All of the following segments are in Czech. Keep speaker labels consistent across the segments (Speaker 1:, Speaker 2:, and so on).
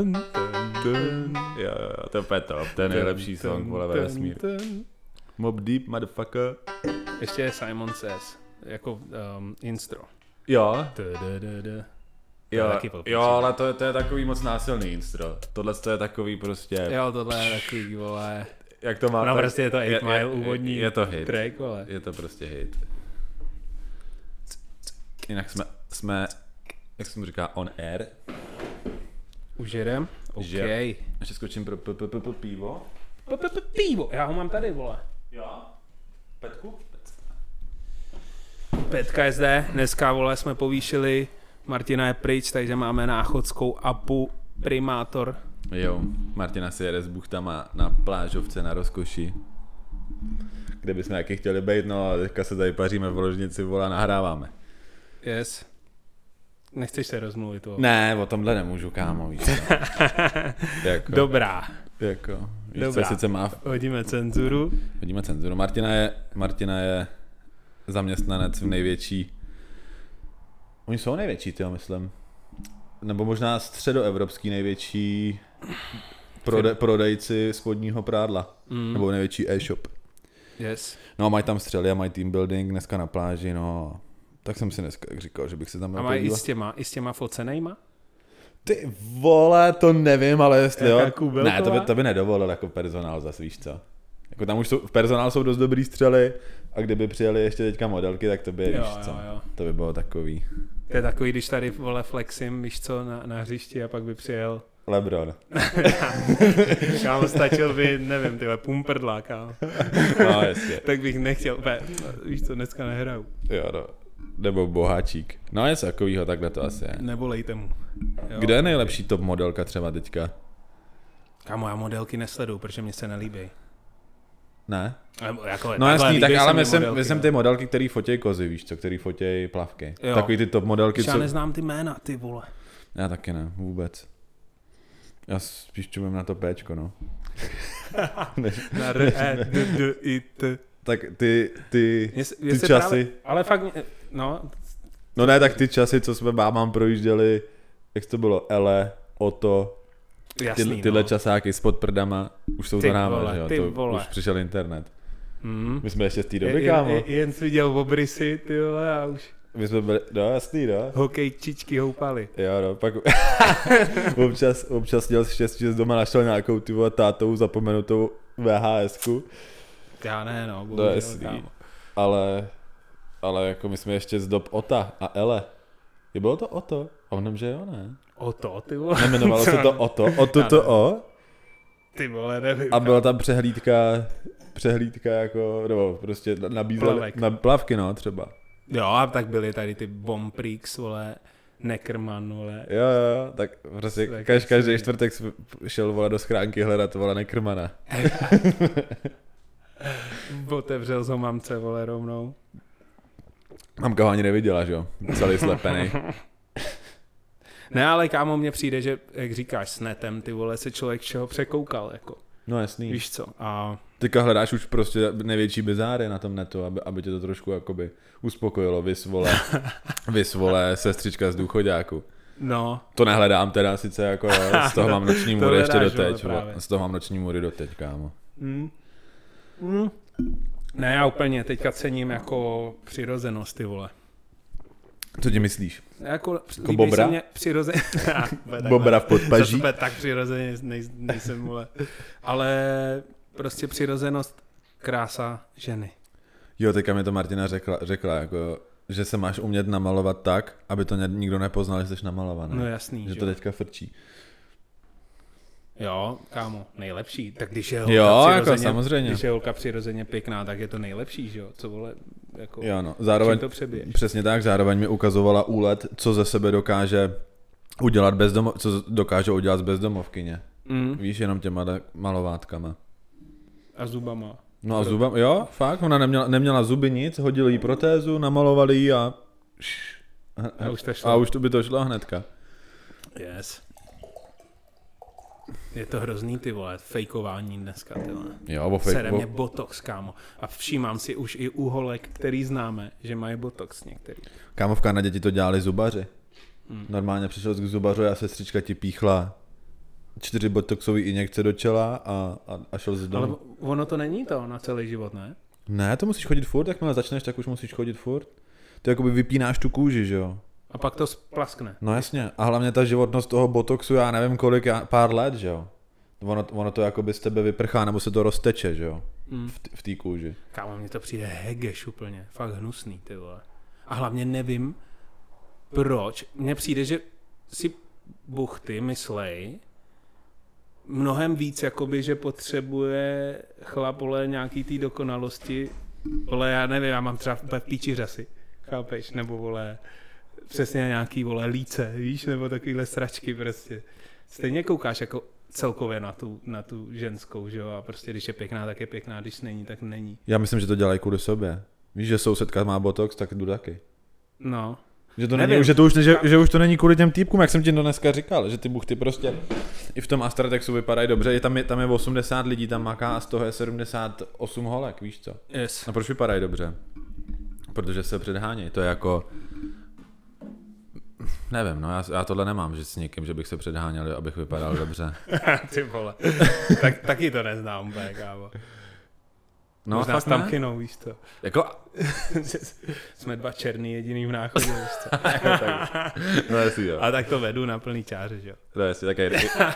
Speaker 1: Jo, to je úplně top, to je nejlepší song, vole, ve vesmíru. Mob Deep, motherfucker.
Speaker 2: Ještě je Simon Says, jako intro.
Speaker 1: Jo. Jo,
Speaker 2: ale
Speaker 1: ale to je takový moc násilný intro. Tohle to je takový prostě...
Speaker 2: Jo, tohle je takový, vole...
Speaker 1: Jak to má...
Speaker 2: No prostě je to 8 Mile úvodní
Speaker 1: je to hit.
Speaker 2: track, vole.
Speaker 1: Je to prostě hit. Jinak jsme jak se mu říká, on air.
Speaker 2: Už jedem? OK.
Speaker 1: Ještě skočím pro pivo.
Speaker 2: Pivo, já ho mám tady, vole.
Speaker 1: Jo? Petku?
Speaker 2: Petka je zde, dneska, vole, jsme povýšili, Martina je pryč, takže máme náchodskou apu Primátor.
Speaker 1: Jo, Martina si jede s buchtama na plážovce na Rozkoši, kde bychom jaký chtěli být, no a teďka se tady paříme v ložnici, vole, nahráváme.
Speaker 2: Yes. Nechceš se rozmluvit, vole?
Speaker 1: Ne, o tomhle nemůžu, kámo, víš co. Jako,
Speaker 2: Dobrá.
Speaker 1: Jako, víš
Speaker 2: Dobrá.
Speaker 1: co, sice má...
Speaker 2: Hodíme cenzuru.
Speaker 1: Hodíme cenzuru. Martina je zaměstnanec v největší... Oni jsou největší, tyjo, myslím. Nebo možná středoevropský největší prodejci spodního prádla. Nebo největší e-shop.
Speaker 2: Yes.
Speaker 1: No a mají tam střely a mají team building dneska na pláži, no. Tak jsem si dneska říkal, že bych se tam měl podívat.
Speaker 2: A mají i s těma focenejma?
Speaker 1: Ty vole, to nevím, ale jestli jo.
Speaker 2: Ne,
Speaker 1: to by nedovolil jako personál zase, víš co. Jako tam už v personál jsou dost dobrý střely a kdyby přijeli ještě teďka modelky, tak to by, víš co. Jo. To by bylo takový.
Speaker 2: To je takový, když tady, vole, flexím, víš co, na hřišti a pak by přijel...
Speaker 1: LeBron.
Speaker 2: Kámo, stačil by, nevím, tyhle, pumprdla, kámo.
Speaker 1: No, jasně.
Speaker 2: Tak bych nechtěl, víš co, dneska nehraju.
Speaker 1: Jo, no. Nebo boháčík. No něco takovýho, takhle to asi je.
Speaker 2: Nevolejte mu. Jo.
Speaker 1: Kde je nejlepší top modelka třeba teďka?
Speaker 2: Kámo, já modelky nesleduju, protože mě se nelíbí.
Speaker 1: Ne?
Speaker 2: Jako,
Speaker 1: no jasný, tak ale
Speaker 2: myslím
Speaker 1: ty modelky, který fotěj kozy, víš co, který fotěj plavky.
Speaker 2: Jo.
Speaker 1: Takový ty top modelky,
Speaker 2: co... Já neznám ty jména, ty vole.
Speaker 1: Já taky ne, vůbec. Já spíš čumím na to péčko, no.
Speaker 2: Na R-E-D-D-I-T.
Speaker 1: Tak ty časy...
Speaker 2: Právě, ale fakt, no...
Speaker 1: No ne, tak ty časy, co jsme mám projížděli, jak to bylo, Ele, Oto, tyhle časáky s podprdama, už jsou za náma, že jo, už přišel internet. My jsme ještě z té doby, kámo.
Speaker 2: Jen jsi viděl obrysy, ty vole, a už...
Speaker 1: My jsme byli, no jasný, no.
Speaker 2: Hokejčičky houpali.
Speaker 1: Jo, no, pak občas měl štěstí, že doma našel nějakou ty vole tátou zapomenutou VHS-ku.
Speaker 2: Já ne, no.
Speaker 1: To je jasný. Ale jako my jsme ještě z dob Ota a Ele. Bylo to Oto? A on že jo, ne?
Speaker 2: Oto, ty vole.
Speaker 1: Nemenovalo se to Oto? O?
Speaker 2: Ty vole, nevím.
Speaker 1: A byla tam přehlídka jako, nebo prostě nabízeli na plavky, no, třeba.
Speaker 2: Jo, a tak byly tady ty Bomprix, vole, Neckerman, vole.
Speaker 1: Jo, tak prostě každý čtvrtek šel, vole, do schránky hledat, vole, Neckermana.
Speaker 2: Otevřel ho mamce, vole, rovnou.
Speaker 1: Mamka ho ani neviděla, že jo? Celý slepený.
Speaker 2: Ne, ale kámo, mně přijde, že, jak říkáš, s netem, ty vole, se člověk čeho překoukal, jako.
Speaker 1: No jasný.
Speaker 2: Víš co? A...
Speaker 1: Teďka hledáš už prostě největší bizáry na tom netu, aby tě to trošku jakoby uspokojilo, vys vole, sestřička z důchoďáku.
Speaker 2: No.
Speaker 1: To nehledám teda sice jako, z toho mám noční můry ještě doteď, z toho mám noční můry doteď, kámo.
Speaker 2: Ne, já úplně teďka cením jako přirozenost, ty vole.
Speaker 1: Co ti myslíš?
Speaker 2: Jako
Speaker 1: bobra?
Speaker 2: Mě přirozeně...
Speaker 1: Bobra v podpaží?
Speaker 2: Zase tak přirozeně nejsem, vole. Ale prostě přirozenost, krása ženy.
Speaker 1: Jo, teďka mi to Martina řekla jako, že se máš umět namalovat tak, aby to nikdo nepoznal, že jsi namalovaný.
Speaker 2: No jasný,
Speaker 1: že to teďka frčí.
Speaker 2: Jo, kámo, nejlepší. Tak když je holka přirozeně pěkná, tak je to nejlepší, že jo? Co vole, jako,
Speaker 1: jo, no. Zároveň,
Speaker 2: to přebiješ?
Speaker 1: Přesně tak, zároveň mi ukazovala úlet, co ze sebe dokáže udělat co dokáže udělat z bezdomovkyně. Víš, jenom těma malovátkama.
Speaker 2: A zubama.
Speaker 1: No a zubama, jo, fakt, ona neměla zuby nic, hodili jí protézu, namalovali jí a už to by to šlo hnedka.
Speaker 2: Yes. Je to hrozný, ty vole, fejkování dneska, ty vole.
Speaker 1: Jo,
Speaker 2: Sere mě botox, kámo. A všímám si už i u holek, který známe, že mají botox některý.
Speaker 1: Kámo, v Kanadě ti to dělali zubaři. Normálně přišel k zubaři a sestřička ti píchla 4 botoxové injekce do čela a šel z domu.
Speaker 2: Ale ono to není to na celý život, ne?
Speaker 1: Ne, to musíš chodit furt, jakmile začneš, tak už musíš chodit furt. To jakoby vypínáš tu kůži, že jo?
Speaker 2: A pak to splaskne.
Speaker 1: No jasně, a hlavně ta životnost toho botoxu, já nevím kolik, pár let, že jo? Ono to jakoby z tebe vyprchá, nebo se to rozteče, že jo? V té kůži.
Speaker 2: Kámo, mně to přijde hegeš úplně, fakt hnusný, ty vole. A hlavně nevím, proč. Mně přijde, že si buchty myslej mnohem víc, jakoby, že potřebuje chlap, vole, nějaký té dokonalosti. Vole, já nevím, já mám třeba v píči řasy, chápeš? Nebo, vole, přesně nějaký, vole, líce, víš? Nebo takovýhle sračky prostě. Stejně koukáš jako celkově na tu ženskou, že jo? A prostě když je pěkná, tak je pěkná, když není, tak není.
Speaker 1: Já myslím, že to dělají kvůli sobě. Víš, že sousedka má botox, tak jdu taky.
Speaker 2: No.
Speaker 1: Že to, není, že už to není kvůli těm týpkům, jak jsem ti to dneska říkal, že ty buchty prostě i v tom Astratexu vypadají dobře, tam je 80 lidí, tam maká a z toho je 78 holek, víš co?
Speaker 2: Yes.
Speaker 1: A proč vypadají dobře? Protože se předhánějí, to je jako... Nevím, no já tohle nemám, že s někým, že bych se předháněl, abych vypadal dobře.
Speaker 2: Ty vole, taky to neznám úplně, kámo.
Speaker 1: No,
Speaker 2: možná s tamkynou, víš to.
Speaker 1: Jako...
Speaker 2: Jsme dva černý jediný v náchodě, víš to.
Speaker 1: No jestli jo.
Speaker 2: A tak to vedu na plný čáře, že jo.
Speaker 1: No jestli, taky.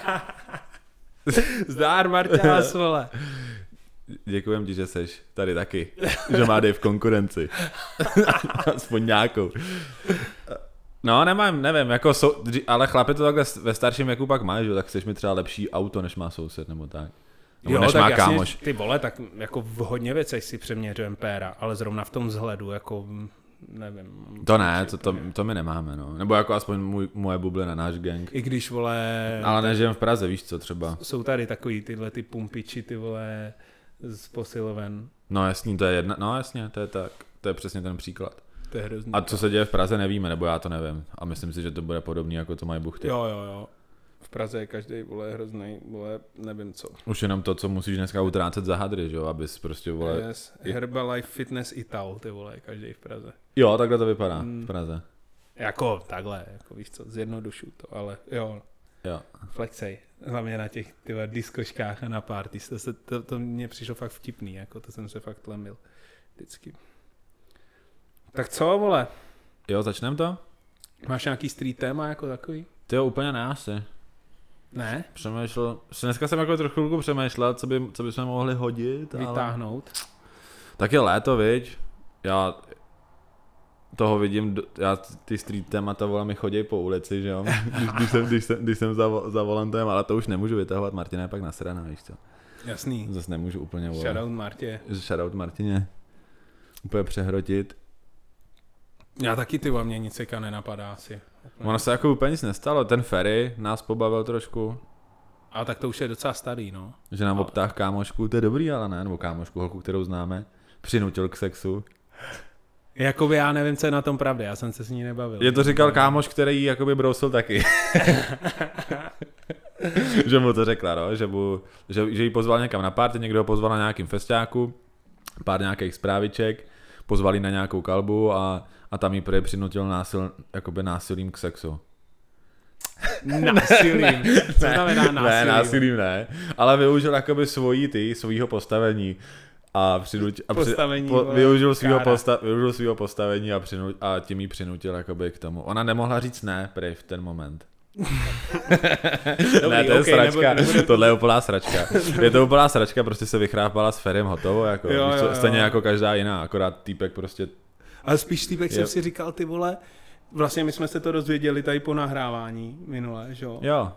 Speaker 2: Zdár, Marťás, vole.
Speaker 1: Děkujem ti, že seš tady taky. Že má Dave konkurenci. Aspoň nějakou. No nevím, jako ale chlapi to takhle ve starším věku pak mají, že? Tak chceš mi třeba lepší auto, než má soused, nebo tak.
Speaker 2: Jo, než tak má jasně, kámoš. Ty vole, tak jako v hodně věcech si přeměřujeme péra, ale zrovna v tom vzhledu, jako nevím.
Speaker 1: To ne, to my nemáme, no. Nebo jako aspoň moje bublina, náš gang.
Speaker 2: I když, vole...
Speaker 1: Ale nežijem v Praze, víš co třeba.
Speaker 2: Jsou tady takový tyhle ty pumpiči, ty vole, z posiloven.
Speaker 1: No jasný, to je jedna, no jasně, to je tak. To je přesně ten příklad.
Speaker 2: To je hrozný.
Speaker 1: A co se děje v Praze, nevíme, nebo já to nevím. A myslím si, že to bude podobný, jako to mají buchty.
Speaker 2: Jo. V Praze je každý, vole, hrozný, vole, nevím co.
Speaker 1: Už jenom to, co musíš dneska utrácet za hadry, že jo, abys prostě, vole...
Speaker 2: Yes. Herbalife Fitness Ital, ty vole, každý v Praze.
Speaker 1: Jo, takhle to vypadá v Praze.
Speaker 2: Jako takhle, jako víš co, zjednodušu to, ale jo. Flexej, hlavně na těch tyhle diskoškách a na party, to mně přišlo fakt vtipný, jako to jsem se fakt lemil vždycky. Tak co, vole?
Speaker 1: Jo, začneme to?
Speaker 2: Máš nějaký street téma jako takový?
Speaker 1: Ty jo, úplně ne asi.
Speaker 2: Ne?
Speaker 1: Dneska jsem jako trochu přemýšlel, co bychom mohli hodit.
Speaker 2: Vytáhnout.
Speaker 1: Ale... Tak je léto, viď? Já toho vidím, ty street témata, vole, mi chodí po ulici, že jo? Když jsem za volantem, ale to už nemůžu vytahovat, Martina je pak nasraná, víš co?
Speaker 2: Jasný.
Speaker 1: Zase nemůžu úplně, vole.
Speaker 2: Shoutout Martě.
Speaker 1: Shoutout Martině. Úplně přehrotit.
Speaker 2: Já taky, ty, mě nic seka nenapadá asi.
Speaker 1: Ono se jako úplně nic nestalo, ten Ferry nás pobavil trošku.
Speaker 2: Ale tak to už je docela starý, no.
Speaker 1: Že nám obtáhl kámošku, to je dobrý, ale ne, nebo kámošku, holku, kterou známe, přinutil k sexu.
Speaker 2: Jakoby já nevím, co je na tom pravdy, já jsem se s ní nebavil.
Speaker 1: Je to říkal kámoš, který jí jakoby brousil taky. Že mu to řekla, no, že jí pozval někam na party, někdo ho pozval na nějakým festiáku, pár nějakých zpráviček, pozvali na nějakou kalbu a tam jí prý přinutil násilím k sexu.
Speaker 2: Násilím? Co znamená násilím?
Speaker 1: Ne, násilím ne, ale využil jakoby svýho postavení a využil svýho postavení a tím jí přinutil jakoby k tomu. Ona nemohla říct ne prý v ten moment.
Speaker 2: Dobrý,
Speaker 1: ne, to je sračka, tohle je úplná sračka. Je to úplná sračka, prostě se vychrápala s Ferrym hotovo, jako, jo. Stejně jako každá jiná, akorát týpek prostě...
Speaker 2: Ale spíš týpek jsem si říkal, ty vole, vlastně my jsme se to dozvěděli tady po nahrávání minule, že jo?
Speaker 1: Jo.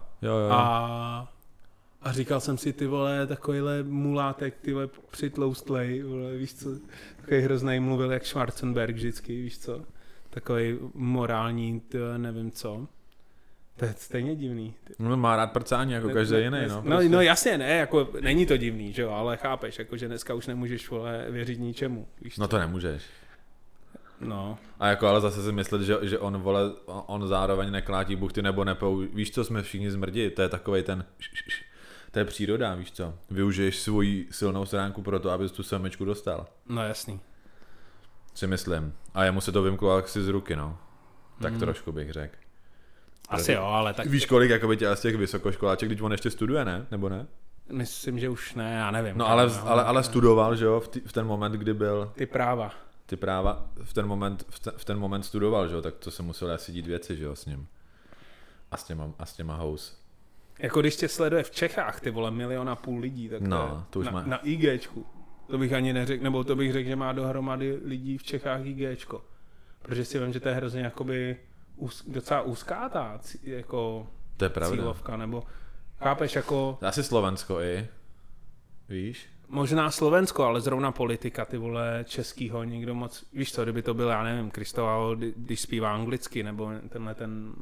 Speaker 2: A říkal jsem si, ty vole, takovýhle mulátek, ty vole, přitloustlej, vole, víš co, takový hroznej, mluvil jak Schwarzenberg vždycky, víš co, takový morální, ty vole, nevím co. To je stejně divný.
Speaker 1: No, má rád prcání jako každý jiný, no.
Speaker 2: Prostě. No jasně, ne, jako není to divný, že jo, ale chápeš, jako že dneska už nemůžeš, vole, věřit ničemu, víš co?
Speaker 1: No to nemůžeš.
Speaker 2: No.
Speaker 1: A jako ale zase si myslet, že on zároveň neklátí buchty nebo víš co, jsme všichni zmrdi, to je takovej ten, to je příroda, víš co, využiješ svoji silnou stránku pro to, abys tu semečku dostal.
Speaker 2: No jasný.
Speaker 1: Si myslím. A jemu se to vymklo asi z ruky, no. Tak trošku bych řekl.
Speaker 2: Asi jo, ale tak...
Speaker 1: Víš kolik jakoby tě z těch vysokoškoláček, když on ještě studuje, ne? Nebo ne?
Speaker 2: Myslím, že už ne, já nevím.
Speaker 1: No ale studoval, že jo, v ten moment, kdy byl...
Speaker 2: Ty práva,
Speaker 1: v ten moment studoval, že jo, tak to se muselo asi dít věci, že jo, s ním. A s těma house.
Speaker 2: Jako když tě sleduje v Čechách, ty vole, 1,5 milionu lidí, tak
Speaker 1: to už
Speaker 2: na IGčku. To bych ani neřekl, nebo to bych řekl, že má dohromady lidí v Čechách IGčko. Protože si vím, že to je hrozně jakoby docela úzká ta jako
Speaker 1: to je pravda.
Speaker 2: Cílovka, nebo chápeš jako...
Speaker 1: Asi Slovensko i, víš?
Speaker 2: Možná Slovensko, ale zrovna politika, ty vole, českýho nikdo moc... Víš co, kdyby to byl, já nevím, Kristová, když zpívá anglicky, nebo tenhle ten...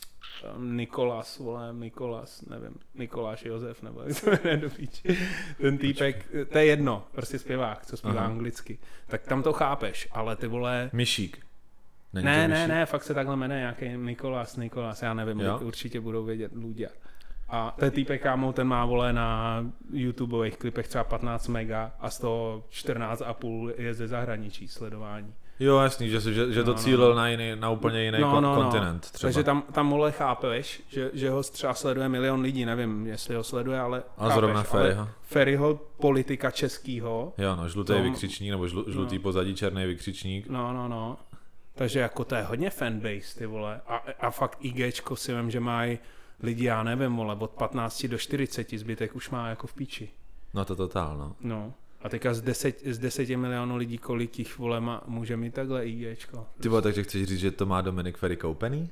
Speaker 2: Mikoláš Josef, nebo jak to jmenuje do píči. Ten týpek, to je jedno, prostě zpěvák, co zpívá anglicky. Tak tam to chápeš, ale ty vole...
Speaker 1: Myšík.
Speaker 2: Ne, fakt se takhle jmenuje nějaký Nikolás, já nevím, určitě budou vědět ľudia. A ten týpek, kámo, ten má, vole, na YouTubeových klipech třeba 15 mega a z toho 14,5 je ze zahraničí sledování.
Speaker 1: Jo, jasný, že to cílil na úplně jiný kontinent. Třeba.
Speaker 2: Takže tam vole chápeš, že ho třeba sleduje 1 milion lidí, nevím, jestli ho sleduje, ale
Speaker 1: chápeš, zrovna
Speaker 2: Ferryho politika českýho.
Speaker 1: Jo, no, žlutý vykřičník, nebo žlutý pozadí, černý vykřičník.
Speaker 2: No. Takže jako to je hodně fanbase, ty vole. A fakt IGčko si vím, že mají lidi, já nevím, vole, od 15 do 40, zbytek už má jako v píči.
Speaker 1: No to totál, no.
Speaker 2: No. A teďka z 10 milionů lidí, kolik jich, vole, může mít takhle IGčko.
Speaker 1: Ty vole, takže chceš říct, že to má Dominik Ferry koupený?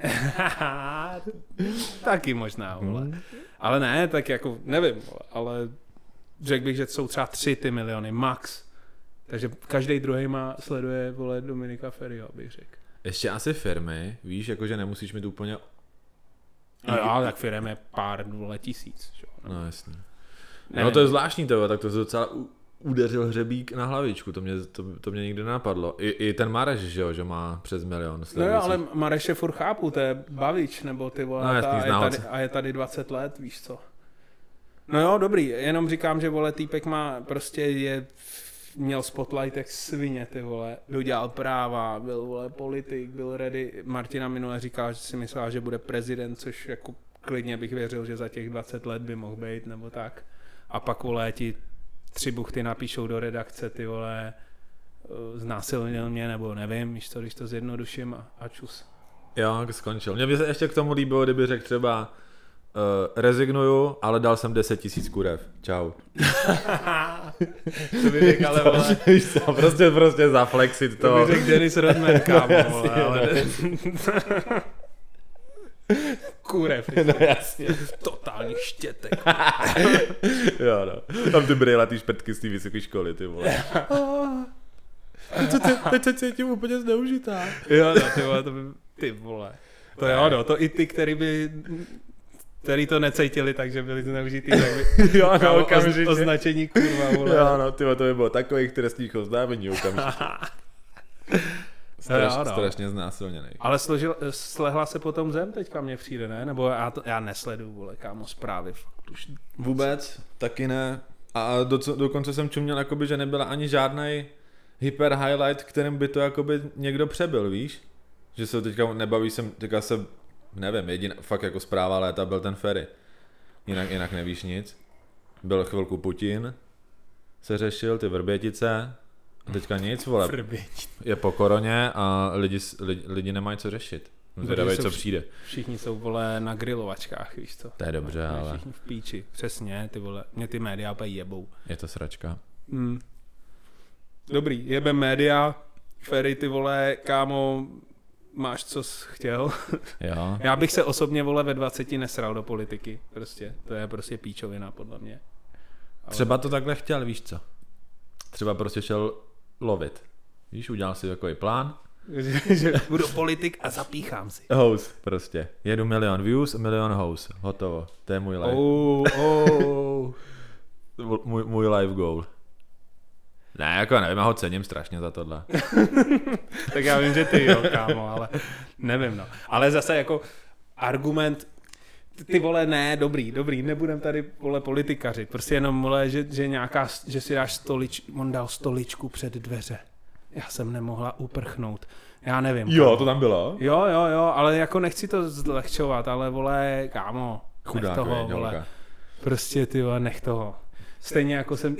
Speaker 2: Taky možná, vole. Ale ne, tak jako, nevím, vole, ale řekl bych, že jsou třeba 3 ty miliony, max. Takže každý druhý sleduje, vole, Dominika Ferryho, bych řekl.
Speaker 1: Ještě asi firmy, víš, jakože nemusíš mít úplně...
Speaker 2: No jo, tak firm je pár, vole, tisíc. Čo?
Speaker 1: No jasný. No to je zvláštní to, tak to se docela udeřil hřebík na hlavičku, to mě nikdy nenapadlo. I ten Mareš, že má přes 1 milion.
Speaker 2: No jo, ale Mareš je furt chápu, to je bavič, nebo ty vole,
Speaker 1: no, jasný,
Speaker 2: je tady 20 let, víš co. No jo, dobrý, jenom říkám, že vole, týpek má, prostě měl spotlight jak svině, ty vole, dodělal práva, byl, vole, politik, byl ready. Martina minule říkala, že si myslela, že bude prezident, což jako klidně bych věřil, že za těch 20 let by mohl být, nebo tak. A pak, vole, ti 3 buchty napíšou do redakce, ty vole, znásilnil mě, nebo nevím, víš co, když to zjednoduším a čus.
Speaker 1: Jo, skončil. Mě by se ještě k tomu líbilo, kdyby řekl třeba rezignuju, ale dal jsem 10 000 kurev. Čau.
Speaker 2: To by řekl, ale vole.
Speaker 1: Víš co, prostě zaflexit to.
Speaker 2: To by řekl Dennis Rodman, kámo, vole, ale... Kurev.
Speaker 1: No jasně.
Speaker 2: Totální štětek.
Speaker 1: Jo, no. Tam ty brejlatý šprtky z té vysoké školy, ty vole. Teď se cítím úplně zneužitá.
Speaker 2: Jo, no, ty vole, ty vole. To jo, no, to i ty, který to necítili, takže byli zneužitý, tak by
Speaker 1: jo, no, okamžitě.
Speaker 2: Označení kurva, vole.
Speaker 1: Jo, no, tyvo, to by bylo takových trestních oznámení okamžitě. Strašně znásilněnej.
Speaker 2: Ale slehla se potom zem teďka mně přijde, ne? Nebo já nesleduju, vole, kámo, zprávy. Fakt už.
Speaker 1: Vůbec, taky ne. A dokonce jsem čuměl, jakoby, že nebyla ani žádnej hyper highlight, kterým by to jakoby někdo přebyl, víš? Že se teďka nebaví teďka se, nevím, jediná fakt jako zpráva léta byl ten Ferry. Jinak nevíš nic. Byl chvilku Putin, se řešil, ty Vrbětice, a teďka nic, vole. Je po koroně a lidi nemají co řešit. Zvědavej, co přijde.
Speaker 2: Všichni jsou, vole, na grilovačkách, víš co.
Speaker 1: To je dobře, ale...
Speaker 2: Všichni v píči, přesně, ty vole, mě ty média úplně jebou.
Speaker 1: Je to sračka.
Speaker 2: Dobrý, jebem média, Ferry, ty vole, kámo, máš co jsi chtěl.
Speaker 1: Jo.
Speaker 2: Já bych se osobně, vole, ve 20 nesral do politiky, prostě, to je prostě píčovina, podle mě.
Speaker 1: Ale... Třeba to takhle chtěl, víš co. Třeba prostě šel lovit. Víš, udělal si takový plán.
Speaker 2: Že budu politik a zapíchám si.
Speaker 1: House, prostě. Jedu 1 milion views, 1 milion house. Hotovo. To je můj life. Můj life goal. Ne, jako nevím, já ho cením strašně za tohle.
Speaker 2: Tak já vím, že ty jo, kámo, ale nevím, no. Ale zase jako argument, ty vole, ne, dobrý, nebudem tady, vole, politikařit. Prostě jenom, vole, že si dáš on dal stoličku před dveře. já jsem nemohla uprchnout. Já nevím.
Speaker 1: Jo, kámo. To tam bylo?
Speaker 2: Jo, ale jako nechci to zlehčovat, ale vole, kámo,
Speaker 1: chudák,
Speaker 2: nech toho, vole. Prostě ty vole, nech toho. Stejně jako jsem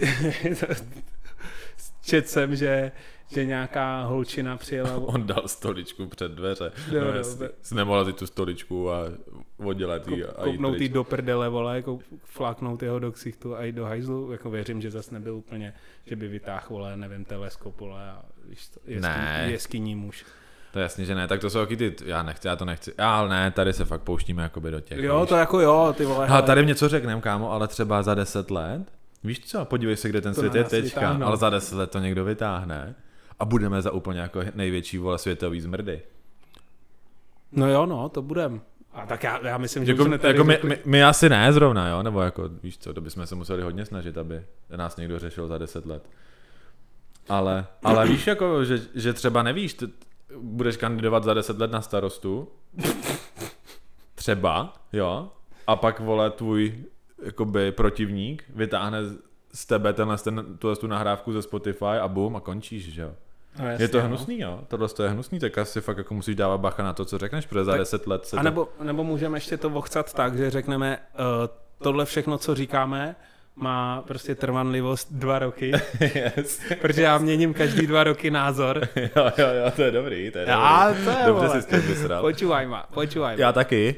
Speaker 2: četl jsem, že nějaká holčina přijela.
Speaker 1: On dal stoličku před dveře. Jsi nemohla si tu stoličku a oddělat jí a
Speaker 2: kopnout jí do prdele, vole, jako fláknout jeho do ksichtu a jít do hajzlu. Jako věřím, že zas nebyl úplně, že by vytáhl, vole, nevím, teleskop, vole, a víš to, jeskyní muž.
Speaker 1: To jasně, že ne, tak to jsou taky ty, já to nechci, ale ne, tady se fakt pouštíme jakoby do těch.
Speaker 2: Jo, víš? To jako jo, ty vole.
Speaker 1: A tady něco řekneme, kámo, ale třeba za 10 let, víš co, podívej se, kde ten svět je teďka, ale za 10 let to někdo vytáhne a budeme za úplně jako největší, vole, světový zmrdy.
Speaker 2: No jo, no, to budem. A tak já myslím, že
Speaker 1: jako my asi ne zrovna, jo, nebo jako, víš co, to bychom se museli hodně snažit, aby nás někdo řešil za 10 let. Ale víš, jako, že třeba nevíš, budeš kandidovat za 10 let na starostu, třeba, jo, a pak, vole, tvůj jakoby protivník vytáhne z tebe tu nahrávku ze Spotify a bum, a končíš, že jo.
Speaker 2: No jasně,
Speaker 1: je to hnusný, jo, tohle je hnusný, tak asi fakt jako musíš dávat bacha na to, co řekneš, protože za 10 let se
Speaker 2: nebo můžeme ještě to vochcat tak, že řekneme, tohle všechno, co říkáme, má prostě trvanlivost 2 roky,
Speaker 1: yes.
Speaker 2: Protože já měním každý 2 roky názor.
Speaker 1: Jo, to je dobrý, to je
Speaker 2: dobrý.
Speaker 1: Dobře si to vysral.
Speaker 2: Počúvaj ma.
Speaker 1: Já taky.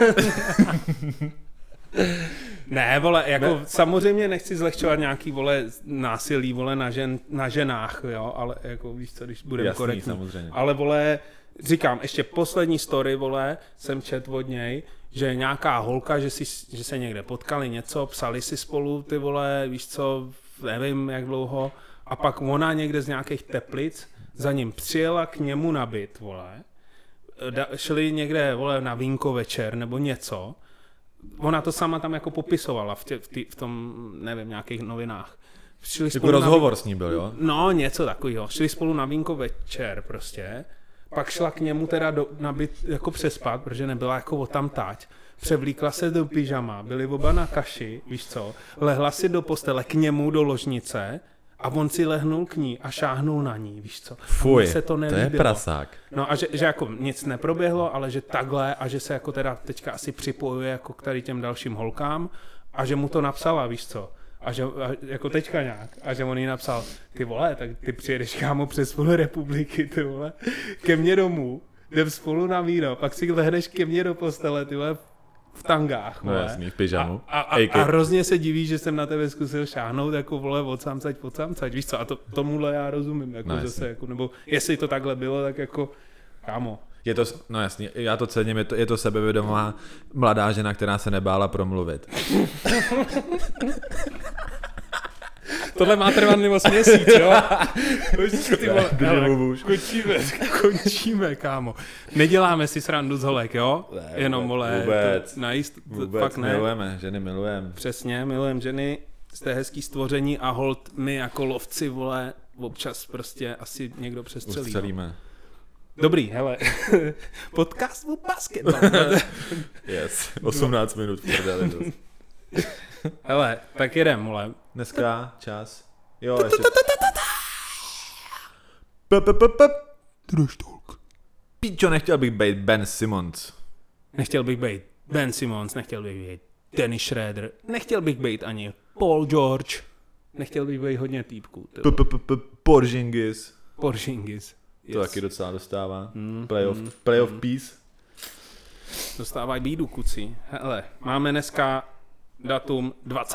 Speaker 2: Ne, vole, jako samozřejmě nechci zlehčovat nějaký, vole, násilí, vole, na ženách, jo, ale jako víš co, když budeme korektní.
Speaker 1: Samozřejmě.
Speaker 2: Ale, vole, říkám, ještě poslední story, vole, jsem četl od něj, že nějaká holka, že se někde potkali něco, psali si spolu, ty vole, víš co, nevím jak dlouho, a pak ona někde z nějakých Teplic za ním přijela k němu na byt, vole, šli někde, vole, na vínko večer nebo něco, ona to sama tam jako popisovala v tom, nevím, nějakých novinách.
Speaker 1: Jako rozhovor s ní byl, jo?
Speaker 2: No, něco takového. Šli spolu na vínko večer prostě, pak šla k němu teda na byt jako přespat, protože nebyla jako odtamtať. Převlíkla se do pyžama, byli oba na kaši, víš co, lehla si do postele k němu do ložnice a on si lehnul k ní a šáhnul na ní, víš co.
Speaker 1: Fuj,
Speaker 2: se to
Speaker 1: je prasák.
Speaker 2: No a že jako nic neproběhlo, ale že takhle a že se jako teda teďka asi připojuje jako k tady těm dalším holkám a že mu to napsala, víš co. A že jako teďka nějak. A že on jí napsal, ty vole, tak ty přijedeš, kámo, přes půl republiky, ty vole, ke mně domů, jdem spolu na víno, pak si lehneš ke mně do postele, ty vole, v tangách, vole.
Speaker 1: No jasný, v pyžamu.
Speaker 2: A hrozně se diví, že jsem na tebe zkusil šáhnout, jako, vole, odsámcať, víš co, a tomuhle já rozumím, jako no, zase, jako, nebo jestli to takhle bylo, tak jako, kámo.
Speaker 1: Je to, no jasně, já to cením, je to sebevědomá mladá žena, která se nebála promluvit.
Speaker 2: Tohle má trvanlivost měsíc, jo? Končíme, kámo. Neděláme si srandu z holek, jo?
Speaker 1: Ne,
Speaker 2: jenom, vole,
Speaker 1: vůbec,
Speaker 2: fakt ne.
Speaker 1: Milujeme, ženy milujeme.
Speaker 2: Přesně, milujeme ženy, jste hezký stvoření a hold my jako lovci, vole, občas prostě asi někdo přestřelí.
Speaker 1: Ustřelíme.
Speaker 2: Dobrý, hele, podcast o basketball.
Speaker 1: Yes, 18 minut.
Speaker 2: Hele, tak jedem, vole.
Speaker 1: Dneska čas. Jo, ještě. Troštolk. Píčo, nechtěl bych být Ben Simmons.
Speaker 2: Nechtěl bych být Ben Simmons, nechtěl bych být Dennis Schroeder, nechtěl bych být ani Paul George, nechtěl bych být hodně týpků.
Speaker 1: Porzingis. To taky docela dostává. Playoff peace.
Speaker 2: Dostávají bídu, kuci. Hele, máme dneska datum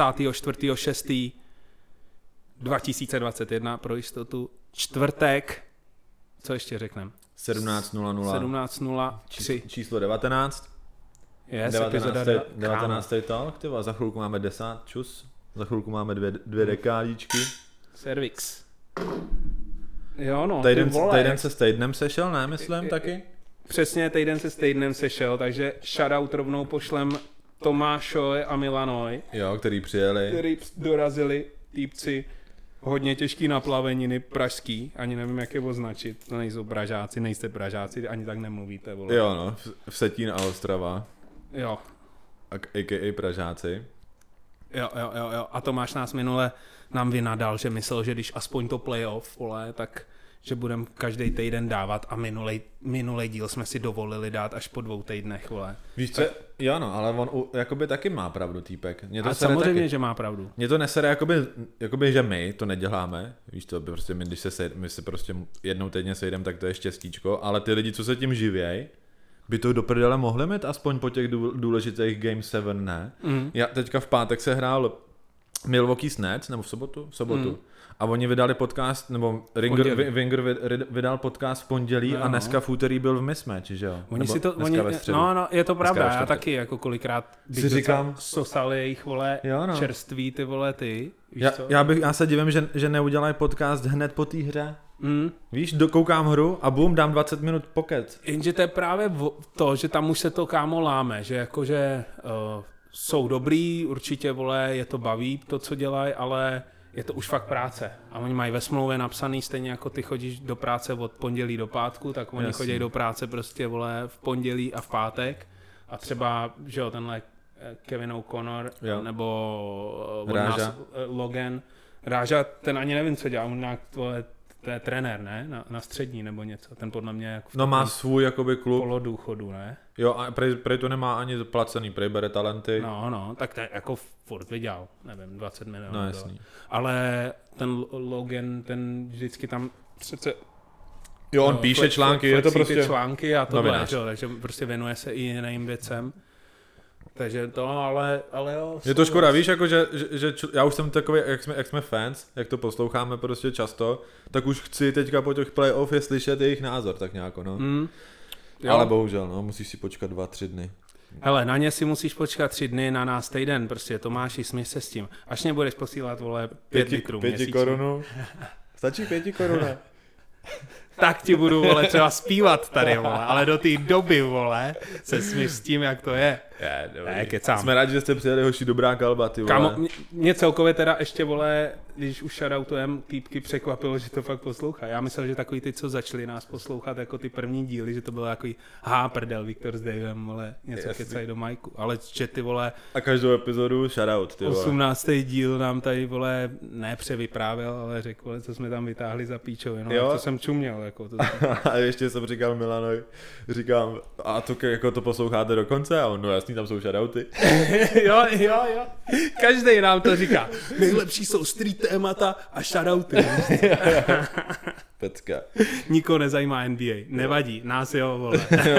Speaker 2: 24.6.2021 pro jistotu. Čtvrtek. Co ještě řekneme?
Speaker 1: 17.03. Číslo 19.
Speaker 2: Yes,
Speaker 1: 19. talk, tyva. Za chvilku máme 10 čus. Za chvilku máme dvě dekádičky.
Speaker 2: Servix. Jo, no.
Speaker 1: Týden se s týdnem sešel, ne, myslím taky?
Speaker 2: Přesně, týden se s týdnem sešel, takže shoutout rovnou pošlem Tomášovi a Milanoj.
Speaker 1: Jo, který přijeli.
Speaker 2: Který dorazili týpci hodně těžký naplaveniny pražský, ani nevím, jak je označit. To nejsou Pražáci, nejste Pražáci, ani tak nemluvíte, vole.
Speaker 1: Jo, no, Vsetín a Ostrava.
Speaker 2: Jo.
Speaker 1: A.k.a. Pražáci.
Speaker 2: Jo. A Tomáš nás minule nám vynadal, že myslel, že když aspoň to playoff, vole, tak že budeme každý týden dávat a minulej díl jsme si dovolili dát až po 2 týdnech, vole.
Speaker 1: Víš co, jo no, ale on jakoby taky má pravdu, týpek.
Speaker 2: A samozřejmě, taky. Že má pravdu.
Speaker 1: Mě to nesere, jakoby, že my to neděláme, víš to, prostě my se prostě jednou týdně sejdeme, tak to je štěstíčko, ale ty lidi, co se tím živějí, by to do prdele mohli mít aspoň po těch důležitých Game 7, ne? Já teďka v pátek se hrál Milwaukee Nets, nebo v sobotu. A oni vydali podcast, nebo Winger vydal podcast v pondělí a dneska v úterý byl v mismatch, že jo?
Speaker 2: No, je to pravda, já taky jako kolikrát bych
Speaker 1: říkám,
Speaker 2: sosal jejich, vole, čerství, ty vole, ty. Víš
Speaker 1: já se divím, že neudělají podcast hned po té hře. Víš, dokoukám hru a bum, dám 20 minut pokec.
Speaker 2: Jenže to je právě to, že tam už se to kámo láme, že jakože jsou dobrý, určitě, vole, je to baví, to, co dělají, ale je to už fakt práce. A oni mají ve smlouvě napsaný, stejně jako ty chodíš do práce od pondělí do pátku, tak oni chodí do práce prostě, vole, v pondělí a v pátek. A třeba, že jo, tenhle Kevin O'Connor, nebo
Speaker 1: Ráža.
Speaker 2: Logan. Ráža, ten ani nevím, co dělá, on nějak, vole, to je trenér, ne? Na střední nebo něco. Ten podle mě jako
Speaker 1: má svůj jakoby klub.
Speaker 2: Polodůchodu, ne?
Speaker 1: Jo, a prej to nemá ani placený, prej bere talenty.
Speaker 2: No, tak to jako furt vydělal, nevím, 20 milionů.
Speaker 1: No jasný.
Speaker 2: Ale ten Logan, ten vždycky tam přece...
Speaker 1: Jo, on píše články, je to prostě...
Speaker 2: články a tohle, takže prostě věnuje se i jiným věcem. Takže to, ale jo.
Speaker 1: Je to škoda, víš, jako že já už jsem takový, jak jsme fans, jak to posloucháme prostě často, tak už chci teďka po těch playoff je slyšet jejich názor, tak nějak, no. Ale bohužel, no, musíš si počkat 2-3 dny.
Speaker 2: Hele, na ně si musíš počkat 3 dny, na nás týden, prostě Tomáši, směj se s tím. Až mě budeš posílat, vole, 5 litrů měsíčně.
Speaker 1: 5 korun. Stačí 5 korun.
Speaker 2: Tak ti budu, vole, třeba zpívat tady, vole, ale do té doby, vole, se smíš s tím, jak to je. Kecám.
Speaker 1: Jsme rádi, že jste přijeli, hoši, dobrá kalba, ty vole.
Speaker 2: Kámo, mě celkově teda ještě, vole, když už shoutoujem, týpky překvapilo, že to fakt poslouchá. Já myslel, že takový ty, co začali nás poslouchat, jako ty první díly, že to bylo takový prdel, Viktor s Davem, vole, něco kecají do majku. Ale že ty, vole...
Speaker 1: A každou epizodu shoutout, ty vole. 18.
Speaker 2: díl nám tady, vole, nepřevyprávěl, ale řekl, vole, co jsme tam vytáhli za píčovinu. To jsem čuměl, jako to.
Speaker 1: A ještě jsem říkal Milanovi, říkám, a to jako to posloucháte do konce? A on, no jasný, tam jsou shoutouty.
Speaker 2: jo. Každý nám to říká. Nejlepší jsou street témata a shoutouty.
Speaker 1: Pecka.
Speaker 2: Nikoho nezajímá NBA. Nevadí, nás jo, vole.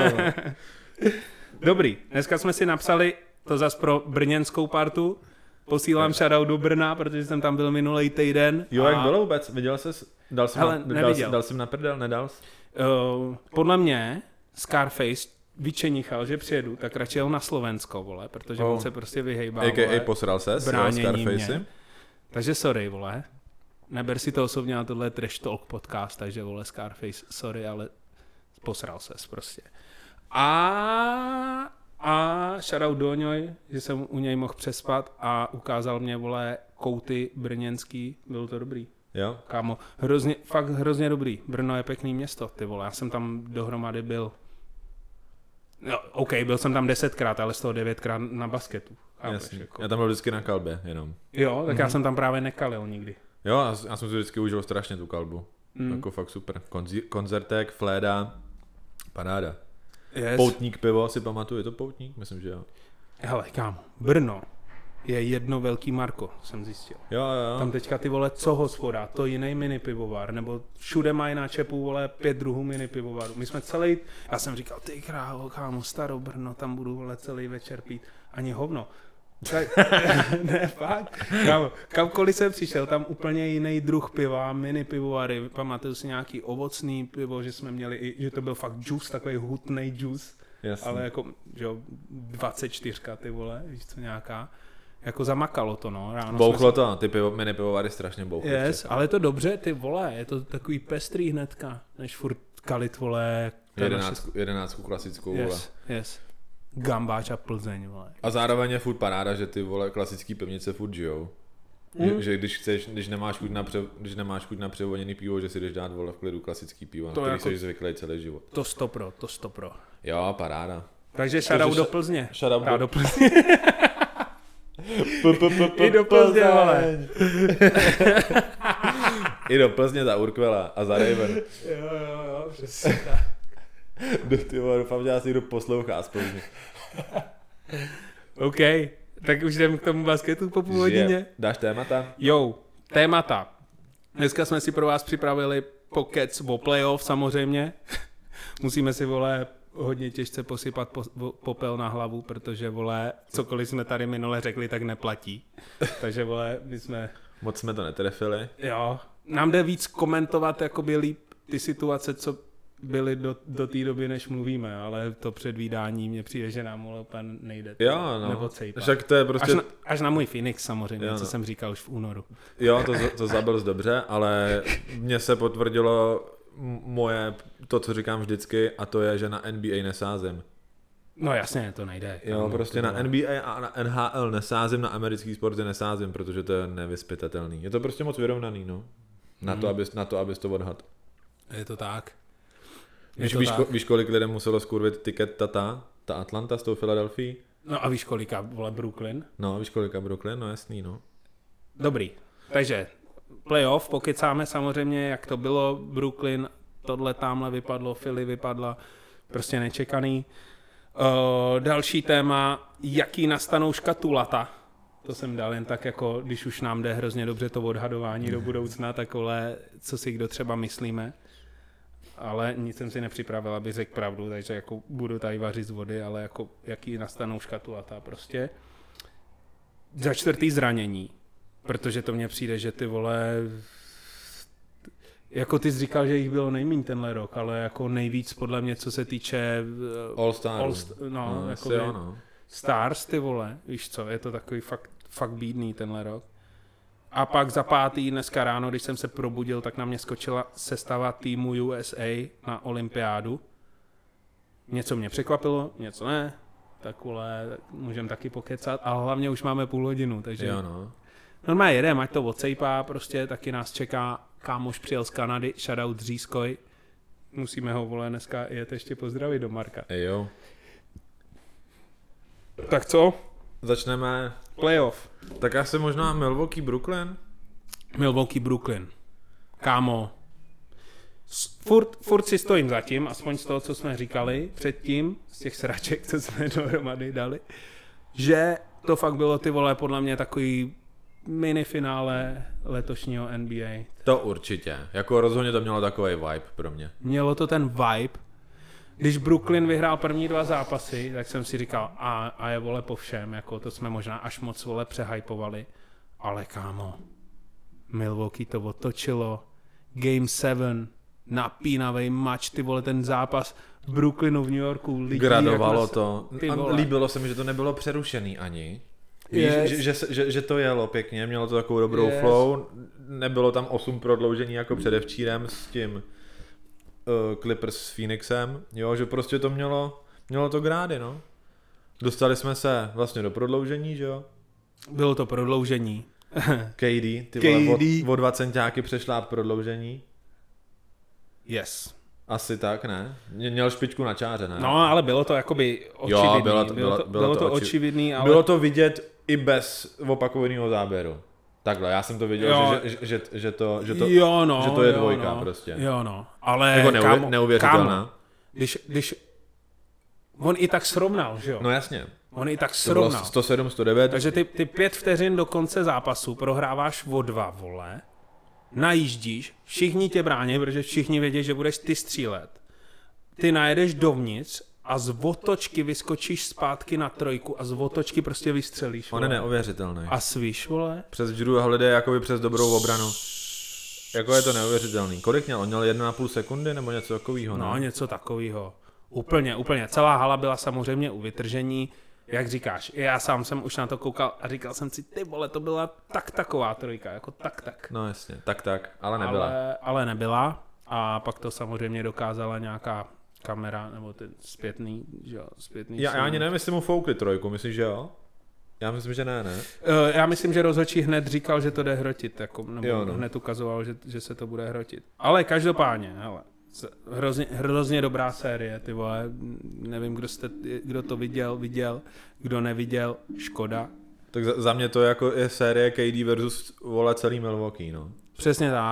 Speaker 2: Dobrý, dneska jsme si napsali to zas pro brněnskou partu. Posílám shoutout do Brna, protože jsem tam byl minulý týden.
Speaker 1: Jo, jak bylo vůbec? Viděl jsi? Dal jsem na prdel, nedal jsi?
Speaker 2: Podle mě Scarface vyčenichal, že přijedu, tak radši jel na Slovensko, vole, protože on se prostě vyhejbal,
Speaker 1: vole. Posral ses, Scarface.
Speaker 2: Takže sorry, vole. Neber si to osobně, na tohle je Trash Talk podcast, takže, vole, Scarface, sorry, ale posral ses prostě. A shoutout Doňoj, že jsem u něj mohl přespat a ukázal mě, vole, kouty brněnský, bylo to dobrý.
Speaker 1: Jo.
Speaker 2: Kámo, fakt hrozně dobrý. Brno je pěkný město, ty vole, já jsem tam dohromady byl. No, OK, byl jsem tam 10krát, ale z toho 9krát na basketu.
Speaker 1: Jasně. Jako. Já tam byl vždycky na kalbě, jenom.
Speaker 2: Jo, tak já jsem tam právě nekalil nikdy.
Speaker 1: Jo, já jsem si vždycky užil strašně tu kalbu. Jako fakt super. Koncertek, fléda, paráda. Yes. Poutník pivo, si pamatuju, je to Poutník? Myslím, že jo.
Speaker 2: Hele, kámo, Brno je jedno velký Marko, jsem zjistil.
Speaker 1: Jo.
Speaker 2: Tam teďka ty, vole, co hospoda, to jiný mini pivovar, nebo všude mají na čepu, vole, 5 druhů mini pivovaru. My jsme já jsem říkal, ty krávo, kámo, Starou Brno, tam budu, vole, celý večer pít, ani hovno. Ne, fakt. Kámo, kamkoliv jsem přišel, tam úplně jiný druh piva, mini pivovary, pamatuju si nějaký ovocný pivo, že jsme měli, že to byl fakt džus, takový hutnej džus, ale jako, že jo, 24, ty vole, víš co, nějaká. Jako zamakalo to, no. Ráno
Speaker 1: bouchlo to, ty mini pivovary strašně bouchlo.
Speaker 2: Yes, ale je to dobře, ty vole, je to takový pestrý hnedka, než furt kalit, vole.
Speaker 1: 11 klasickou, vole.
Speaker 2: Yes. Gambáč a Plzeň, vole.
Speaker 1: A zároveň je furt paráda, že ty, vole, klasický pivnice furt žijou. Že když nemáš chuť na převoněný pivo, že si jdeš dát, vole, v klidu klasický pivo, na který jako jsi zvyklý celý život.
Speaker 2: To 100%.
Speaker 1: Jo, paráda.
Speaker 2: Takže shoutout do Plzně.
Speaker 1: Shoutout
Speaker 2: do Plzně. I do Plzně, vole.
Speaker 1: I do Plzně za Urquela a za Raven.
Speaker 2: Jo, přesně tak.
Speaker 1: Doufám, že nás někdo poslouchá z Plzně.
Speaker 2: OK, tak už jdem k tomu basketu po půl hodině.
Speaker 1: Dáš témata?
Speaker 2: Jo, témata. Dneska jsme si pro vás připravili pokec o playoff samozřejmě. Musíme si, vole, hodně těžce posypat popel na hlavu, protože, vole, cokoliv jsme tady minule řekli, tak neplatí. Takže, vole, my jsme...
Speaker 1: Moc jsme to netrefili.
Speaker 2: Jo, nám jde víc komentovat jakoby líp ty situace, co byly do té doby, než mluvíme, ale to předvídání mně přijde, že nám úplně nejde.
Speaker 1: Jo, no.
Speaker 2: Nebo cejpat.
Speaker 1: Však to je prostě...
Speaker 2: Až na můj Phoenix samozřejmě, jo, no. Co jsem říkal už v únoru.
Speaker 1: Jo, to zabil dobře, ale mně se potvrdilo to, co říkám vždycky, a to je, že na NBA nesázím.
Speaker 2: No jasně, to nejde.
Speaker 1: Jo, prostě na NBA a na NHL nesázím, na americký sporty nesázím, protože to je nevyzpytatelný. Je to prostě moc vyrovnaný, no. Na to, abys to odhad.
Speaker 2: Je to tak.
Speaker 1: Víš, kolik lidem muselo skurvit tiket ta Atlanta s tou Philadelphia?
Speaker 2: No a víš kolika, vole, Brooklyn?
Speaker 1: No, víš kolika Brooklyn, no jasný, no.
Speaker 2: Dobrý, takže playoff, pokecáme samozřejmě, jak to bylo, Brooklyn, tohle tamhle vypadlo, Philly vypadla, prostě nečekaný. Další téma, jaký nastanou škatulata. To jsem dal jen tak jako, když už nám jde hrozně dobře to odhadování do budoucna, takové, co si kdo třeba myslíme. Ale nic jsem si nepřipravil, aby řekl pravdu, takže jako budu tady vařit z vody, ale jako jaký nastanou škatulata prostě. Za 4. zranění, protože to mně přijde, že ty, vole, jako ty jsi říkal, že jich bylo nejméně tenhle rok, ale jako nejvíc podle mě, co se týče Stars, ty, vole, víš co, je to takový fakt bídný tenhle rok. A pak za 5. dneska ráno, když jsem se probudil, tak na mě skočila sestava týmu USA na olympiádu. Něco mě překvapilo, něco ne, tak, vole, můžeme taky pokecat, a hlavně už máme půl hodinu, takže
Speaker 1: jo, no.
Speaker 2: Normálně jedem, ať to odsejpá, prostě taky nás čeká, kámoš přijel z Kanady, shoutout Dřískoj, musíme ho, vole, dneska jet ještě pozdravit do Marka.
Speaker 1: Jo.
Speaker 2: Tak co?
Speaker 1: Začneme
Speaker 2: playoff.
Speaker 1: Tak asi možná Milwaukee
Speaker 2: Brooklyn. Kámo. Furt si stojím za tím, aspoň z toho, co jsme říkali předtím, z těch sraček, co jsme dohromady dali, že to fakt bylo, ty, vole, podle mě takový minifinále letošního NBA.
Speaker 1: To určitě. Jako rozhodně to mělo takový vibe pro mě.
Speaker 2: Mělo to ten vibe. Když Brooklyn vyhrál první 2 zápasy, tak jsem si říkal, a je, vole, po všem, jako to jsme možná až moc, vole, přehypovali. Ale kámo, Milwaukee to otočilo. Game 7, napínavej match, ty, vole, ten zápas v Brooklynu v New Yorku. Lidí,
Speaker 1: gradovalo to. A líbilo se mi, že to nebylo přerušený ani. Že to jelo pěkně, mělo to takovou dobrou flow, nebylo tam 8 prodloužení jako předevčírem s tím Clippers s Phoenixem, jo, že prostě to mělo to grády, no. Dostali jsme se vlastně do prodloužení, že jo?
Speaker 2: Bylo to prodloužení.
Speaker 1: KD, ty vole, o 2 centiáky přešla prodloužení.
Speaker 2: Yes.
Speaker 1: Asi tak, ne? Měl špičku na čáře, ne?
Speaker 2: No, ale bylo to jakoby očividný. Jo, bylo to očividný, ale...
Speaker 1: Bylo to vidět i bez opakovaného záběru. Takhle, já jsem to viděl, že to je dvojka, prostě.
Speaker 2: Jo, no, ale
Speaker 1: jako neuvěřitelná.
Speaker 2: Když on i tak srovnal, že jo?
Speaker 1: No jasně.
Speaker 2: On i tak srovnal.
Speaker 1: To bylo 107, 109.
Speaker 2: Takže ty 5 vteřin do konce zápasu prohráváš o 2, vole, najíždíš, všichni tě brání, protože všichni vědí, že budeš ty střílet. Ty najedeš dovnitř a z otočky vyskočíš zpátky na 3 a z otočky prostě vystřelíš.
Speaker 1: On je neuvěřitelný.
Speaker 2: A svíš, vole?
Speaker 1: Přes Drew Holiday jakoby přes dobrou obranu. Jako je to neuvěřitelný. Kolik měl? On měl 1,5 sekundy nebo něco takového?
Speaker 2: No, něco takového. Úplně. Celá hala byla samozřejmě u vytržení. Jak říkáš, já sám jsem už na to koukal a říkal jsem si, ty, vole, to byla taková 3, jako tak.
Speaker 1: No jasně, tak, ale nebyla.
Speaker 2: Ale nebyla a pak to samozřejmě dokázala nějaká kamera, nebo ten zpětný, že jo,
Speaker 1: Já ani nevím, jestli mu foukli 3, myslíš, že jo? Já myslím, že ne.
Speaker 2: Já myslím, že rozhodčí hned říkal, že to jde hrotit, jako, nebo hned ukazoval, že se to bude hrotit. Ale každopádně, hele, hrozně dobrá série, ty vole, nevím, kdo to viděl, kdo neviděl, škoda.
Speaker 1: Tak za mě to jako je série KD versus, vole, celý Milwaukee, no.
Speaker 2: Přesně tak.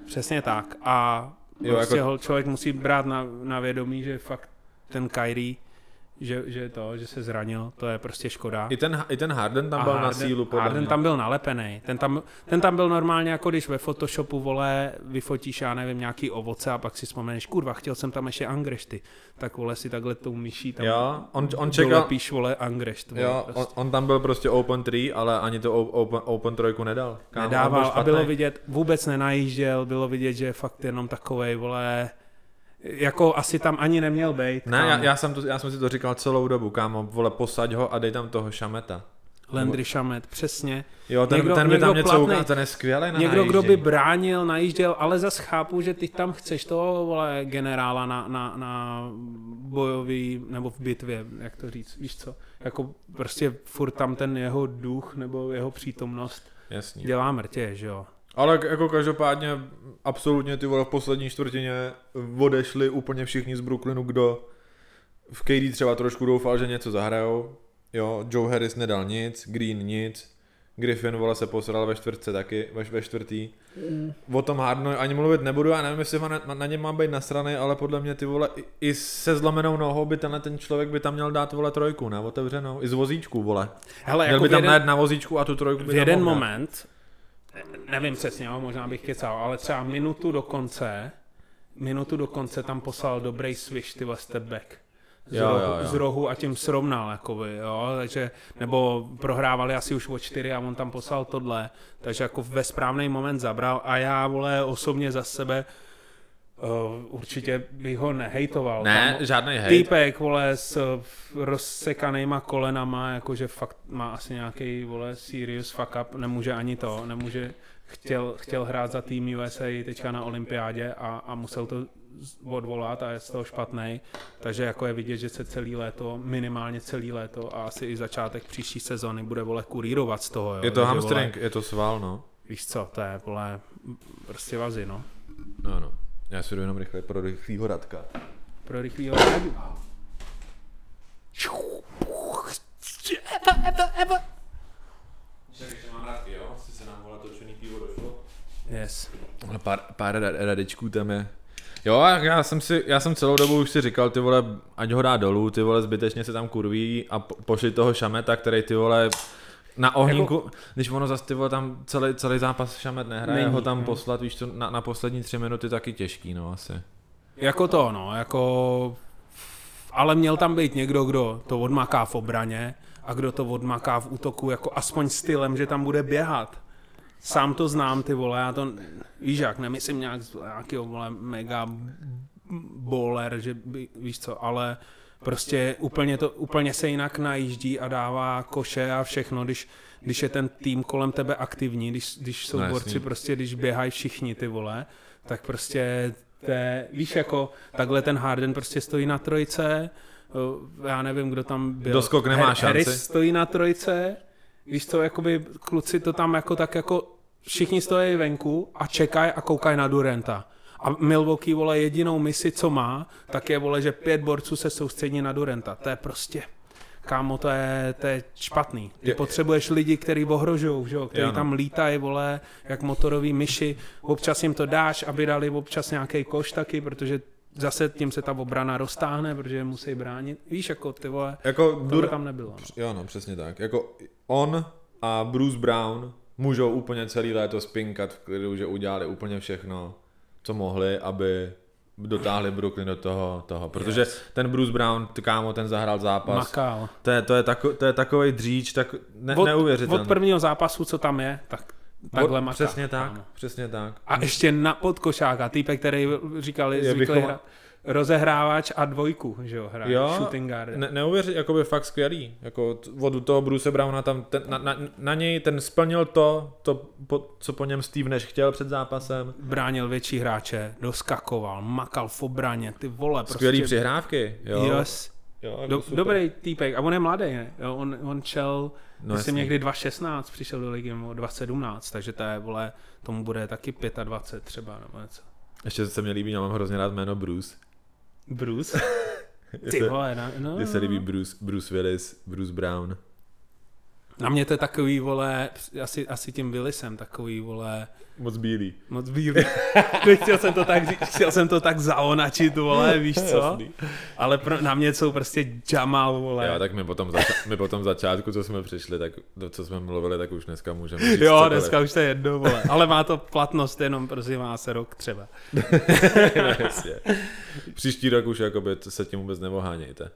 Speaker 2: Přesně tak. A prostě člověk musí brát na vědomí, že fakt ten Kyrie, že se zranil, to je prostě škoda.
Speaker 1: I ten Harden tam byl na sílu, podle
Speaker 2: Harden
Speaker 1: mě.
Speaker 2: tam byl nalepený. Ten tam byl normálně, jako když ve Photoshopu, vole, vyfotíš, já nevím, nějaký ovoce a pak si vzpomeneš, kurva, chtěl jsem tam ještě angrešty. Tak, vole, si takhle tou myší tam
Speaker 1: on čekal,
Speaker 2: dolepíš, vole, angresht.
Speaker 1: Jo, prostě. on tam byl prostě open 3, ale ani to open 3 nedal.
Speaker 2: Nedával a bylo vidět, vůbec nenajížděl, bylo vidět, že je fakt jenom takovej, vole, jako asi tam ani neměl bejt.
Speaker 1: Ne, já jsem si to říkal celou dobu, kámo, vole, posaď ho a dej tam toho Šameta.
Speaker 2: Landry Shamet, přesně.
Speaker 1: Jo, ten by tam něco ukáže, ten je skvělý na
Speaker 2: někdo, kdo by bránil, najížděl, ale zas chápu, že ty tam chceš toho, vole, generála na bojový, nebo v bitvě, jak to říct, víš co? Jako prostě furt tam ten jeho duch, nebo jeho přítomnost dělá mrtě, že jo?
Speaker 1: Ale jako každopádně absolutně ty vole v poslední čtvrtině odešli úplně všichni z Brooklynu, kdo v KD třeba trošku doufal, že něco zahrajou. Jo, Joe Harris nedal nic, Green nic, Griffin, vole, se posral ve čtvrtce taky, ve čtvrtý. O tom Hardenovi ani mluvit nebudu, já nevím, jestli na něm má být nasranej, ale podle mě ty vole, i se zlomenou nohou by ten člověk by tam měl dát, vole, trojku, ne, otevřenou, i z vozíčku, vole.
Speaker 2: Hele,
Speaker 1: měl
Speaker 2: jako
Speaker 1: by tam najet na vozíčku a tu trojku by
Speaker 2: v jeden moment, nevím přesně, možná bych kecal, ale třeba minutu do konce tam poslal dobrý swish, ty step back. Z rohu a tím srovnal, jakoby, jo, takže, nebo prohrávali asi už o 4 a on tam poslal tohle, takže jako ve správný moment zabral a já, vole, osobně za sebe určitě bych ho nehejtoval.
Speaker 1: Ne, žádnej hejt.
Speaker 2: Týpek, vole, s rozsekanýma kolenama, jakože fakt má asi nějaký, vole, serious fuck up, nemůže ani to, chtěl hrát za tým USA teďka na olympiádě a musel to odvolat a je z toho špatnej, takže jako je vidět, že se minimálně celý léto a asi i začátek příští sezony bude, vole, kurírovat z toho, jo.
Speaker 1: Je to hamstring, je to sval, no.
Speaker 2: Víš co, to je, vole, prostě vazy, no.
Speaker 1: No, já si jdu jenom rychle pro rychlýho Radka.
Speaker 2: Pro rychlýho Radka.
Speaker 1: Ještě mám Radky, jo? Chci se nám, vole, točený pivo došlo.
Speaker 2: Yes.
Speaker 1: Pár radečků tam je. Jo, já jsem celou dobu už si říkal, ty vole, ať ho dá dolů, ty vole, zbytečně se tam kurví a pošli toho Šameta, který, ty vole, na ohníku, jako, když ono zase, ty vole, tam celý zápas Šamet nehraje, ho tam poslat, víš to, na poslední 3 minuty taky těžký, no, asi.
Speaker 2: Jako to, no, jako, ale měl tam být někdo, kdo to odmaká v obraně a kdo to odmaká v útoku, jako aspoň stylem, že tam bude běhat. Sám to znám, ty vole, já to, víš jak, nemyslím nějakýho, vole, mega bowler, že by, víš co, ale prostě úplně se jinak najíždí a dává koše a všechno, když je ten tým kolem tebe aktivní, když jsou borci, prostě když běhají všichni, ty vole, tak prostě, víš, jako takhle ten Harden prostě stojí na trojce, já nevím, kdo tam byl.
Speaker 1: Doskok nemá šanci.
Speaker 2: Harris stojí na trojce, víš co, jakoby kluci to tam jako tak jako všichni stojí venku a čekají a koukají na Duranta. A Milwaukee, vole, jedinou misi, co má, tak je, vole, že 5 borců se soustředí na Duranta. To je prostě, kámo, to je špatný. Ty potřebuješ lidi, kteří ohrožujou, že jo, kteří tam lítají, vole, jak motorový myši. Občas jim to dáš, aby dali občas nějaký koš taky, protože zase tím se ta obrana roztáhne, protože musí bránit. Víš, jako ty vole,
Speaker 1: jako
Speaker 2: tohle tam nebylo. No.
Speaker 1: Jo, no, přesně tak. Jako on a Bruce Brown můžou úplně celý léto spinkat v klidu, že udělali úplně všechno, co mohli, aby dotáhli Brooklyn do toho. Protože ten Bruce Brown, kámo, ten zahrál zápas.
Speaker 2: Makal.
Speaker 1: To je takovej dříč, tak neuvěřitelný.
Speaker 2: Od prvního zápasu, co tam je, takhle maká.
Speaker 1: Přesně tak.
Speaker 2: A ještě na podkošáka, týpek, který říkali, zvyklý hrát rozehrávač a 2, že jo, hraje, shooting guard.
Speaker 1: Neuvěřit, jakoby fakt skvělý, jako od toho Bruce Browna tam, na něj ten splnil to, co po něm Steve Nash chtěl před zápasem.
Speaker 2: Bránil větší hráče, doskakoval, makal v obraně, ty vole.
Speaker 1: Skvělý prostě přihrávky, jo.
Speaker 2: Yes. Jo, dobrý týpek, a on je mladý, ne? Jo, on šel, myslím někdy 2016, přišel do ligy 2017, takže to je, vole, tomu bude taky 25 třeba, nebo něco.
Speaker 1: Ještě se mi líbí, já mám hrozně rád jméno Bruce.
Speaker 2: Ty vole, no.
Speaker 1: Mně se líbí Bruce Willis, Bruce Brown.
Speaker 2: Na mě to je takový, vole, asi tím Willisem, takový, vole...
Speaker 1: Moc bílý.
Speaker 2: Chtěl jsem to tak zaonačit, vole, víš co? Jasný. Ale na mě jsou prostě Jamal, vole.
Speaker 1: Jo, tak my potom začátku, co jsme přišli, tak co jsme mluvili, tak už dneska můžeme říct
Speaker 2: jo,
Speaker 1: cokoliv.
Speaker 2: Dneska už to je jedno, vole. Ale má to platnost jenom, prosím vás, rok třeba.
Speaker 1: Jasně. Příští rok už jakoby se tím vůbec neohánějte.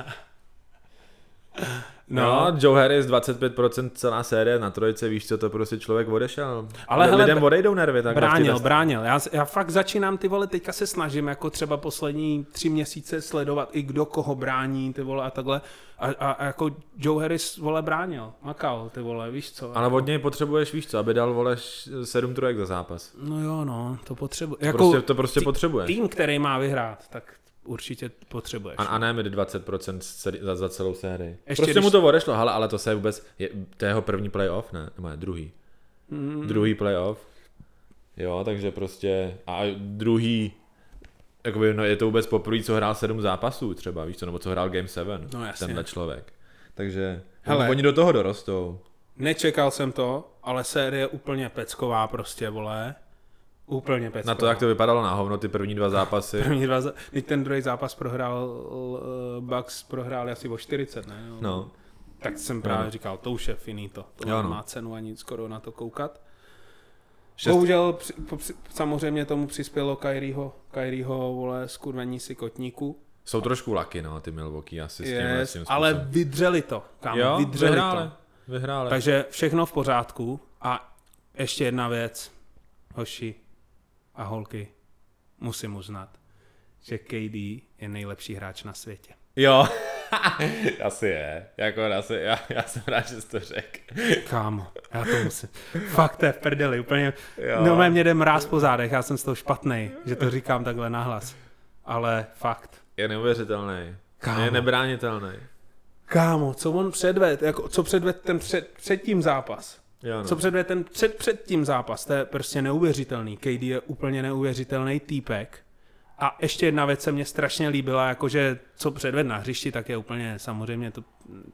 Speaker 1: No, Joe Harris 25% celá série na trojce, víš co, to prostě člověk odešel. Ale lidem odejdou nervy. Tak
Speaker 2: bránil. Já fakt začínám, ty vole, teďka se snažím jako třeba poslední 3 měsíce sledovat i kdo koho brání, ty vole, a takhle. A jako Joe Harris, vole, bránil, makal, ty vole, víš co.
Speaker 1: Ale od něj potřebuješ, víš co, aby dal, vole, 7 trojek za zápas.
Speaker 2: No jo, no, to potřebuje.
Speaker 1: To prostě potřebuješ.
Speaker 2: Tým, který má vyhrát, tak určitě potřebuješ.
Speaker 1: A ne mi 20% za celou sérii. Prostě mu to odešlo, ale to se vůbec, to je jeho první playoff, ne? Nebo druhý. Druhý playoff. Jo, takže prostě, a druhý, jakoby, no je to vůbec poprvé, co hrál 7 zápasů třeba, víš co, nebo co hrál Game 7, no, tenhle člověk. Takže, oni do toho dorostou.
Speaker 2: Nečekal jsem to, ale série úplně pecková prostě, vole. Úplně pecková.
Speaker 1: Na to, jak to vypadalo na hovno, ty první 2 zápasy.
Speaker 2: Teď ten druhý zápas Bucks prohráli asi o 40, ne?
Speaker 1: No.
Speaker 2: Tak jsem právě říkal, to už je finito. To má cenu ani skoro na to koukat. Bohužel samozřejmě tomu přispělo Kyrieho, vole, skurvení si kotníku.
Speaker 1: Jsou trošku lucky, no, ty Milwaukee asi s tím
Speaker 2: ale vydřeli to, kámo, vyhráli. Takže všechno v pořádku. A ještě jedna věc, hoši a holky, musím uznat, že KD je nejlepší hráč na světě.
Speaker 1: Jo, asi je. Já jsem rád, že jsi to řekl.
Speaker 2: Kámo, já to musím. Fakt to je v prdeli, úplně. No mě jde mráz po zádech, já jsem z toho špatnej, že to říkám takhle nahlas. Ale fakt.
Speaker 1: Je neuvěřitelný. Je nebránitelný.
Speaker 2: Kámo, co on předved, jako, co předved ten předtím zápas. Jo, no. Co předved ten předtím zápas, to je prostě neuvěřitelný. KD je úplně neuvěřitelný týpek. A ještě jedna věc se mně strašně líbila, jakože co předved na hřišti, tak je úplně samozřejmě, to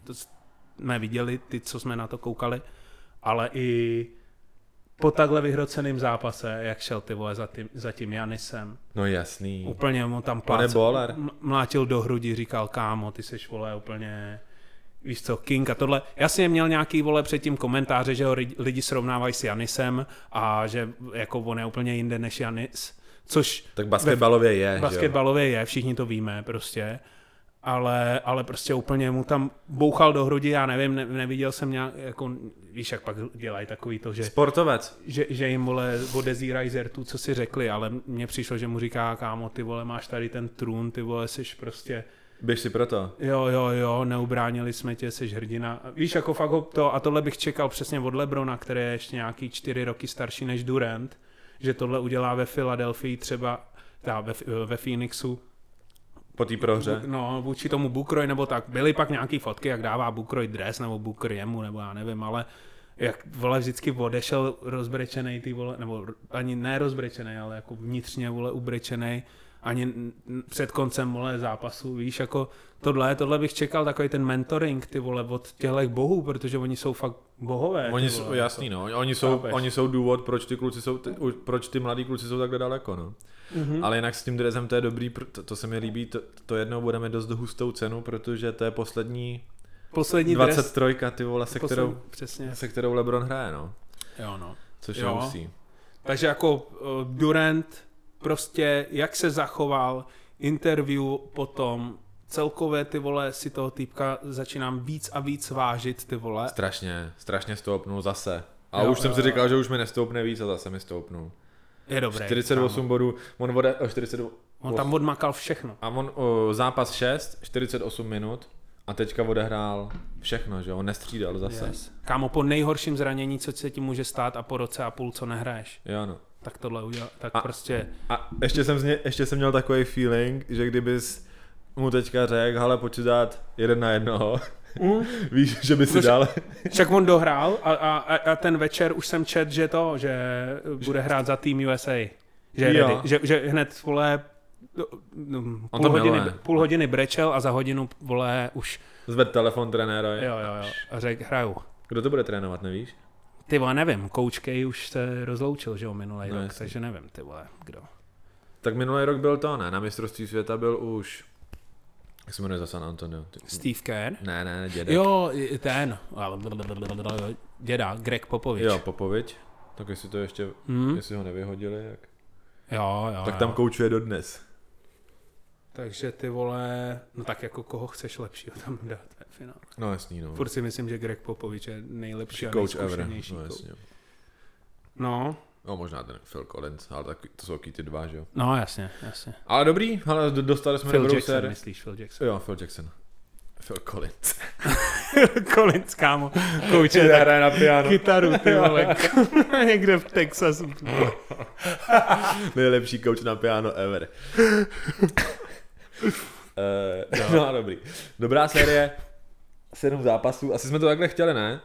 Speaker 2: jsme viděli, ty, co jsme na to koukali, ale i po takhle vyhroceným zápase, jak šel ty vole za tím Janisem.
Speaker 1: No jasný.
Speaker 2: Úplně mu tam mlátil do hrudi, říkal, kámo, ty seš, vole, úplně, víš co, king a tohle. Já si měl nějaký, vole, předtím komentáře, že ho lidi srovnávají s Janisem a že jako on je úplně jinde než Janis. Což
Speaker 1: tak basketbalově je.
Speaker 2: Basketbalově je, všichni to víme prostě. Ale prostě úplně mu tam bouchal do hrudi, já nevím, neviděl jsem nějak, jako, víš, jak pak dělají takový to, že...
Speaker 1: Sportovec.
Speaker 2: Že jim, vole, odezírají z rtu, co si řekli, ale mně přišlo, že mu říká, kámo, ty vole, máš tady ten trůn, ty vole, seš prostě...
Speaker 1: Běž si proto.
Speaker 2: Jo, neubránili jsme tě, seš hrdina. Víš, jako fakt a tohle bych čekal přesně od LeBrona, který je ještě nějaký 4 roky starší než Durant, že tohle udělá ve Filadelfii třeba, ve Phoenixu.
Speaker 1: Po té prohře.
Speaker 2: No, vůči tomu Bookerovi, nebo tak. Byly pak nějaký fotky, jak dává Bookerovi dres, nebo Booker jemu, nebo já nevím, ale jak, vole, vždycky odešel rozbrečenej, ty vole, nebo ani ne rozbrečenej, ale jako vnitřně, vole, ubrečenej, ani před koncem, vole, zápasu, víš, jako tohle bych čekal, takový ten mentoring, ty vole, od těchto bohů, protože oni jsou fakt bohové.
Speaker 1: Oni jsou, jasný, no, oni jsou důvod, proč ty mladí kluci jsou takhle daleko, no. Mm-hmm. Ale jinak s tím dresem to je dobrý, to se mi líbí, to jednou budeme dost hustou cenu, protože to je poslední 23, ty vole, se kterou LeBron hraje, no.
Speaker 2: Jo, no.
Speaker 1: Což je hustý.
Speaker 2: Takže jako Durant prostě, jak se zachoval, interview potom, celkově, ty vole, si toho týpka začínám víc a víc vážit, ty vole.
Speaker 1: Strašně stoupnul zase. A už jsem si říkal, že už mi nestoupne víc a zase mi stoupnul.
Speaker 2: Je dobré.
Speaker 1: 48 bodů,
Speaker 2: on tam odmakal všechno.
Speaker 1: A on zápas 6, 48 minut a teďka odehrál všechno, že on nestřídal zase. Yes.
Speaker 2: Kámo, po nejhorším zranění, co se ti může stát a po roce a půl, co nehraješ.
Speaker 1: Jo, no.
Speaker 2: Tak tohle udělal, tak prostě...
Speaker 1: A ještě jsem měl takový feeling, že kdybys mu teďka řekl, hele, pojď dát 1-1, víš, že by si dal...
Speaker 2: Však on dohrál a ten večer už jsem čet, že bude hrát za tým USA. Že hned, vole, půl hodiny brečel a za hodinu, vole, už...
Speaker 1: Zved telefon trenéra.
Speaker 2: Jo. A řekl, hraju.
Speaker 1: Kdo to bude trénovat, nevíš?
Speaker 2: Ty vole, nevím, Coach K už se rozloučil, že jo, minulý rok, takže nevím, ty vole, kdo.
Speaker 1: Tak minulý rok byl to, ne? Na mistrovství světa byl už... Jak se jmenuje za San Antonio?
Speaker 2: Steve Kerr?
Speaker 1: Ne, dědek.
Speaker 2: Jo, ten. Děda, Greg Popovič.
Speaker 1: Jo, Popovič. Tak jestli to ještě, jestli ho nevyhodili, jak...
Speaker 2: Jo.
Speaker 1: Tak tam koučuje dodnes.
Speaker 2: Takže ty vole, no tak jako koho chceš lepšího tam dát ve finále.
Speaker 1: No jasný, no.
Speaker 2: Furt si myslím, že Greg Popovič je nejlepší a
Speaker 1: nejzkušenější coach. No jasně.
Speaker 2: No.
Speaker 1: No možná ten Phil Collins, ale tak to jsou ty dva, že jo?
Speaker 2: No jasně.
Speaker 1: Ale dobrý, ale dostali jsme dobrou sérii.
Speaker 2: Myslíš Phil Jackson?
Speaker 1: Jo, Phil Jackson. Phil Collins.
Speaker 2: Collins, kámo. Kouče
Speaker 1: hraje na piano.
Speaker 2: Kytaru, ty vole. Někde v Texasu.
Speaker 1: Nejlepší coach na piano ever. No dobrý. Dobrá série. 7 zápasů. Asi jsme to takhle chtěli, ne?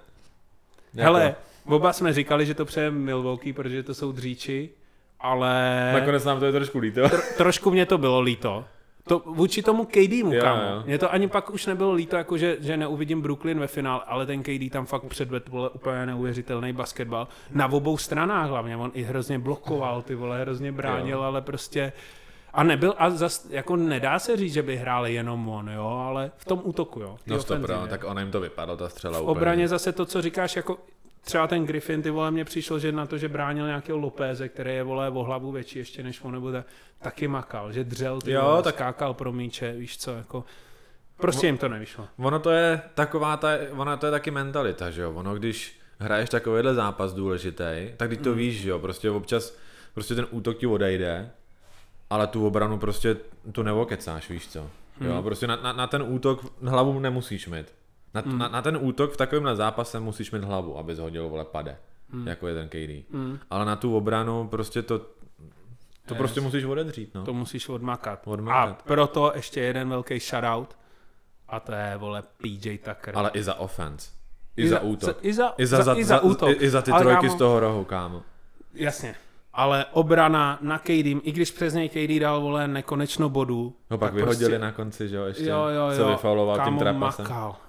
Speaker 2: Hele, oba jsme říkali, že to přejeme Milwaukee, protože to jsou dříči, ale...
Speaker 1: Nakonec nám to je trošku líto.
Speaker 2: Trošku mě to bylo líto. To vůči tomu KDmu, kámo. Mně to ani pak už nebylo líto, jako že neuvidím Brooklyn ve finále, ale ten KD tam fakt předvedl úplně neuvěřitelný basketbal. Na obou stranách hlavně, on i hrozně blokoval, ty vole, hrozně bránil, ale prostě... A nebyl, a zas, jako nedá se říct, že by hrál jenom on, jo, ale v tom útoku, jo.
Speaker 1: No stopro, tak ono jim to vypadlo, ta střela
Speaker 2: úplně. V obraně zase to, co říkáš, jako třeba ten Griffin, ty vole, mně přišlo, že na to, že bránil nějakého Lopéze, který je, vole, o hlavu větší ještě než on, nebo taky makal, že dřel, ty vole, tak skákal pro míče, víš co, jako, prostě jim to nevyšlo.
Speaker 1: Ono to je taková ono to je taky mentalita, že jo, ono když hraješ takovýhle zápas důležitý, tak když to víš, že jo, prostě občas, prostě ten útok ti odejde, ale tu obranu prostě tu neokecáš, víš co, jo, prostě na ten útok hlavu nemusíš mít. Na ten útok v takovémhle zápase musíš mít hlavu, aby zhodil, vole, pade, jako je ten KD. Ale na tu obranu prostě to prostě musíš odedřít, no.
Speaker 2: To musíš odmakat. A proto ještě jeden velký shoutout a to je, vole, PJ Tucker.
Speaker 1: Ale i za offense. I za útok.
Speaker 2: I za útok.
Speaker 1: I za ty trojky z toho rohu, kámo.
Speaker 2: Jasně. Ale obrana na KD, i když přes něj KD dal, vole, nekonečno bodů.
Speaker 1: No pak vyhodili prostě na konci, že jo, ještě se vyfauloval tím trapasem.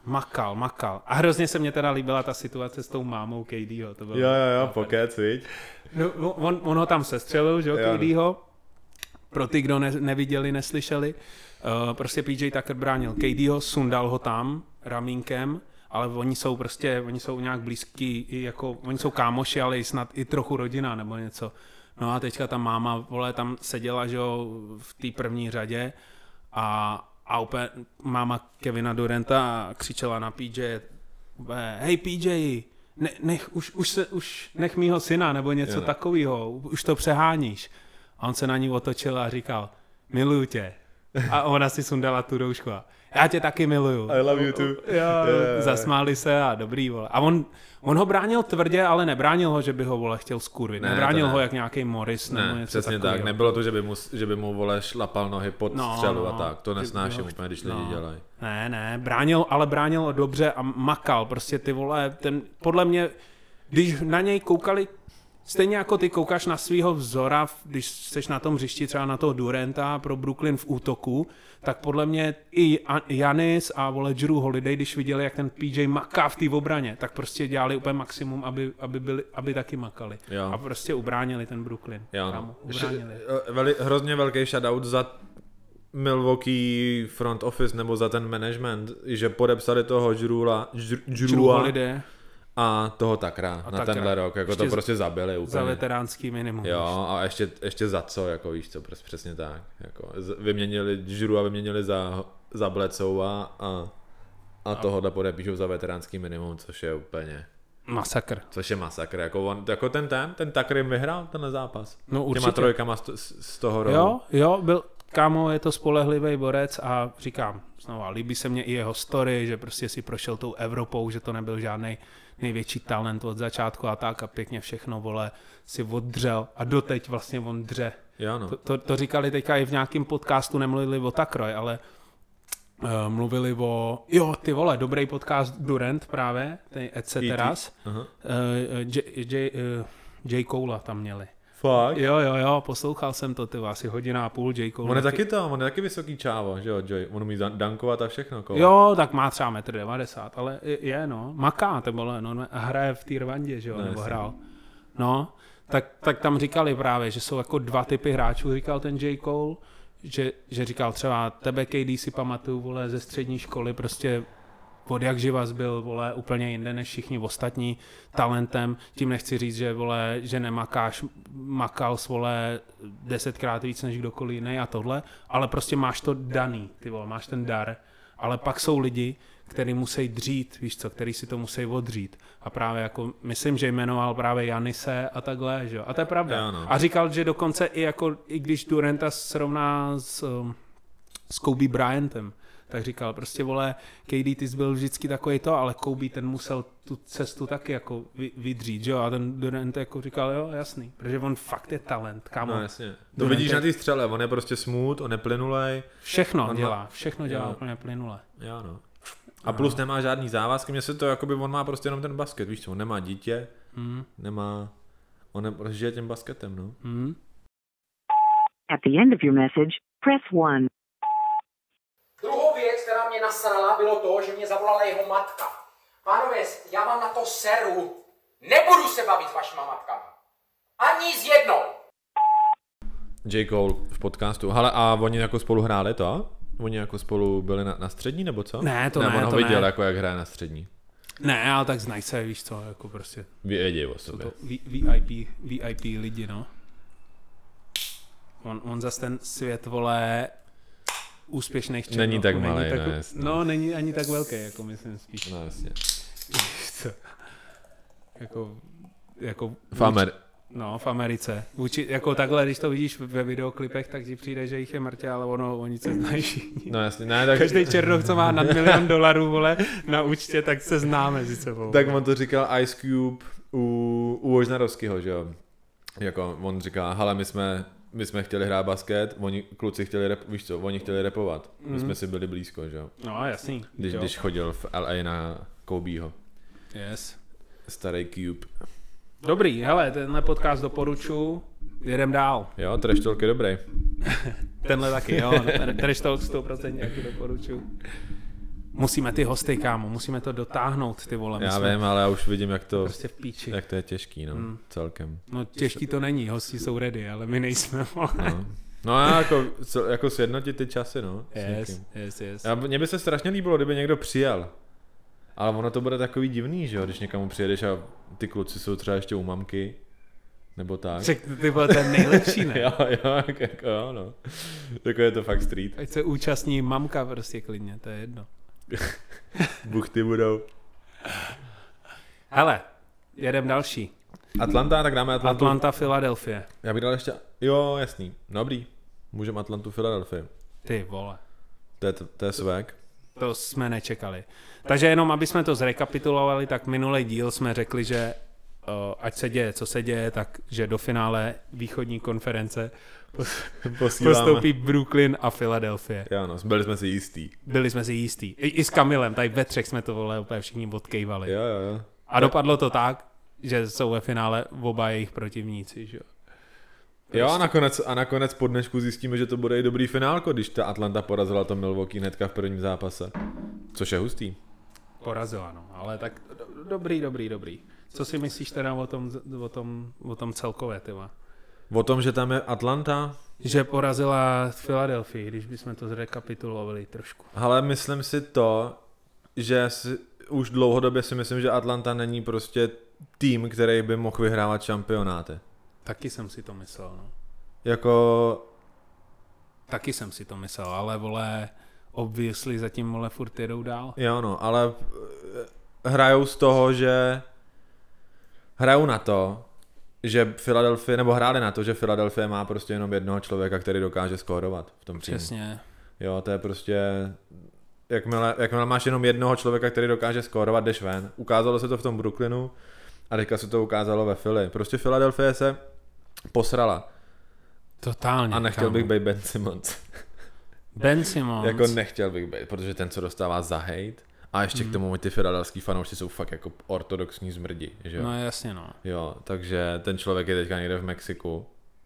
Speaker 2: Makal. A hrozně se mě teda líbila ta situace s tou mámou KDho. To bylo
Speaker 1: jo, pokec, viď?
Speaker 2: No, on ho tam sestřelil, že jo, KDho. Pro ty, kdo neviděli, neslyšeli. Prostě PJ Tucker bránil KDho, sundal ho tam ramínkem, ale oni jsou nějak blízký, jako, oni jsou kámoši, ale i snad i trochu rodina nebo něco. No a teďka ta máma, vole, tam seděla, že jo, v té první řadě a úplně máma Kevina Duranta křičela na PJ, hej PJ, nech mýho syna nebo něco takového, už to přeháníš. A on se na ní otočil a říkal, miluju tě. A ona si sundala tu roušku a já tě taky miluju.
Speaker 1: I love you too.
Speaker 2: Zasmáli se a dobrý, vole. A on ho bránil tvrdě, ale nebránil ho, že by ho, vole, chtěl skurvit. Nebránil ho jak nějaký Morris nebo něco
Speaker 1: přesně
Speaker 2: takového.
Speaker 1: Tak. Nebylo to, že by mu, vole, šlapal nohy pod střelu a tak. To nesnáším úplně, když lidi dělají.
Speaker 2: Ne, bránil ho dobře a makal. Prostě ty, vole, podle mě, když na něj koukali, stejně jako ty koukáš na svýho vzora, když jsi na tom hřišti třeba na toho Duranta pro Brooklyn v útoku, tak podle mě i Giannis a, vole, Jrue Holiday, když viděli, jak ten PJ maká v té obraně, tak prostě dělali úplně maximum, aby taky makali. Jo. A prostě ubránili ten Brooklyn.
Speaker 1: Jo. Hrozně velký shoutout za Milwaukee front office nebo za ten management, že podepsali toho Jrue Holiday a toho Tuckera na tenhle rok, jako to prostě zabili úplně.
Speaker 2: Za veteránský minimum.
Speaker 1: Jo, a ještě za co, jako víš co, přesně tak. Jako, vyměnili Jrue a vyměnili za Bledsoe a tohohle podepíšou za veteránský minimum, což je úplně...
Speaker 2: Masakr.
Speaker 1: Jako ten Tucker jim vyhrál tenhle zápas.
Speaker 2: No určitě.
Speaker 1: Těma trojkama z toho rohu.
Speaker 2: Jo, kámo, je to spolehlivý borec a říkám, znova, líbí se mně i jeho story, že prostě si prošel tou Evropou, že to nebyl žádný největší talent od začátku a tak a pěkně všechno, vole, si oddřel a doteď vlastně on dře.
Speaker 1: Jo, no.
Speaker 2: To říkali teďka i v nějakém podcastu, nemluvili o Tuckerovi, ale mluvili o, ty vole, dobrý podcast Durant právě, ten Etceteras, J. Cola tam měli.
Speaker 1: Fakt?
Speaker 2: Jo, poslouchal jsem to, asi hodina a půl, J. Cole.
Speaker 1: On je taky vysoký čávo, že jo, Joy. On umí dankovat a všechno. Kolo.
Speaker 2: Jo, tak má třeba 1,90 m, ale je, no, maká, to bylo, no, hraje v té Rwandě, že jo, nebo hrál. No, tak tam říkali právě, že jsou jako dva typy hráčů, říkal ten J. Cole, že říkal třeba tebe KD si pamatuju, vole, ze střední školy, prostě od jak živas byl, vole, úplně jinde než všichni ostatní talentem, tím nechci říct, že, vole, že nemakáš, makal vole 10krát víc než kdokoliv jiný a tohle, ale prostě máš to daný, ty vole, máš ten dar, ale pak jsou lidi, který musí dřít, víš co, který si to musí odřít. A právě jako, myslím, že jmenoval právě Janise a takhle, že jo. A to je pravda.
Speaker 1: Já, no.
Speaker 2: A říkal, že dokonce i když Duranta srovná s Kobe Bryantem, tak říkal, prostě vole, KD, ty jsi byl vždycky takový to, ale Kobe ten musel tu cestu taky jako vydřít, že jo, a ten Durant jako říkal, jo, jasný, protože on fakt je talent, kámo.
Speaker 1: No jasně, to vidíš na té střele, on je prostě smooth, on je plynulej.
Speaker 2: Všechno dělá úplně plynule.
Speaker 1: Jo, no. A plus nemá žádný závazky, mně se to, jakoby on má prostě jenom ten basket, víš co, on nemá dítě, on žije tím basketem, no.
Speaker 3: At the end of your message, press 1.
Speaker 4: Druhou věc, která mě nasrala, bylo to, že mě zavolala jeho matka. Pánové, já vám na to seru. Nebudu se bavit s vašima matkama. Ani s jednou.
Speaker 1: J. Cole v podcastu. Hele, a oni jako spolu hráli to? Oni jako spolu byli na střední, nebo co?
Speaker 2: Ne, to
Speaker 1: ne. On ho
Speaker 2: to
Speaker 1: viděl,
Speaker 2: ne.
Speaker 1: jako jak hraje na střední.
Speaker 2: Ne, ale tak znají se, víš co, jako prostě.
Speaker 1: Vědí o sobě.
Speaker 2: VIP lidi, no. On zase ten svět, vole, úspěšných černoků.
Speaker 1: Není tak malý,
Speaker 2: no, není ani tak velký, jako myslím spíš.
Speaker 1: No jasně.
Speaker 2: Jako v Americe. Jako takhle, když to vidíš ve videoklipech, tak ti přijde, že jich je mrtě, ale oni se znají všichni.
Speaker 1: No jasně, ne, tak...
Speaker 2: Každý černok, co má nad $1 milion, vole, na účtě, tak se známe mezi sebou.
Speaker 1: Tak on to říkal Ice Cube u Vožnarovského, že jo. Jako on říká, hele, my jsme chtěli hrát basket, kluci chtěli víš co, oni chtěli rapovat. My jsme si byli blízko, že jo.
Speaker 2: No, jasný.
Speaker 1: Když chodil v LA na Kobeho.
Speaker 2: Yes.
Speaker 1: Starý Cube.
Speaker 2: Dobrý, hele, tenhle podcast doporučuji, jedem dál.
Speaker 1: Jo, Trash Talk je dobrý.
Speaker 2: Tenhle taky, jo, Trash Talk 100% jako doporučuji. Musíme ty hosty, kámo, musíme to dotáhnout, ty vole.
Speaker 1: Já vím, ale já už vidím, jak to,
Speaker 2: prostě v píči.
Speaker 1: Jak to je těžký, no, celkem.
Speaker 2: No těžký to není, hosti jsou ready, ale my nejsme.
Speaker 1: No a jako sjednotit ty časy, no.
Speaker 2: Yes.
Speaker 1: Mně by se strašně líbilo, kdyby někdo přijel. Ale ono to bude takový divný, že jo, když někam přijedeš a ty kluci jsou třeba ještě u mamky, nebo tak.
Speaker 2: Ty byl ten nejlepší, ne?
Speaker 1: jo, no. Jako je to fakt street.
Speaker 2: Ať se účastní mamka prostě klidně, to je jedno.
Speaker 1: Buchty budou.
Speaker 2: Hele, jedem další.
Speaker 1: Atlanta, tak dáme Atlantu.
Speaker 2: Atlanta, Philadelphia.
Speaker 1: Já bych dal ještě, jo, jasný, dobrý. Můžeme Atlantu, Philadelphia.
Speaker 2: Ty vole.
Speaker 1: To je swag.
Speaker 2: To jsme nečekali. Takže jenom, aby jsme to zrekapitulovali, tak minulý díl jsme řekli, že ať se děje, co se děje, tak že do finále východní konference postoupí Brooklyn a Philadelphia.
Speaker 1: Jo, no, byli jsme si jistí.
Speaker 2: I s Kamilem, tady ve třech jsme to vole úplně všichni odkejvali.
Speaker 1: Jo.
Speaker 2: A dopadlo to tak, že jsou ve finále oba jejich protivníci, že jo.
Speaker 1: Jo, a nakonec po dnešku zjistíme, že to bude i dobrý finálko, když ta Atlanta porazila to Milwaukee hnedka v prvním zápase. Což je hustý.
Speaker 2: Porazila, no, ale tak dobrý. Co si myslíš teda o tom celkově, tyva?
Speaker 1: O tom, že tam je Atlanta?
Speaker 2: Že porazila Philadelphii, když bychom to zrekapitulovali trošku.
Speaker 1: Ale myslím si to, že už dlouhodobě si myslím, že Atlanta není prostě tým, který by mohl vyhrávat šampionáty.
Speaker 2: Taky jsem si to myslel, no. Taky jsem si to myslel, ale vole, obviously zatím vole furt jedou dál.
Speaker 1: Jo no, ale hrajou z toho, že hrajou na to, že Philadelphia, nebo hráli na to, že Philadelphia má prostě jenom jednoho člověka, který dokáže skórovat v tom týmu.
Speaker 2: Přesně.
Speaker 1: Jo, to je prostě, jakmile máš jenom jednoho člověka, který dokáže skórovat, jdeš ven. Ukázalo se to v tom Brooklynu a teďka se to ukázalo ve Philly. Prostě Philadelphia se posrala.
Speaker 2: Totálně.
Speaker 1: A nechtěl bych být Ben Simmons.
Speaker 2: Ben Simmons.
Speaker 1: Jako nechtěl bych být, protože ten, co dostává za hejt, A ještě k tomu ty filadelský fanoušci jsou fakt jako ortodoxní zmrdi, že jo?
Speaker 2: No jasně, no.
Speaker 1: Jo, takže ten člověk je teďka někde v Mexiku.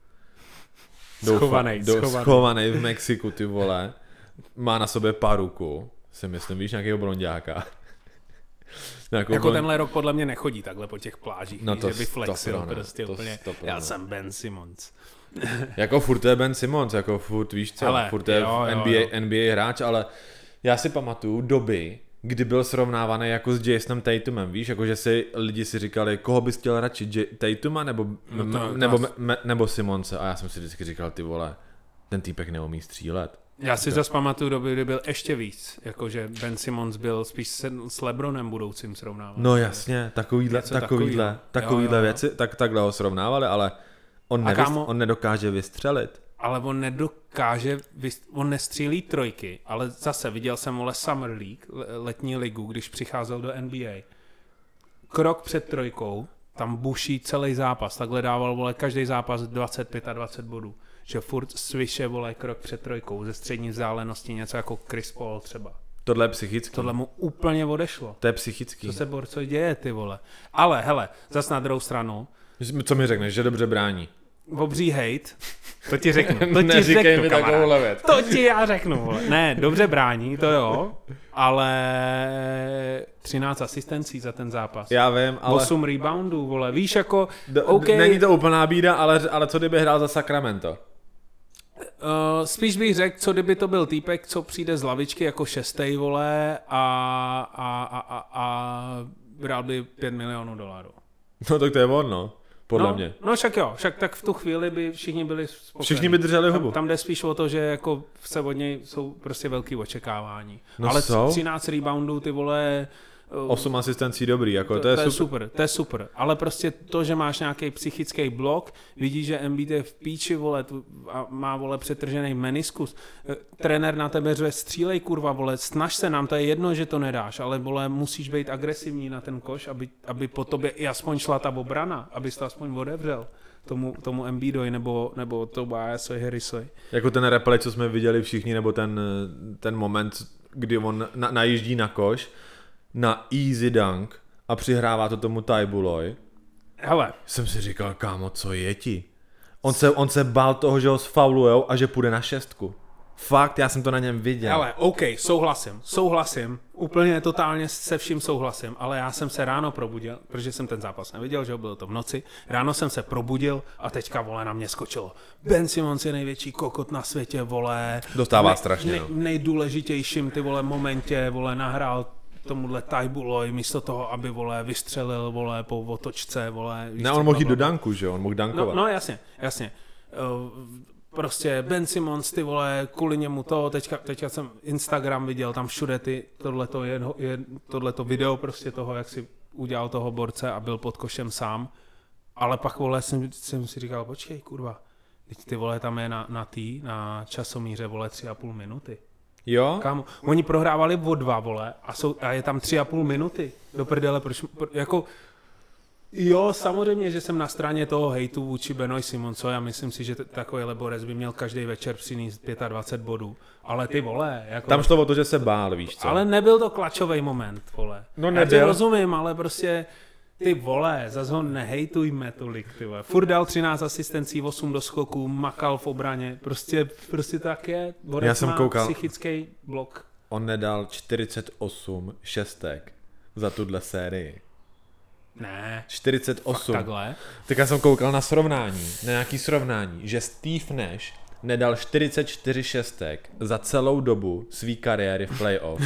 Speaker 1: Schovaný v Mexiku, ty vole. Má na sobě paruku, si myslím, víš, nějakého blonďáka.
Speaker 2: Jako tenhle rok podle mě nechodí takhle po těch plážích, no to, že by flexil prostě úplně. Já jsem Ben Simmons.
Speaker 1: Jako furt je Ben Simmons, jako furt víš co, ale, furt je NBA hráč, ale já si pamatuju doby, kdy byl srovnávaný jako s Jasonem Tatumem, víš, jako že lidi si říkali, koho bys chtěl radši, Tatuma nebo Simonse, a já jsem si vždycky říkal, ty vole, ten týpek neumí střílet.
Speaker 2: Já si zase pamatuju doby, kdy byl ještě víc, jakože Ben Simmons byl spíš s LeBronem budoucím srovnávat.
Speaker 1: No jasně, takovýhle věci, takhle ho srovnávali, ale on nedokáže vystřelit.
Speaker 2: Ale on nedokáže, on nestřílí trojky, ale zase viděl jsem Summer League, letní ligu, když přicházel do NBA. Krok před trojkou, tam buší celý zápas, takhle dával každý zápas 25 a 20 bodů. Že furt sviše krok před trojkou ze střední vzdálenosti, něco jako Chris Paul třeba.
Speaker 1: Tohle je psychický.
Speaker 2: Tohle mu úplně odešlo.
Speaker 1: To je psychický.
Speaker 2: Co se Borco děje, ty vole. Ale hele, zas na druhou stranu.
Speaker 1: Co mi řekneš, že dobře brání?
Speaker 2: Obří hejt, to ti řeknu.
Speaker 1: Neříkej mi takovouhle věc.
Speaker 2: To ti já řeknu, vole. Ne, dobře brání, to jo, ale 13 asistencí za ten zápas.
Speaker 1: Já vím, ale
Speaker 2: 8 reboundů, vole. Víš, jako
Speaker 1: okay. Není to úplná bída, ale co kdyby hrál za Sacramento?
Speaker 2: Spíš bych řekl, co kdyby to byl týpek, co přijde z lavičky jako 6. vole a bral by $5 milionů.
Speaker 1: No tak to je on, no. Podle mě.
Speaker 2: No však jo, však tak v tu chvíli by všichni byli spokojení.
Speaker 1: Všichni by drželi hubu.
Speaker 2: Tam jde spíš o to, že jako se od něj jsou prostě velký očekávání.
Speaker 1: No
Speaker 2: ale 13 reboundů, ty vole,
Speaker 1: 8 asistencí dobrý, jako
Speaker 2: to je super. To je super, ale prostě to, že máš nějaký psychický blok, vidíš, že Embiid je v píči, vole, a má, vole, přetržený meniskus. Trenér na tebe řve, střílej, kurva, vole, snaž se, nám to je jedno, že to nedáš, ale, vole, musíš být agresivní na ten koš, aby po tobě i aspoň šla ta obrana, abys to aspoň odevřel tomu Embiidovi nebo Tobiasovi Harrisovi.
Speaker 1: Jako ten replay, co jsme viděli všichni, nebo ten moment, kdy on najíždí na koš, na easy dunk a přihrává to tomu Tybulovi.
Speaker 2: Hele.
Speaker 1: Jsem si říkal, kámo, co je ti? On se bál toho, že ho sfaulujou a že půjde na 6. Fakt, já jsem to na něm viděl.
Speaker 2: Ale OK, souhlasím, úplně totálně se vším souhlasím, ale já jsem se ráno probudil, protože jsem ten zápas neviděl, že bylo to v noci, ráno jsem se probudil a teďka, vole, na mě skočilo. Ben Simmons je největší kokot na světě, vole.
Speaker 1: Dostává strašně.
Speaker 2: V nejdůležitějším, ty vole, momentě, vole, nahrál tomuhle Tybulovi místo toho, aby, vole, vystřelil, vole, po otočce, vole.
Speaker 1: Ne, on mohl jít do danku, že jo, on mohl dankovat.
Speaker 2: No jasně. Prostě Ben Simmons, ty vole, kvůli němu to, teďka jsem Instagram viděl, tam všude tohleto video prostě toho, jak si udělal toho borce a byl pod košem sám, ale pak, vole, jsem si říkal, počkej, kurva, teď ty, vole, tam je na časomíře, vole, 3,5 minuty.
Speaker 1: Jo?
Speaker 2: Kámo, oni prohrávali o 2, vole, a je tam 3,5 minuty. Do prdele, jako, jo, samozřejmě, že jsem na straně toho hejtu vůči Benovi Simonsovi a myslím si, že takovýhle borec by měl každý večer přinést 25 bodů. Ale ty, vole, jako...
Speaker 1: Tam šlo o to, že se bál, víš co?
Speaker 2: Ale nebyl to klačový moment, vole.
Speaker 1: No nebyl.
Speaker 2: Já to rozumím, ale prostě... Ty, vole, zase ho nehejtujme tolik, ty vole. Furt dal 13 asistencí, 8 do skoků, makal v obraně, prostě tak je. Borec
Speaker 1: já jsem koukal,
Speaker 2: psychický blok.
Speaker 1: On nedal 48 šestek za tuhle sérii.
Speaker 2: Ne.
Speaker 1: 48.
Speaker 2: Fakt takhle?
Speaker 1: Tak já jsem koukal na nějaký srovnání, že Steve Nash nedal 44 šestek za celou dobu svý kariéry v playoff.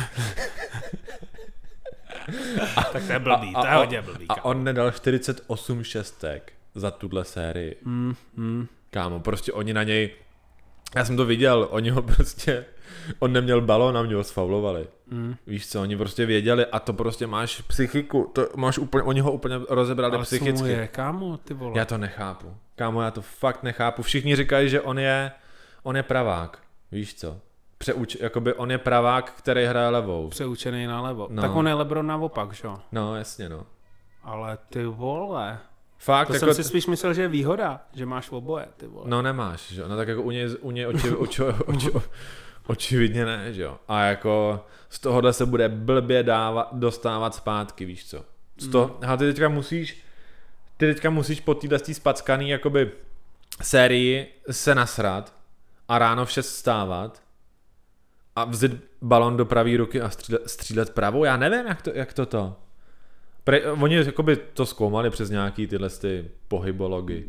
Speaker 2: Tak to je blbý, to je hodně blbý.
Speaker 1: A on nedal 48 šestek za tuhle sérii. Kámo, prostě oni na něj, já jsem to viděl, on neměl balón a mě ho sfaulovali. Víš co, oni prostě věděli a to prostě máš psychiku, oni ho úplně rozebrali ale psychicky.
Speaker 2: Ale kámo, ty vole.
Speaker 1: Já to nechápu. Kámo, já to fakt nechápu. Všichni říkají, že on je pravák, víš co. Jakoby on je pravák, který hraje levou.
Speaker 2: Přeučený na levo. No. Tak on je LeBron naopak, že jo?
Speaker 1: No, jasně, no.
Speaker 2: Ale ty vole.
Speaker 1: Fakt,
Speaker 2: to jako... jsem si spíš myslel, že je výhoda, že máš oboje, ty vole.
Speaker 1: No nemáš, že? No tak jako u něj Očividně ne, že jo. A jako z tohohle se bude blbě dostávat zpátky, víš co. Ty teďka musíš po této spackaný jakoby sérii se nasrat a ráno v 6 vstávat a vzít balon do pravý ruky a střílet pravou. Já nevím, jak to. Oni jakoby to zkoumali přes nějaký tyhle pohybology.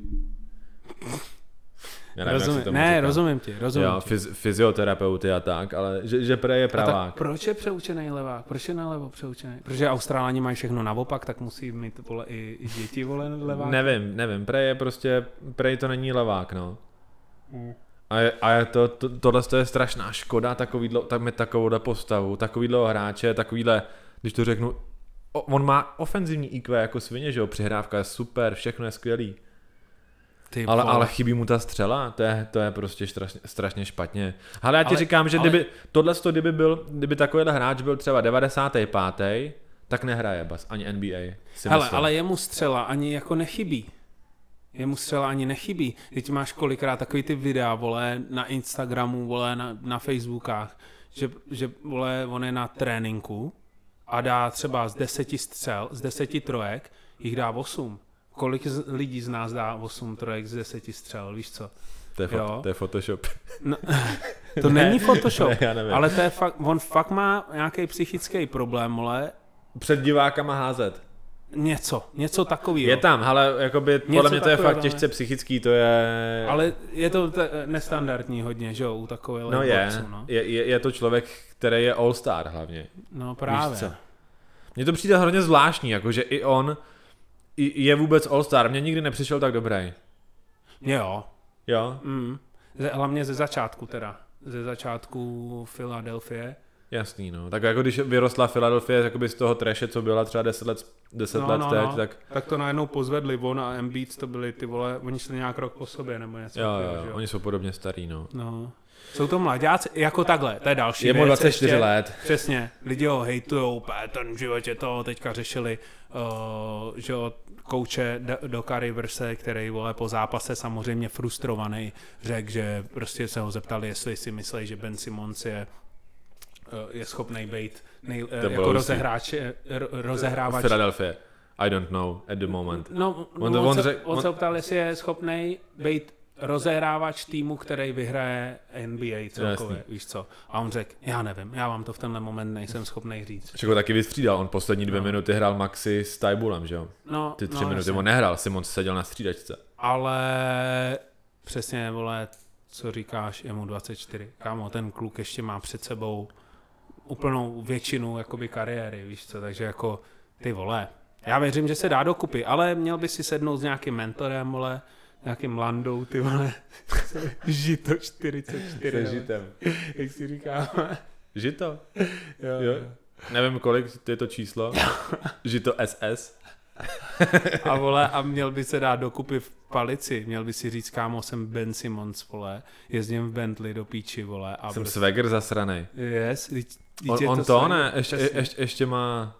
Speaker 2: Nevím, rozumím ti.
Speaker 1: Fyzioterapeuty a tak, ale že prej je pravák.
Speaker 2: Tak proč je přeučený levák? Proč je nalevo přeučený? Protože Australani mají všechno naopak, tak musí mít vole, i děti vole levák.
Speaker 1: Nevím, prej to není levák, no. A je tohle je strašná škoda, takovouhle postavu, takovýhle hráče, takovýhle, když to řeknu, on má ofenzivní IQ jako svině, že jo, přihrávka je super, všechno je skvělý. Ale chybí mu ta střela, to je prostě strašně špatně. Ale já ti říkám, že kdyby takovýhle hráč byl třeba 95. tak nehraje ani NBA.
Speaker 2: Ale jemu střela ani jako nechybí. Teď máš kolikrát takový ty videa, vole, na Instagramu, vole, na Facebookách, že vole, on je na tréninku a dá třeba z 10 střel, z 10 trojek, jich dá 8. Kolik lidí z nás dá 8 trojek z 10 střel, víš co?
Speaker 1: To je Photoshop.
Speaker 2: No, to není Photoshop, ne, ale to je fakt, on fakt má nějaký psychický problém, vole.
Speaker 1: Před divákama házet.
Speaker 2: Něco takového.
Speaker 1: Je tam, ale jakoby, podle mě to je fakt těžce psychický, to je...
Speaker 2: Ale je to nestandardní hodně, že jo, u takového
Speaker 1: borců, no. Je to člověk, který je all-star hlavně.
Speaker 2: No právě.
Speaker 1: Mně to přijde hrozně zvláštní, jakože i on je vůbec all-star, mně nikdy nepřišel tak dobrý.
Speaker 2: Jo.
Speaker 1: Mm.
Speaker 2: Hlavně ze začátku Philadelphie.
Speaker 1: Jasný, no. Tak jako když vyrostla Philadelphia jakoby z toho trashe, co byla třeba 10 let teď,
Speaker 2: tak to najednou pozvedli, on a Embiid to byli ty vole, oni šli nějak rok po sobě, nebo něco.
Speaker 1: Jo, oni jsou podobně starí, no.
Speaker 2: Jsou to mladáci, jako takhle, to je další
Speaker 1: věc. Je mu 24 let.
Speaker 2: Přesně, lidi ho hejtujou, úplně ten v životě toho teďka řešili, že kouče Doka Riverse, který vole po zápase samozřejmě frustrovaný, řekl, že prostě se ho zeptali, jestli si myslí, že Ben Simmons je schopný být jako rozehrávač.
Speaker 1: Philadelphia. I don't know at the moment.
Speaker 2: No, on se ptal, jestli je schopný být rozehrávač týmu, který vyhraje NBA celkově, víš co. A on řekl, já nevím, já vám to v tenhle moment nejsem schopný říct.
Speaker 1: Však ho taky vystřídal, on poslední 2 minuty hrál Maxi s Tybulem, že jo?
Speaker 2: No,
Speaker 1: ty 3 minuty on nehrál, Simon seděl na střídačce.
Speaker 2: Ale přesně, vole, co říkáš, je mu 24. Kámo, ten kluk ještě má před sebou úplnou většinu jakoby kariéry, víš co, takže jako ty vole. Já věřím, že se dá dokupy, ale měl by si sednout s nějakým mentorem, vole, nějakým Landou, ty vole. Žito 44.
Speaker 1: Se žitem.
Speaker 2: Jak si říkáme?
Speaker 1: Žito?
Speaker 2: Jo.
Speaker 1: Nevím, kolik je to číslo. Žito SS.
Speaker 2: A vole, a měl by se dát dokupy v palici. Měl by si říct, kámo, jsem Ben Simmons, vole. Jezdím v Bentley do píči, vole. A
Speaker 1: jsem prostě... swagger zasranej.
Speaker 2: Yes.
Speaker 1: On to ne, ještě má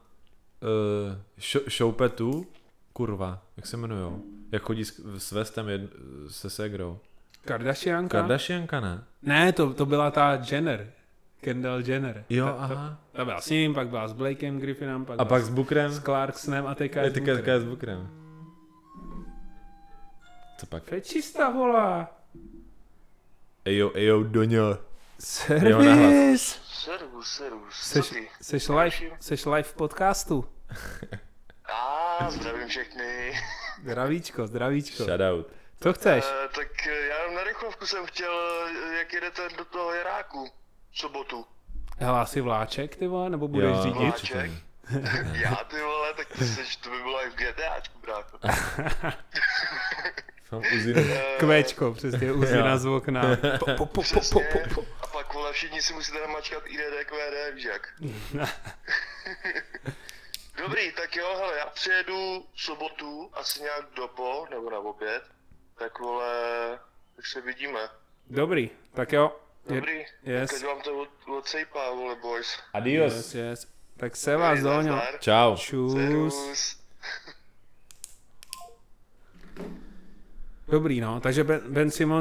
Speaker 1: šoupetu, kurva, jak se jmenujou? Jak chodí s vestem se ségrou. Kardashianka, ne?
Speaker 2: Ne, to byla ta Jenner. Kendall Jenner.
Speaker 1: Jo, aha.
Speaker 2: Ta byla s ním, pak byla s Blakem Griffinem,
Speaker 1: pak s Bookerem.
Speaker 2: S Clarksonem a teďka
Speaker 1: s Bookerem. Co pak?
Speaker 2: Fečista, volá.
Speaker 1: Ejo, Doňo.
Speaker 2: Servis.
Speaker 5: Servus.
Speaker 2: Seš live v podcastu.
Speaker 5: Zdravím všechny.
Speaker 2: Zdravíčko.
Speaker 1: Shoutout.
Speaker 2: Co chceš?
Speaker 5: Tak já na rychlovku jsem chtěl, jak jedete do toho Iráku v sobotu.
Speaker 2: Hele, asi vláček, ty vole, nebo budeš řídit?
Speaker 5: Vláček. Já, ty vole, tak to by bylo i v GTAčku, brácho.
Speaker 2: Kvéčko, přesně, uzina z okna.
Speaker 5: Přesně, a pak, vole, všichni si musíte namačkat IDD, QD, víš jak. Dobrý, tak jo, hele, já přijedu v sobotu, asi nějak dopo, nebo na oběd, tak vole, tak se vidíme.
Speaker 2: Dobrý, tak jo.
Speaker 5: Dobrý, yes. Tak vám to odsejpá, vole, boys.
Speaker 1: Adios.
Speaker 2: Yes. Tak se vás, Doňo.
Speaker 1: Čau.
Speaker 2: Čus. Dobrý, no, takže Ben Simmons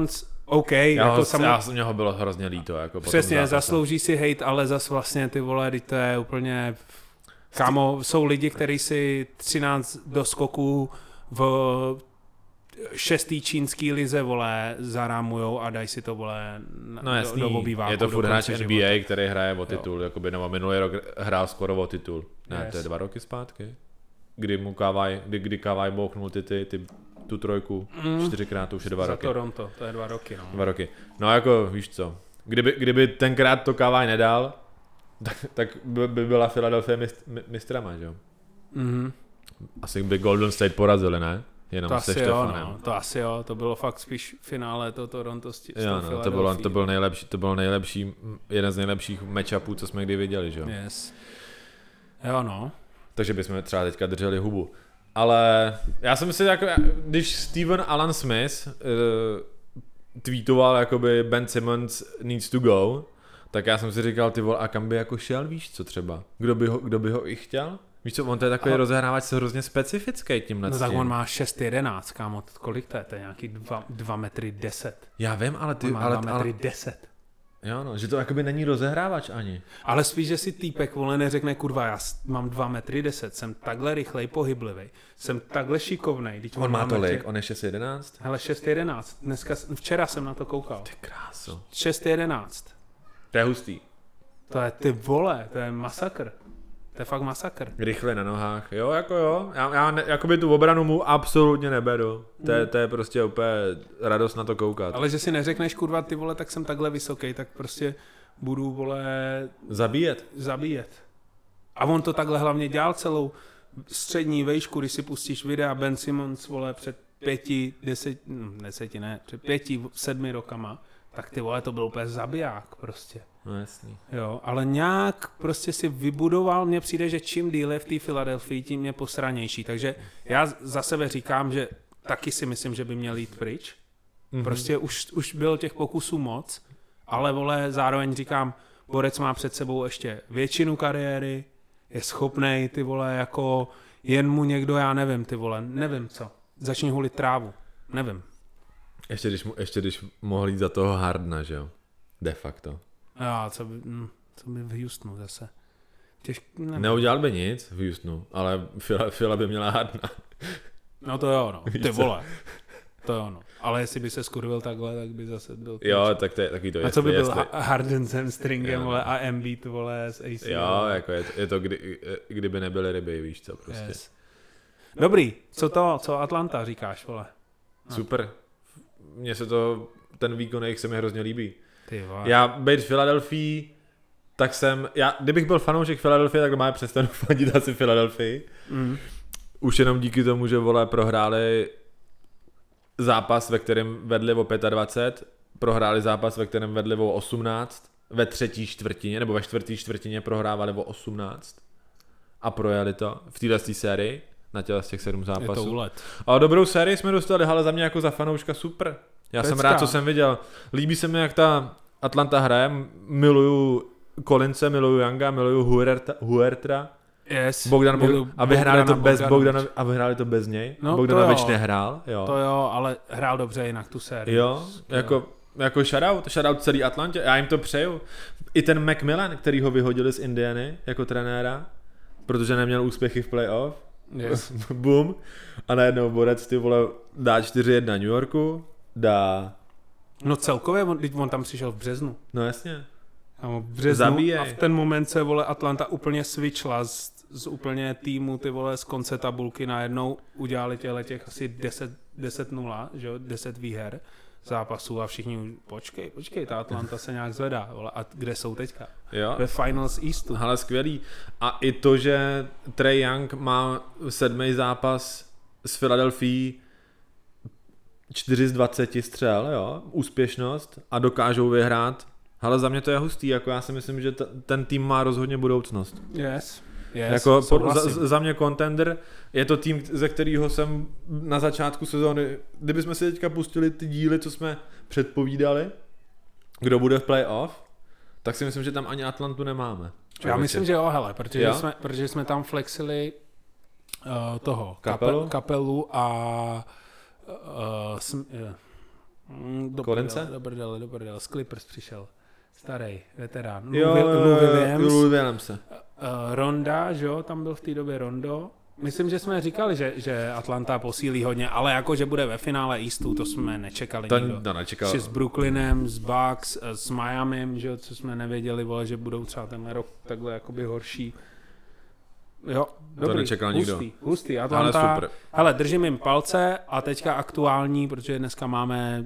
Speaker 2: OK.
Speaker 1: Mě ho bylo hrozně líto. Jako
Speaker 2: přesně, zaslouží si hejt, ale zas vlastně ty vole, teď to je úplně... Kámo, jsou lidi, kteří si 13 doskoků v 6. čínský lize, vole, zarámujou a dají si to, vole, do obýváku.
Speaker 1: Je to furt hráč NBA, který hraje o titul, jakoby, nebo minulý rok hrál skoro o titul. Ne, to je 2 roky zpátky. Kdy Kawhi bouchnul tu trojku 4krát, to už je 2 roky.
Speaker 2: Za Toronto, to je 2 roky, no.
Speaker 1: 2 roky. No jako, víš co, kdyby tenkrát to Kawhi nedal, tak by byla Philadelphia mistrama, že jo?
Speaker 2: Mhm.
Speaker 1: Asi by Golden State porazili, ne? Jenom
Speaker 2: to
Speaker 1: se
Speaker 2: asi
Speaker 1: Štefanem.
Speaker 2: Jo, no. To asi jo, to bylo fakt spíš finále to Toronto s
Speaker 1: to byl nejlepší, jeden z nejlepších matchupů, co jsme kdy viděli, že jo?
Speaker 2: Yes. Jo, no.
Speaker 1: Takže bychom třeba teďka drželi hubu. Ale já jsem si jako, když Steven Alan Smith tweetoval jakoby Ben Simmons needs to go, tak já jsem si říkal, ty vole, a kam by jako šel, víš co třeba? Kdo by ho i chtěl? Víš co, on to je takový rozehrávač se hrozně specifický tímhle.
Speaker 2: No tak on má 6'11", kámo, kolik to je? To je nějaký 2 metry 10.
Speaker 1: Já vím, ale ty...
Speaker 2: On má 2 metry 10.
Speaker 1: Jo no, že to jakoby není rozehrávač ani.
Speaker 2: Ale spíš, že si týpek, vole, neřekne, kurva, já mám 2 metry 10, jsem takhle rychlej, pohyblivý, jsem takhle šikovnej.
Speaker 1: On má tolik, on je 6'11"?
Speaker 2: Hele, 6'11", včera jsem na to koukal.
Speaker 1: Ty kráso.
Speaker 2: 6'11".
Speaker 1: To je hustý.
Speaker 2: To je, ty vole, to je masakr. To je fakt masakr.
Speaker 1: Rychle na nohách, jo, jako jo. Já jakoby tu obranu mu absolutně neberu. To je prostě úplně radost na to koukat.
Speaker 2: Ale že si neřekneš, kurva, ty vole, tak jsem takhle vysoký, tak prostě budu, vole... Zabíjet. A on to takhle hlavně dělal celou střední vejšku, když si pustíš videa Ben Simmons, vole, před 7 rokama, tak ty vole, to byl úplně zabiják prostě.
Speaker 1: No jasný.
Speaker 2: Jo, ale nějak prostě si vybudoval, mně přijde, že čím díle v té Filadelfii, tím je posranější. Takže já za sebe říkám, že taky si myslím, že by měl jít pryč. Mm-hmm. Prostě už bylo těch pokusů moc, ale vole, zároveň říkám, borec má před sebou ještě většinu kariéry, je schopnej, ty vole, jako jen mu někdo, já nevím, ty vole, nevím co, začni hulit trávu, nevím.
Speaker 1: Ještě když mohl jít za toho Hardna, že jo? De facto.
Speaker 2: Já, co by v Houstonu zase.
Speaker 1: Neudělal by nic v Houstonu, ale Fila by měla Hardna.
Speaker 2: No to jo, no. Ty vole. To jo, no. Ale jestli by se skurvil takhle, tak by zase byl...
Speaker 1: Jo, tak to je takový to.
Speaker 2: A co by byl Harden s hamstringem, vole, a Embiid, vole, s ACL.
Speaker 1: Jo, jako je to kdyby nebyly ryby, víš co, prostě. Yes.
Speaker 2: Dobrý, co Atlanta říkáš, vole?
Speaker 1: No. Super. Mně se ten výkon jejich se mi hrozně líbí.
Speaker 2: Já
Speaker 1: být v Philadelphii, tak kdybych byl fanoušek Philadelphie, tak doma přestanu fandit asi Philadelphii. Mm. Už jenom díky tomu, že vole prohráli zápas, ve kterém vedli o 25, prohráli zápas, ve kterém vedli o 18, ve 3. čtvrtině, nebo ve 4. čtvrtině prohrávali o 18 a projeli to v této sérii na z těch 7 zápasů.
Speaker 2: Je to úlet.
Speaker 1: Ale dobrou sérii jsme dostali, ale za mě jako za fanouška super. Já jsem rád, co jsem viděl. Líbí se mi, jak ta Atlanta hraje. Miluju Collinse, miluju Younga, miluju Huerta.
Speaker 2: Yes.
Speaker 1: A vyhráli to bez něj. No, Bogdanovič nehrál. Jo.
Speaker 2: To jo, ale hrál dobře jinak tu sérii.
Speaker 1: Jo, jako shoutout celý Atlantě. Já jim to přeju. I ten Macmillan, který ho vyhodili z Indiany jako trenéra, protože neměl úspěchy v playoff.
Speaker 2: Yes.
Speaker 1: Boom. A najednou borec, ty vole, dá 4-1 New Yorku, dá...
Speaker 2: No celkově, on tam přišel v březnu.
Speaker 1: No jasně.
Speaker 2: V březnu zabíjej. A v ten moment se, vole, Atlanta úplně switchla z úplně týmu, ty vole, z konce tabulky najednou udělali těch asi 10-0, že jo, 10 výher zápasů a všichni počkej, ta Atlanta se nějak zvedá, vole, a kde jsou teďka?
Speaker 1: Jo.
Speaker 2: Ve Finals Eastu.
Speaker 1: Ale skvělý. A i to, že Trae Young má 7. zápas s Philadelphia 4 z 20 střel, jo, úspěšnost a dokážou vyhrát. Ale za mě to je hustý, jako já si myslím, že ten tým má rozhodně budoucnost.
Speaker 2: Yes,
Speaker 1: jako za mě contender, je to tým, ze kterého jsem na začátku sezóny, kdybychom si teďka pustili ty díly, co jsme předpovídali, kdo bude v playoff, tak si myslím, že tam ani Atlantu nemáme.
Speaker 2: Já myslím, že jo, hele, protože jsme tam flexili toho kapelu a Do prdele. Z Clippers přišel. Starý, veterán.
Speaker 1: Lou Williams.
Speaker 2: Ronda, že jo, tam byl v té době Rondo. Myslím, že jsme říkali, že Atlanta posílí hodně, ale jako, že bude ve finále Eastu, to jsme nečekali nikdo.
Speaker 1: To nečekal.
Speaker 2: S Brooklynem, s Bucks, s Miamim, že jo, co jsme nevěděli, vole, že budou třeba tenhle rok takhle jakoby horší. Jo, dobrý,
Speaker 1: to nečekal nikdo.
Speaker 2: Hustý, Atlanta. Ale super. Hele, držím jim palce a teďka aktuální, protože dneska máme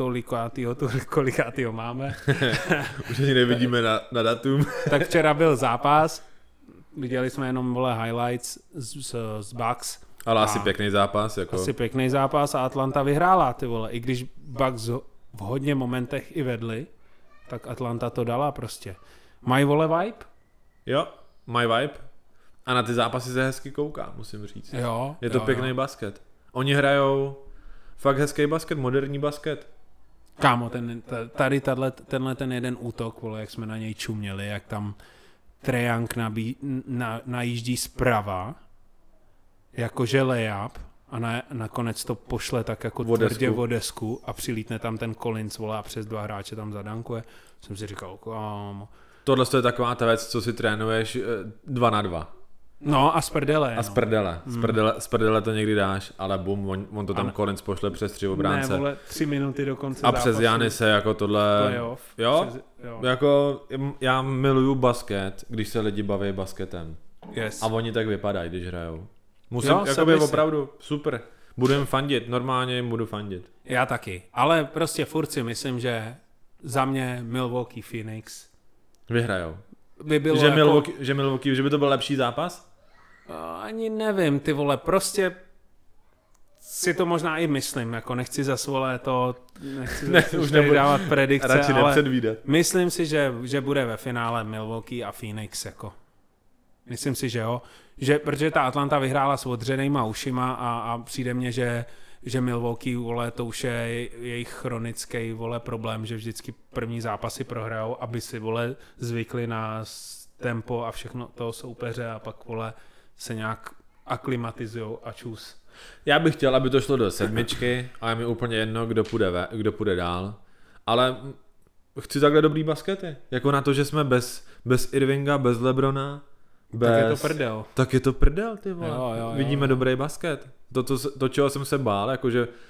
Speaker 2: kolikátýho máme.
Speaker 1: Už ani nevidíme na datum.
Speaker 2: Tak včera byl zápas, viděli jsme jenom, vole, highlights z Bucks.
Speaker 1: Ale asi pěkný zápas. Jako.
Speaker 2: Asi pěkný zápas a Atlanta vyhrála, ty vole. I když Bucks v hodně momentech i vedli, tak Atlanta to dala prostě. Mají, vole, vibe?
Speaker 1: Jo, mají vibe. A na ty zápasy se hezky kouká, musím říct.
Speaker 2: Jo,
Speaker 1: je to pěkný basket. Oni hrajou fakt hezký basket, moderní basket.
Speaker 2: Kámo, tenhle ten jeden útok, vole, jak jsme na něj čuměli, jak tam Trae Young najíždí zprava, jakože layup a nakonec to pošle tak jako tvrdě o desku a přilítne tam ten Collins, vole, a přes 2 hráče tam zadankuje. Jsem si říkal, kámo.
Speaker 1: Tohle je taková ta věc, co si trénuješ 2-2.
Speaker 2: No a z prdele.
Speaker 1: Z prdele to někdy dáš, ale bum, on to tam Collins pošle přes 3 obránce.
Speaker 2: Ne, vole, 3 minuty do konce zápasu.
Speaker 1: A přes Janise jako tohle.
Speaker 2: Playoff.
Speaker 1: Jo? Jako já miluju basket, když se lidi baví basketem.
Speaker 2: Yes.
Speaker 1: A oni tak vypadají, když hrajou. Musím, jakoby opravdu, super. Budu jim fandit, normálně jim budu fandit.
Speaker 2: Já taky, ale prostě furt si myslím, že za mě Milwaukee Phoenix
Speaker 1: vyhrajou.
Speaker 2: By bylo
Speaker 1: že Milwaukee, že by to byl lepší zápas?
Speaker 2: Ani nevím, ty vole, prostě si to možná i myslím, jako nechci zas, vole, to, nechci už dávat predikce,
Speaker 1: radši
Speaker 2: ale
Speaker 1: nepředvídat.
Speaker 2: Myslím si, že bude ve finále Milwaukee a Phoenix, jako. Myslím si, že jo, protože ta Atlanta vyhrála s odřenýma ušima a přijde mně, že Milwaukee, vole, to už je jejich chronický, vole, problém, že vždycky první zápasy prohrajou, aby si, vole, zvykli na tempo a všechno toho soupeře a pak, vole, se nějak aklimatizujou a čus.
Speaker 1: Já bych chtěl, aby to šlo do 7 a je mi úplně jedno, kdo půjde dál, ale chci takhle dobrý baskety, jako na to, že jsme bez Irvinga, bez LeBrona,
Speaker 2: tak je to prdel.
Speaker 1: Tak je to prdel, ty vole.
Speaker 2: Jo.
Speaker 1: Vidíme dobrý basket. To, čeho jsem se bál, jako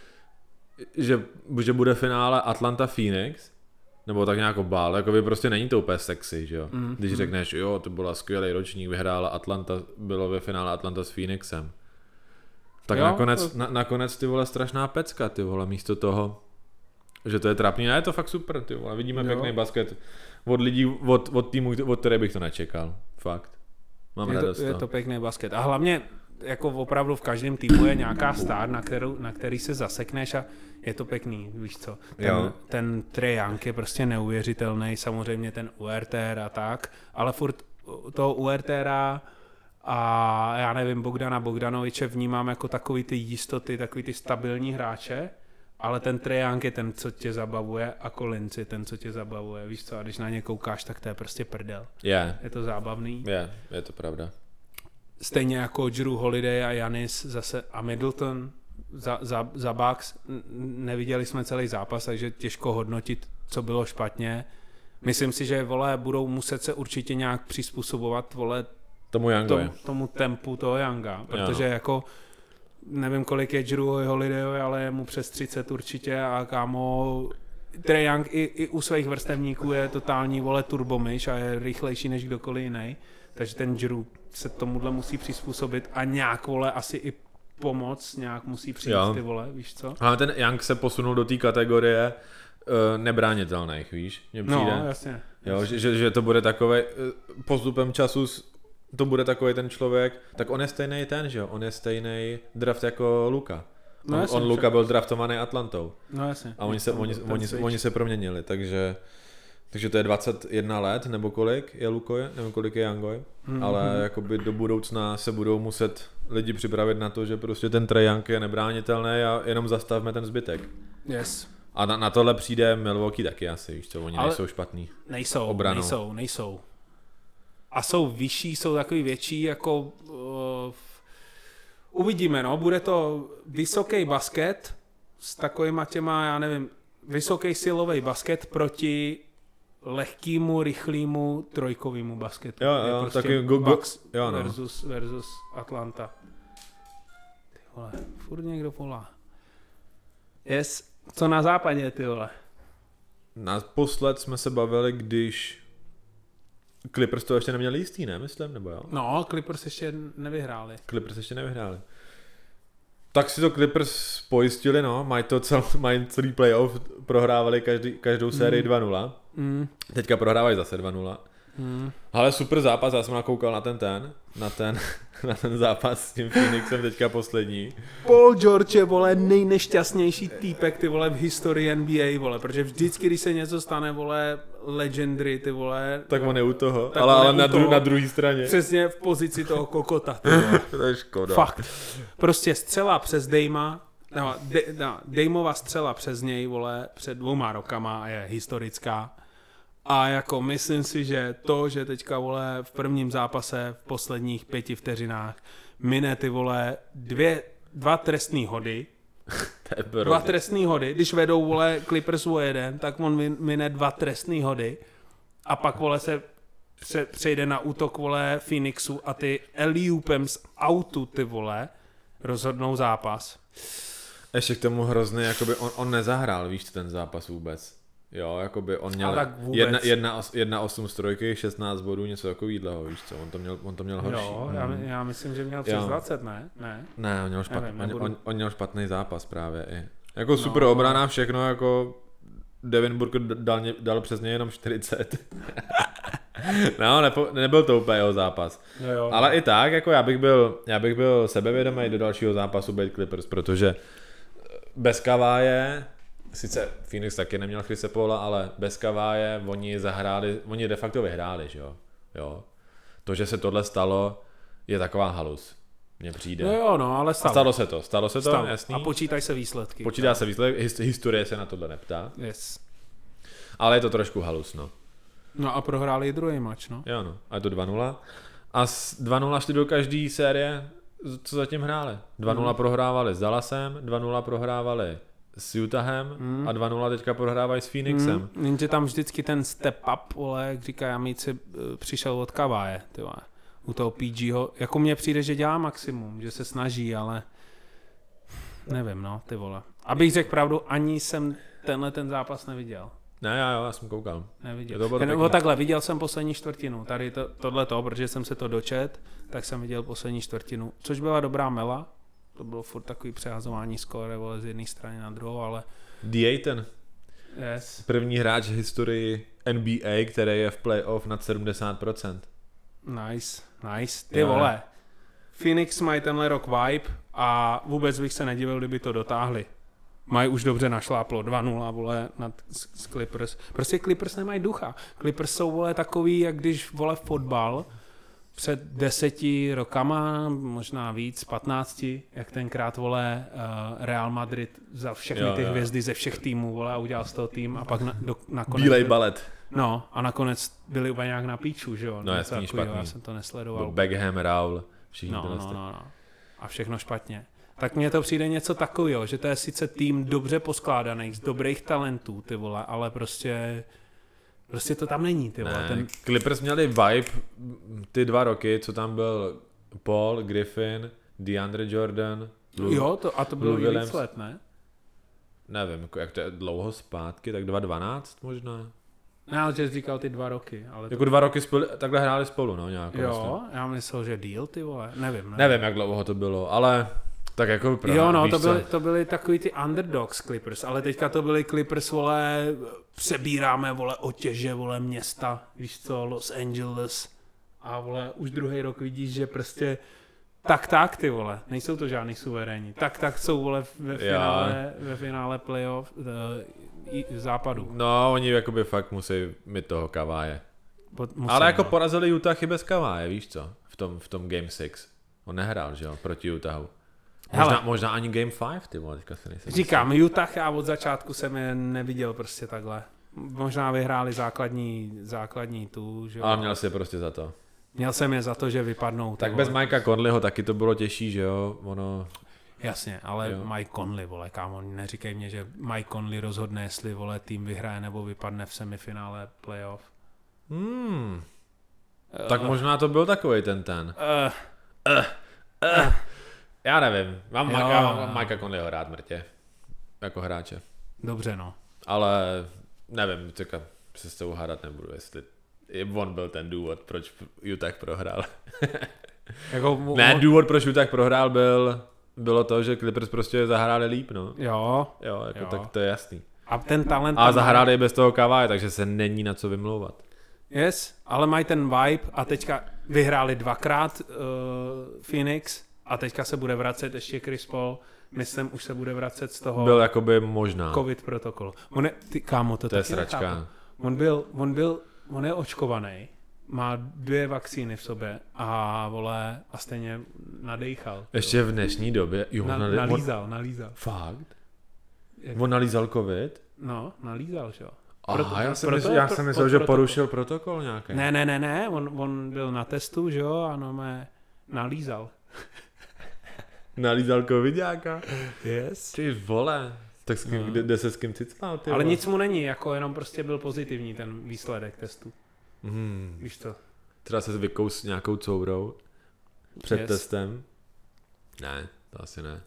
Speaker 1: že bude finále Atlanta Phoenix, nebo tak nějak bál, jako by prostě není to úplně sexy, že jo. Když řekneš, jo, to byla skvělý ročník, vyhrála Atlanta, bylo ve finále Atlanta s Phoenixem. Tak jo, nakonec ty vole strašná pecka, ty vole, místo toho, že to je trapný, a je to fakt super, ty vole, vidíme pěkný basket od lidí, od týmu, od které bych to nečekal, fakt. Mám radost.
Speaker 2: Je to pěkný basket. A hlavně jako opravdu v každém týmu je nějaká star, na který se zasekneš a je to pěkný, víš co. Ten Trae Young je prostě neuvěřitelný, samozřejmě ten URTR a tak, ale furt toho URTR a já nevím, Bogdana Bogdanoviče vnímám jako takový ty jistoty, takový ty stabilní hráče, ale ten Trae Young je ten, co tě zabavuje a Collins je ten, co tě zabavuje, víš co, a když na ně koukáš, tak to je prostě prdel. Je to zábavný.
Speaker 1: Je to pravda.
Speaker 2: Stejně jako Jrue Holiday a Giannis zase a Middleton za Bucks. Neviděli jsme celý zápas, takže těžko hodnotit, co bylo špatně. Myslím si, že, vole, budou muset se určitě nějak přizpůsobovat, vole, tomu tempu toho Younga, protože jako nevím, kolik je Jrue Holiday, ale je mu přes 30 určitě a kámo, Trae Young i u svých vrstevníků je totální, vole, turbomyš a je rychlejší než kdokoliv jiný, takže ten Jrue se tomuhle musí přizpůsobit a nějak, vole, asi i pomoc nějak musí přijít, ty vole, víš co?
Speaker 1: Ale ten Young se posunul do té kategorie nebránitelných, víš? Mně přijde.
Speaker 2: No, jasně.
Speaker 1: Jo, že to bude takové postupem času to bude takový ten člověk, tak on je stejný ten, že jo? On je stejný draft jako Luka.
Speaker 2: No,
Speaker 1: Luka byl draftovaný Atlantou.
Speaker 2: No jasně.
Speaker 1: A oni se proměnili, takže to je 21 let, nebo kolik je Lukoje, nebo kolik je Youngoy, ale jakoby do budoucna se budou muset lidi připravit na to, že prostě ten Trae Young je nebránitelný a jenom zastavme ten zbytek.
Speaker 2: Yes.
Speaker 1: A na tohle přijde Milwaukee taky asi, víš co, oni nejsou špatný.
Speaker 2: Nejsou. A jsou vyšší, jsou takový větší, jako uvidíme, no, bude to vysoký basket s takovýma těma, já nevím, vysoký silový basket proti lehkýmu, rychlýmu trojkovýmu basketu.
Speaker 1: Jo,
Speaker 2: prostě
Speaker 1: taky
Speaker 2: Bucks
Speaker 1: jo, no.
Speaker 2: versus Atlanta. Ty vole, furt někdo volá. Co na západě, ty vole?
Speaker 1: Naposled jsme se bavili, když Clippers to ještě neměli jistý, ne? Myslím, nebo jo?
Speaker 2: No, Clippers ještě nevyhráli.
Speaker 1: Tak si to Clippers pojistili, no. Mají celý playoff, prohrávali každou sérii 2-0. Teďka prohrávají zase 2-0. Ale super zápas, já jsem nakoukal na ten zápas s tím Phoenixem teďka poslední.
Speaker 2: Paul George je, vole, nejnešťastnější týpek, ty vole, v historii NBA, vole, protože vždycky, když se něco stane, vole, legendary, ty vole.
Speaker 1: Tak on je u toho, ale na druhé straně.
Speaker 2: Přesně v pozici toho kokota, ty vole.
Speaker 1: To je škoda.
Speaker 2: Fakt. Prostě střela přes Dameova střela přes něj, vole, před 2 rokama je historická. A jako myslím si, že to, že teďka, vole, v prvním zápase v posledních 5 vteřinách mine, ty vole, 2 trestný hody. 2 trestný hody. Když vedou, vole, Clippers o 1, tak on mine 2 trestný hody. A pak, vole, se přejde na útok, vole, Phoenixu a ty alley-oopem z autu, ty vole, rozhodnou zápas.
Speaker 1: Ještě k tomu hrozný, jakoby on nezahrál, víš, ten zápas vůbec. Jo, jakoby on měl 1-8 z trojky, 16 bodů, něco takovýhleho, víš co, on to měl horší.
Speaker 2: Jo, já myslím, že měl přes 20, ne?
Speaker 1: Ne, on měl špatný zápas právě i. Jako super obrana, všechno, jako Devin Booker dal přes něj jenom 40. No, nebyl to úplně jeho zápas. Jo. Ale i tak, jako já bych byl sebevědomý do dalšího zápasu být Clippers, protože bez Kaváje, sice Phoenix taky neměl Chrisse Paula, ale bez Kaváje oni de facto vyhráli, že jo. To, že se tohle stalo, je taková halus. Mně přijde.
Speaker 2: No, ale
Speaker 1: stalo se to, jasný.
Speaker 2: A počítaj se výsledky.
Speaker 1: Historie se na tohle neptá.
Speaker 2: Yes.
Speaker 1: Ale je to trošku halus, no.
Speaker 2: No a prohráli druhý mač, no.
Speaker 1: Jo, no. A je to 2-0. A 2-0 šli do každé série, co zatím hráli. 2-0 prohrávali s Dallasem, 2-0 prohrávali s Utahem a 2-0 teďka prohrávají s Phoenixem.
Speaker 2: Jenže tam vždycky ten step up, vole, jak říká Jamíci, přišel od Kaváje, ty vole. U toho PGho, jako mně přijde, že dělá maximum, že se snaží, ale nevím, no, ty vole. Abych řekl pravdu, ani jsem ten zápas neviděl.
Speaker 1: Ne, já jsem koukal.
Speaker 2: Neviděl. Takhle, viděl jsem poslední čtvrtinu, tady tohleto, protože jsem se to dočet, tak jsem viděl poslední čtvrtinu, což byla dobrá mela, to bylo furt takový přehazování skóre, vole, z jedné strany na druhou, ale...
Speaker 1: D8.
Speaker 2: Yes.
Speaker 1: První hráč v historii NBA, který je v playoff nad 70%.
Speaker 2: Nice. Ty vole. Phoenix mají tenhle rok vibe a vůbec bych se nedivil, kdyby to dotáhli. Mají už dobře našláplo 2-0, vole, nad Clippers. Prostě Clippers nemají ducha. Clippers jsou, vole, takový, jak když, vole, fotbal před 10 rokama, možná víc, 15, jak tenkrát, vole, Real Madrid vzal všechny ty hvězdy ze všech týmů, vole, a udělal z toho tým a pak nakonec...
Speaker 1: Bílej balet.
Speaker 2: No, a nakonec byli úplně nějak na píču, že jo?
Speaker 1: No, jasný, špatný.
Speaker 2: Já jsem to nesledoval.
Speaker 1: Beckham, Raul, všichni
Speaker 2: no. A všechno špatně. Tak mně to přijde něco takového, že to je sice tým dobře poskládaný, z dobrých talentů, ty vole, ale prostě to tam není, ty vole.
Speaker 1: Ne, Clippers měli vibe ty 2 roky, co tam byl Paul, Griffin, DeAndre Jordan,
Speaker 2: to bylo i víc let, ne?
Speaker 1: Nevím, jak to je dlouho zpátky, tak 2012 možná.
Speaker 2: Ne, ale že jsi říkal ty 2 roky. Ale
Speaker 1: jako 2 roky takhle hráli spolu, no nějak.
Speaker 2: Jo, vlastně. Já myslel, že deal, ty vole, nevím.
Speaker 1: Nevím, jak dlouho to bylo, ale tak jako
Speaker 2: právě. Jo, no, to byly takový ty underdogs Clippers, ale teďka to byly Clippers, vole, přebíráme, vole, otěže, vole, města, víš co, Los Angeles a, vole, už druhý rok vidíš, že prostě tak, ty vole, nejsou to žádný suverénní, tak jsou, vole, ve finále playoff západu.
Speaker 1: No, oni jakoby fakt musí mít toho Kaváje. Ale jako porazili Utah i bez Kaváje, víš co, v tom Game 6. On nehrál, že jo, proti Utahu. Možná ani Game 5, ty vole, teďka se nejsem.
Speaker 2: Říkám, Utah já od začátku jsem je neviděl prostě takhle. Možná vyhráli základní tu, že jo.
Speaker 1: Ale měl jsi je prostě za to.
Speaker 2: Měl jsem je za to, že vypadnou.
Speaker 1: Tak bez Mikea Conleyho taky to bylo těžší, že jo, ono...
Speaker 2: Jasně, ale jo. Mike Conley, vole, kámo, neříkej mě, že Mike Conley rozhodne, jestli, vole, tým vyhraje nebo vypadne v semifinále playoff.
Speaker 1: Tak možná to byl takovej ten. Já nevím, mám Mikea Conleyho rád mrtě, jako hráče.
Speaker 2: Dobře, no.
Speaker 1: Ale nevím, teďka se s tou hádat nebudu, jestli on byl ten důvod, proč Utah prohrál. Důvod, proč Utah prohrál, bylo to, že Clippers prostě zahráli líp, no.
Speaker 2: Jo.
Speaker 1: Tak to je jasný.
Speaker 2: A ten talent...
Speaker 1: A zahráli bez toho Kawhi, takže se není na co vymlouvat.
Speaker 2: Yes, ale mají ten vibe a teďka vyhráli 2krát Phoenix a teďka se bude vracet ještě Chris Paul. Myslím, už se bude vracet z toho...
Speaker 1: Byl jakoby možná.
Speaker 2: COVID protokol. Kámo, to
Speaker 1: je sračka.
Speaker 2: On je očkovaný, má 2 vakcíny v sobě a vole, a stejně nadejchal.
Speaker 1: Ještě v dnešní době? Jo,
Speaker 2: nalízal.
Speaker 1: Fakt? On nalízal covid?
Speaker 2: No, nalízal, že jo.
Speaker 1: Já jsem myslel, že porušil protokol nějaký.
Speaker 2: Ne, on byl na testu, že jo, a nalízal.
Speaker 1: Nalízal covidáka?
Speaker 2: Yes.
Speaker 1: Ty vole. Tak s kým, kde se s kým cicpal?
Speaker 2: Ale nic mu není, jako jenom prostě byl pozitivní ten výsledek testu. Víš to?
Speaker 1: Třeba se vykous nějakou courou před testem? Ne, to asi ne.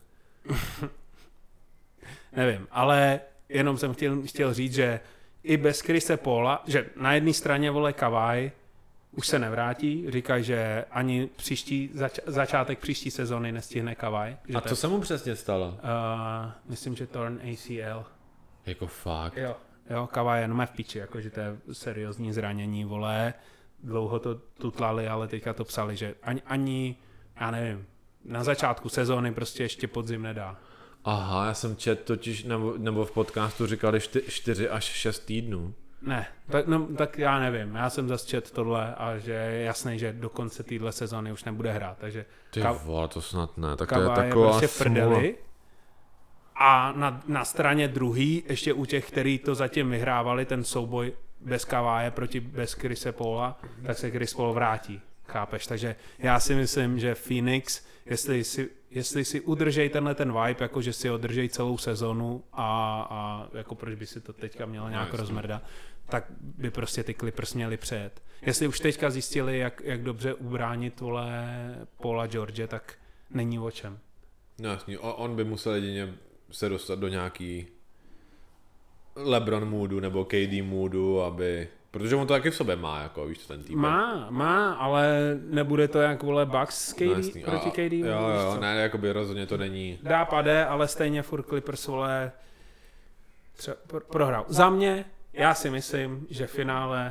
Speaker 2: Nevím, ale jenom jsem chtěl říct, že i bez Chrise Paula, že na jedné straně, vole, Kawhi už se nevrátí, říkají, že ani začátek příští sezony nestihne Kawhi.
Speaker 1: A co se mu přesně stalo?
Speaker 2: Myslím, že torn ACL.
Speaker 1: Jako fakt?
Speaker 2: Jo, Kawhi jenom v piči, jakože to je seriózní zranění, vole. Dlouho to tutlali, ale teďka to psali, že ani já nevím, na začátku sezóny prostě ještě podzim nedá.
Speaker 1: Aha, já jsem četl totiž, nebo v podcastu říkali 4 až 6 týdnů.
Speaker 2: Ne, tak já nevím, já jsem zase četl tohle a že je jasný, že do konce téhle sezóny už nebude hrát, takže...
Speaker 1: Ty vole, to snad ne, tak to
Speaker 2: je
Speaker 1: taková
Speaker 2: prostě v prdeli. A na straně druhý, ještě u těch, kteří to zatím vyhrávali, ten souboj bez Kawhi bez Chrise Paula, tak se Chris Paul vrátí, chápeš? Takže já si myslím, že Phoenix, jestli si udržej ten vibe, jako že si ho držej celou sezonu a jako proč by si to teďka mělo nějak rozmrdat, tak by prostě ty Clippers měli přejet. Jestli už teďka zjistili, jak dobře ubránit Paula George, tak není o čem.
Speaker 1: No jasně, on by musel jedině se dostat do nějaký LeBron moodu nebo KD moodu, protože on to taky v sobě má, jako víš, ten tým.
Speaker 2: Má, ale nebude to jak, vole, Bucks KD, proti KD.
Speaker 1: Jo, ne, jakoby rozhodně to není.
Speaker 2: Dá pade, ale stejně furt Clippers, vole, prohrál. Za mě, já si myslím, že finále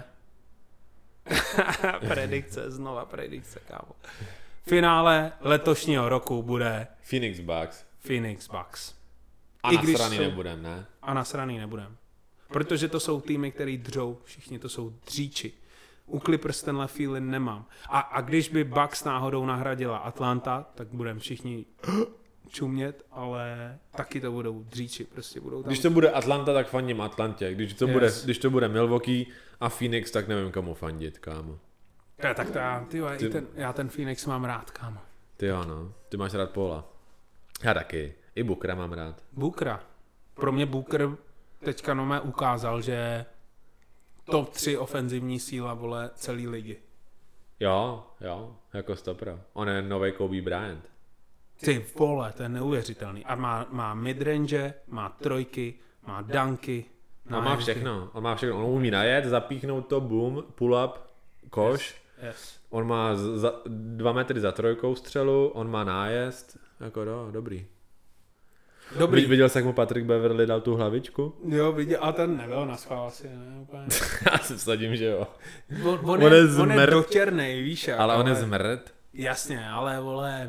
Speaker 2: predikce, kámo. Finále letošního roku bude Phoenix Bucks.
Speaker 1: A nasraný nebudem, ne?
Speaker 2: A nasraný nebudem. Protože to jsou týmy, který dřou, všichni to jsou dříči. U Clippers tenhle feeling nemám. A když by Bucks náhodou nahradila Atlanta, tak budeme všichni čumět, ale taky to budou dříči. Prostě budou tam...
Speaker 1: Když to bude Atlanta, tak fandím Atlantě. Když to bude Milwaukee a Phoenix, tak nevím, komu fandit, kámo.
Speaker 2: Já ten Phoenix mám rád, kámo.
Speaker 1: Ty jo, no. Ty máš rád Paula. Já taky. I Bookera mám rád.
Speaker 2: Bookera. Pro mě Booker teďka ukázal, že top 3 ofenzivní síla, vole, celý ligy.
Speaker 1: Jo, jako stopra. On je nový Kobe Bryant.
Speaker 2: Ty vole, to je neuvěřitelný. A má midrange, má trojky, má dunky.
Speaker 1: On má všechno. On umí najet, zapíchnout to, boom, pull up, koš.
Speaker 2: Yes.
Speaker 1: On má 2 metry za trojkou střelu, on má nájezd. Jako dobrý. Viděl jsi, jak mu Patrick Beverly dal tu hlavičku?
Speaker 2: Jo, viděl, a ten nebyl na schvál asi, ne? Úplně.
Speaker 1: Já si vsadím, že jo.
Speaker 2: On je dotěrnej, víš jak.
Speaker 1: Ale on je zmrt.
Speaker 2: Jasně, ale vole...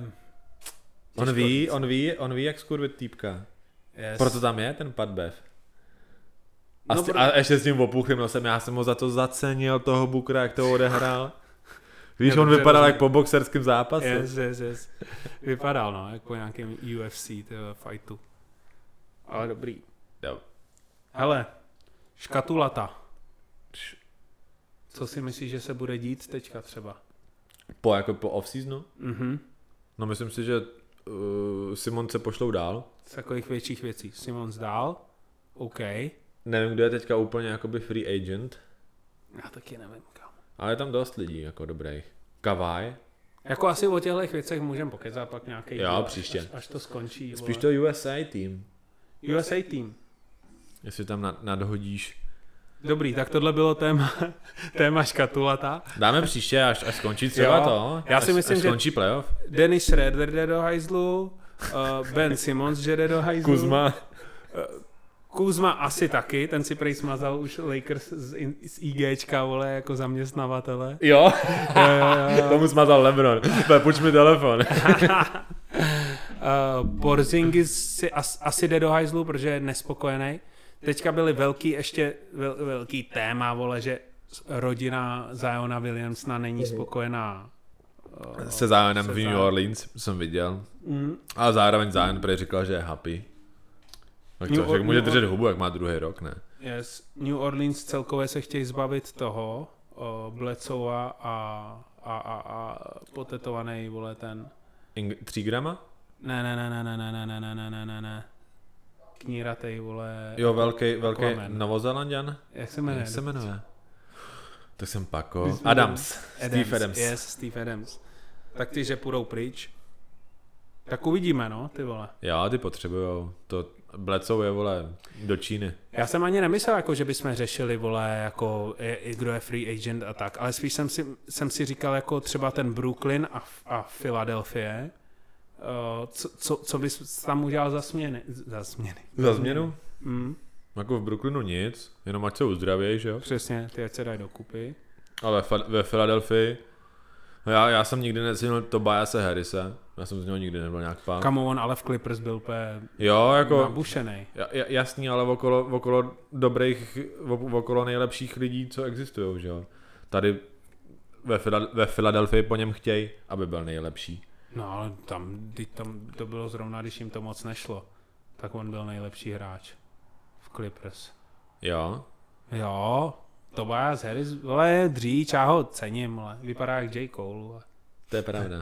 Speaker 1: On ví, jak skurvit týpka.
Speaker 2: Yes.
Speaker 1: Proto tam je ten Pat Bev. A ještě s tím opuchlým nosem, já jsem ho za to zacenil, toho Bookera, jak to odehrál. Víš, on vypadal jak po boxerském zápase.
Speaker 2: Yes. Vypadal, no, jak po nějakém UFC fightu. Ale dobrý.
Speaker 1: Jo.
Speaker 2: Hele, škatulata. Co si myslíš, že se bude dít teďka třeba?
Speaker 1: Po off-seasonu?
Speaker 2: Mhm.
Speaker 1: No myslím si, že Simonse pošlou dál.
Speaker 2: Z takových větších věcí. Simons dál, OK.
Speaker 1: Nevím, kdo je teďka úplně jakoby free agent.
Speaker 2: Já taky nevím, kam.
Speaker 1: Ale je tam dost lidí jako dobrých. Kawhi.
Speaker 2: Jako asi o těchto věcech můžeme pokecat pak nějaký.
Speaker 1: Jo, příště.
Speaker 2: Až to skončí.
Speaker 1: Spíš to USA tým.
Speaker 2: USA tým.
Speaker 1: Jestli tam nadhodíš.
Speaker 2: Dobrý, tak tohle bylo téma škatulata.
Speaker 1: Dáme příště, až skončí třeba to.
Speaker 2: Já si myslím,
Speaker 1: až skončí playoff.
Speaker 2: Dennis Schroeder jde do hajzlu, Ben Simmons jde do hajzlu. Kuzma asi taky, ten si prej smazal už Lakers z IGčka, vole, jako zaměstnavatele.
Speaker 1: Jo. Tomu smazal LeBron. Půjč mi telefon.
Speaker 2: Porzingis si asi jde do hajzlu, protože je nespokojený. Teďka byly velký téma, vole, že rodina Ziona Williamsona není spokojená.
Speaker 1: Se Zionem v New Orleans jsem viděl. A zároveň Zion prej říkal, že je happy. Tak může držet hubu, jak má druhý rok, ne?
Speaker 2: Yes. New Orleans celkově se chtějí zbavit toho Bledsoa a potetovaný, vole, ten...
Speaker 1: 3 grama?
Speaker 2: Ne. Kníratej, vole...
Speaker 1: Jo, velký Novozélanďan?
Speaker 2: Jak se
Speaker 1: jmenuje? To jsem pako. Steve Adams.
Speaker 2: Yes, Steve Adams. Tak ty, že půjdou pryč. Tak uvidíme, no, ty vole.
Speaker 1: Jo, ty potřebujou. To Bledsoe je, vole, do Číny.
Speaker 2: Já jsem ani nemyslel, jako, že bychom řešili, vole, jako, kdo je free agent a tak, ale spíš jsem si říkal, jako třeba ten Brooklyn a Philadelphia, co bys tam udělal za směny?
Speaker 1: Za změnu? Jako v Brooklynu nic, jenom ať se uzdravěj, že jo?
Speaker 2: Přesně, ty ať se dají dokupy.
Speaker 1: Ale ve Philadelphii, no já jsem nikdy necenil Tobiase Harrise, já jsem z něho nikdy nebyl nějak fan.
Speaker 2: Kamo on, ale v Clippers byl úplně nabušenej.
Speaker 1: Jasný, ale okolo dobrých, okolo nejlepších lidí, co existují, že jo? Tady ve Philadelphii po něm chtějí, aby byl nejlepší.
Speaker 2: No ale tam to bylo zrovna, když jim to moc nešlo, tak on byl nejlepší hráč v Clippers.
Speaker 1: Jo?
Speaker 2: Jo, Tobias Harris, vole, je dříč, já ho cením, ale vypadá jak J. Cole. Vole.
Speaker 1: To je pravda.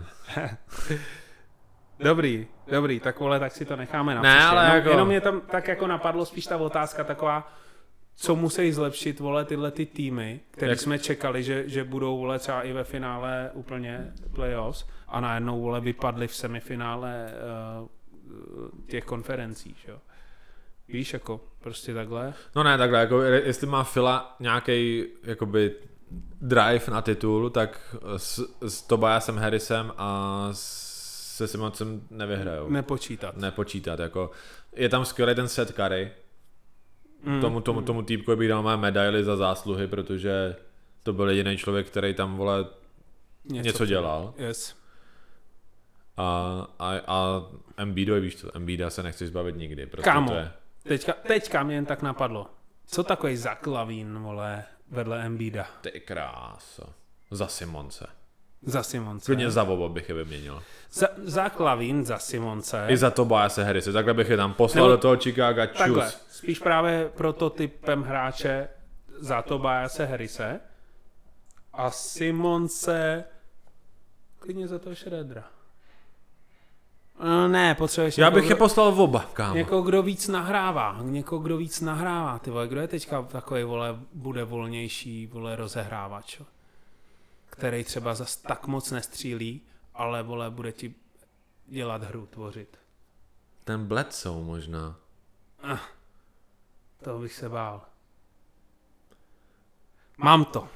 Speaker 2: Dobrý, tak vole, tak si to necháme na
Speaker 1: příště. Jako...
Speaker 2: Jenom mě tam tak jako napadlo spíš ta otázka taková, co musí zlepšit, vole, tyhle ty týmy, které jsme čekali, že budou, vole, třeba i ve finále úplně playoffs a najednou, vole, vypadli v semifinále těch konferencí, že jo. Víš, jako prostě takhle?
Speaker 1: No ne, takhle, jako jestli má Phila nějaký jakoby drive na titul, tak s Tobiasem Harrisem a se Simonsem nevyhrajou. Nepočítat, jako je tam skvělý ten Seth Curry. Tomu týpku bych dal má medaily za zásluhy, protože to byl jediný člověk, který tam, vole, něco dělal.
Speaker 2: Yes.
Speaker 1: A Embiidovi, víš co, Embiida se nechceš zbavit nikdy.
Speaker 2: Kámo, to je... teďka mě jen tak napadlo. Co takový Zach LaVine, vole, vedle Embiida?
Speaker 1: Ty kráso. Za Simonse.
Speaker 2: Klidně
Speaker 1: za oba bych je vyměnil.
Speaker 2: Zach LaVine za Simonse.
Speaker 1: I za Tobiase Harrise. Takhle bych je tam poslal do toho Chicaga.
Speaker 2: Takhle. Spíš právě prototypem hráče za Tobiase Harrise. A Simonse klidně za toho Schroedera. No ne, potřebuješ...
Speaker 1: Já bych je poslal v oba, kámo.
Speaker 2: Někoho, kdo víc nahrává. Ty vole, kdo je teďka takový, vole, bude volnější, vole, rozehrávač, který třeba zas tak moc nestřílí, ale, vole, bude ti dělat hru, tvořit.
Speaker 1: Ten Bledsoe možná.
Speaker 2: To bych se bál. Mám to.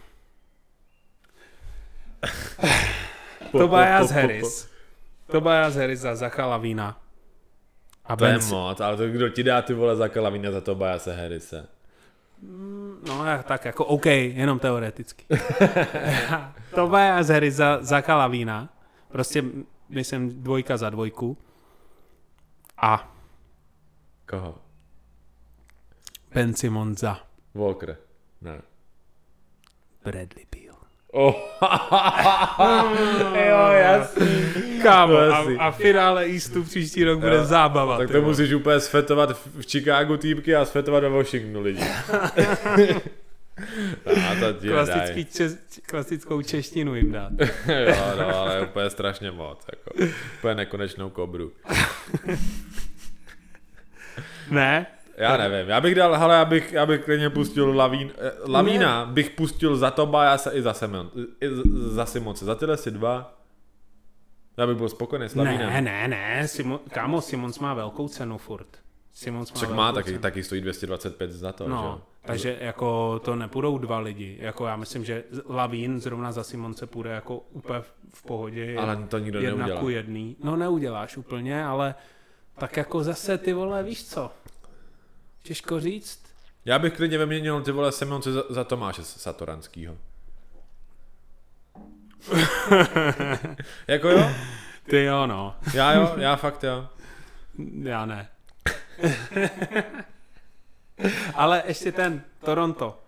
Speaker 2: Tobias Harris za Zacha LaVina.
Speaker 1: To je moc, ale to kdo ti dá, ty vole, Zacha LaVina za Tobiase Harrise?
Speaker 2: No tak jako OK, jenom teoreticky. Tobias Harris za Zacha LaVina. Prostě myslím 2 za 2. A
Speaker 1: koho?
Speaker 2: Ben Simmons za
Speaker 1: Walker. Ne.
Speaker 2: Bradley Beal.
Speaker 1: Jo, jasný.
Speaker 2: Kámo, a finále Eastu příští rok bude zábava.
Speaker 1: Tak to musíš úplně sfetovat v Chicagu týpky a sfetovat ve Washingtonu lidi.
Speaker 2: Klasickou češtinu jim dát.
Speaker 1: Jo, no, ale úplně strašně moc. Jako, úplně nekonečnou kobru.
Speaker 2: Ne?
Speaker 1: Já nevím, já bych dal, hele, já bych klidně pustil Lavína, bych pustil za Tobiase i za Simonce, za tyhle si dva. Já bych byl spokojený s Lavínem.
Speaker 2: Ne, Simons má velkou cenu furt.
Speaker 1: Však má, taky stojí 225 za to,
Speaker 2: no,
Speaker 1: že?
Speaker 2: takže jako to nepůjdou dva lidi. Jako já myslím, že Lavín zrovna za Simonce půjde jako úplně v pohodě.
Speaker 1: Ale to nikdo neudělá.
Speaker 2: 1:1. No neuděláš úplně, ale tak jako zase ty vole, víš co? Těžko říct.
Speaker 1: Já bych klidně vyměnil ty vole Simonce za Tomáše Satoranskýho. Jako jo?
Speaker 2: Ty jo, no.
Speaker 1: Já fakt jo.
Speaker 2: Já ne. Ale ještě ten Toronto.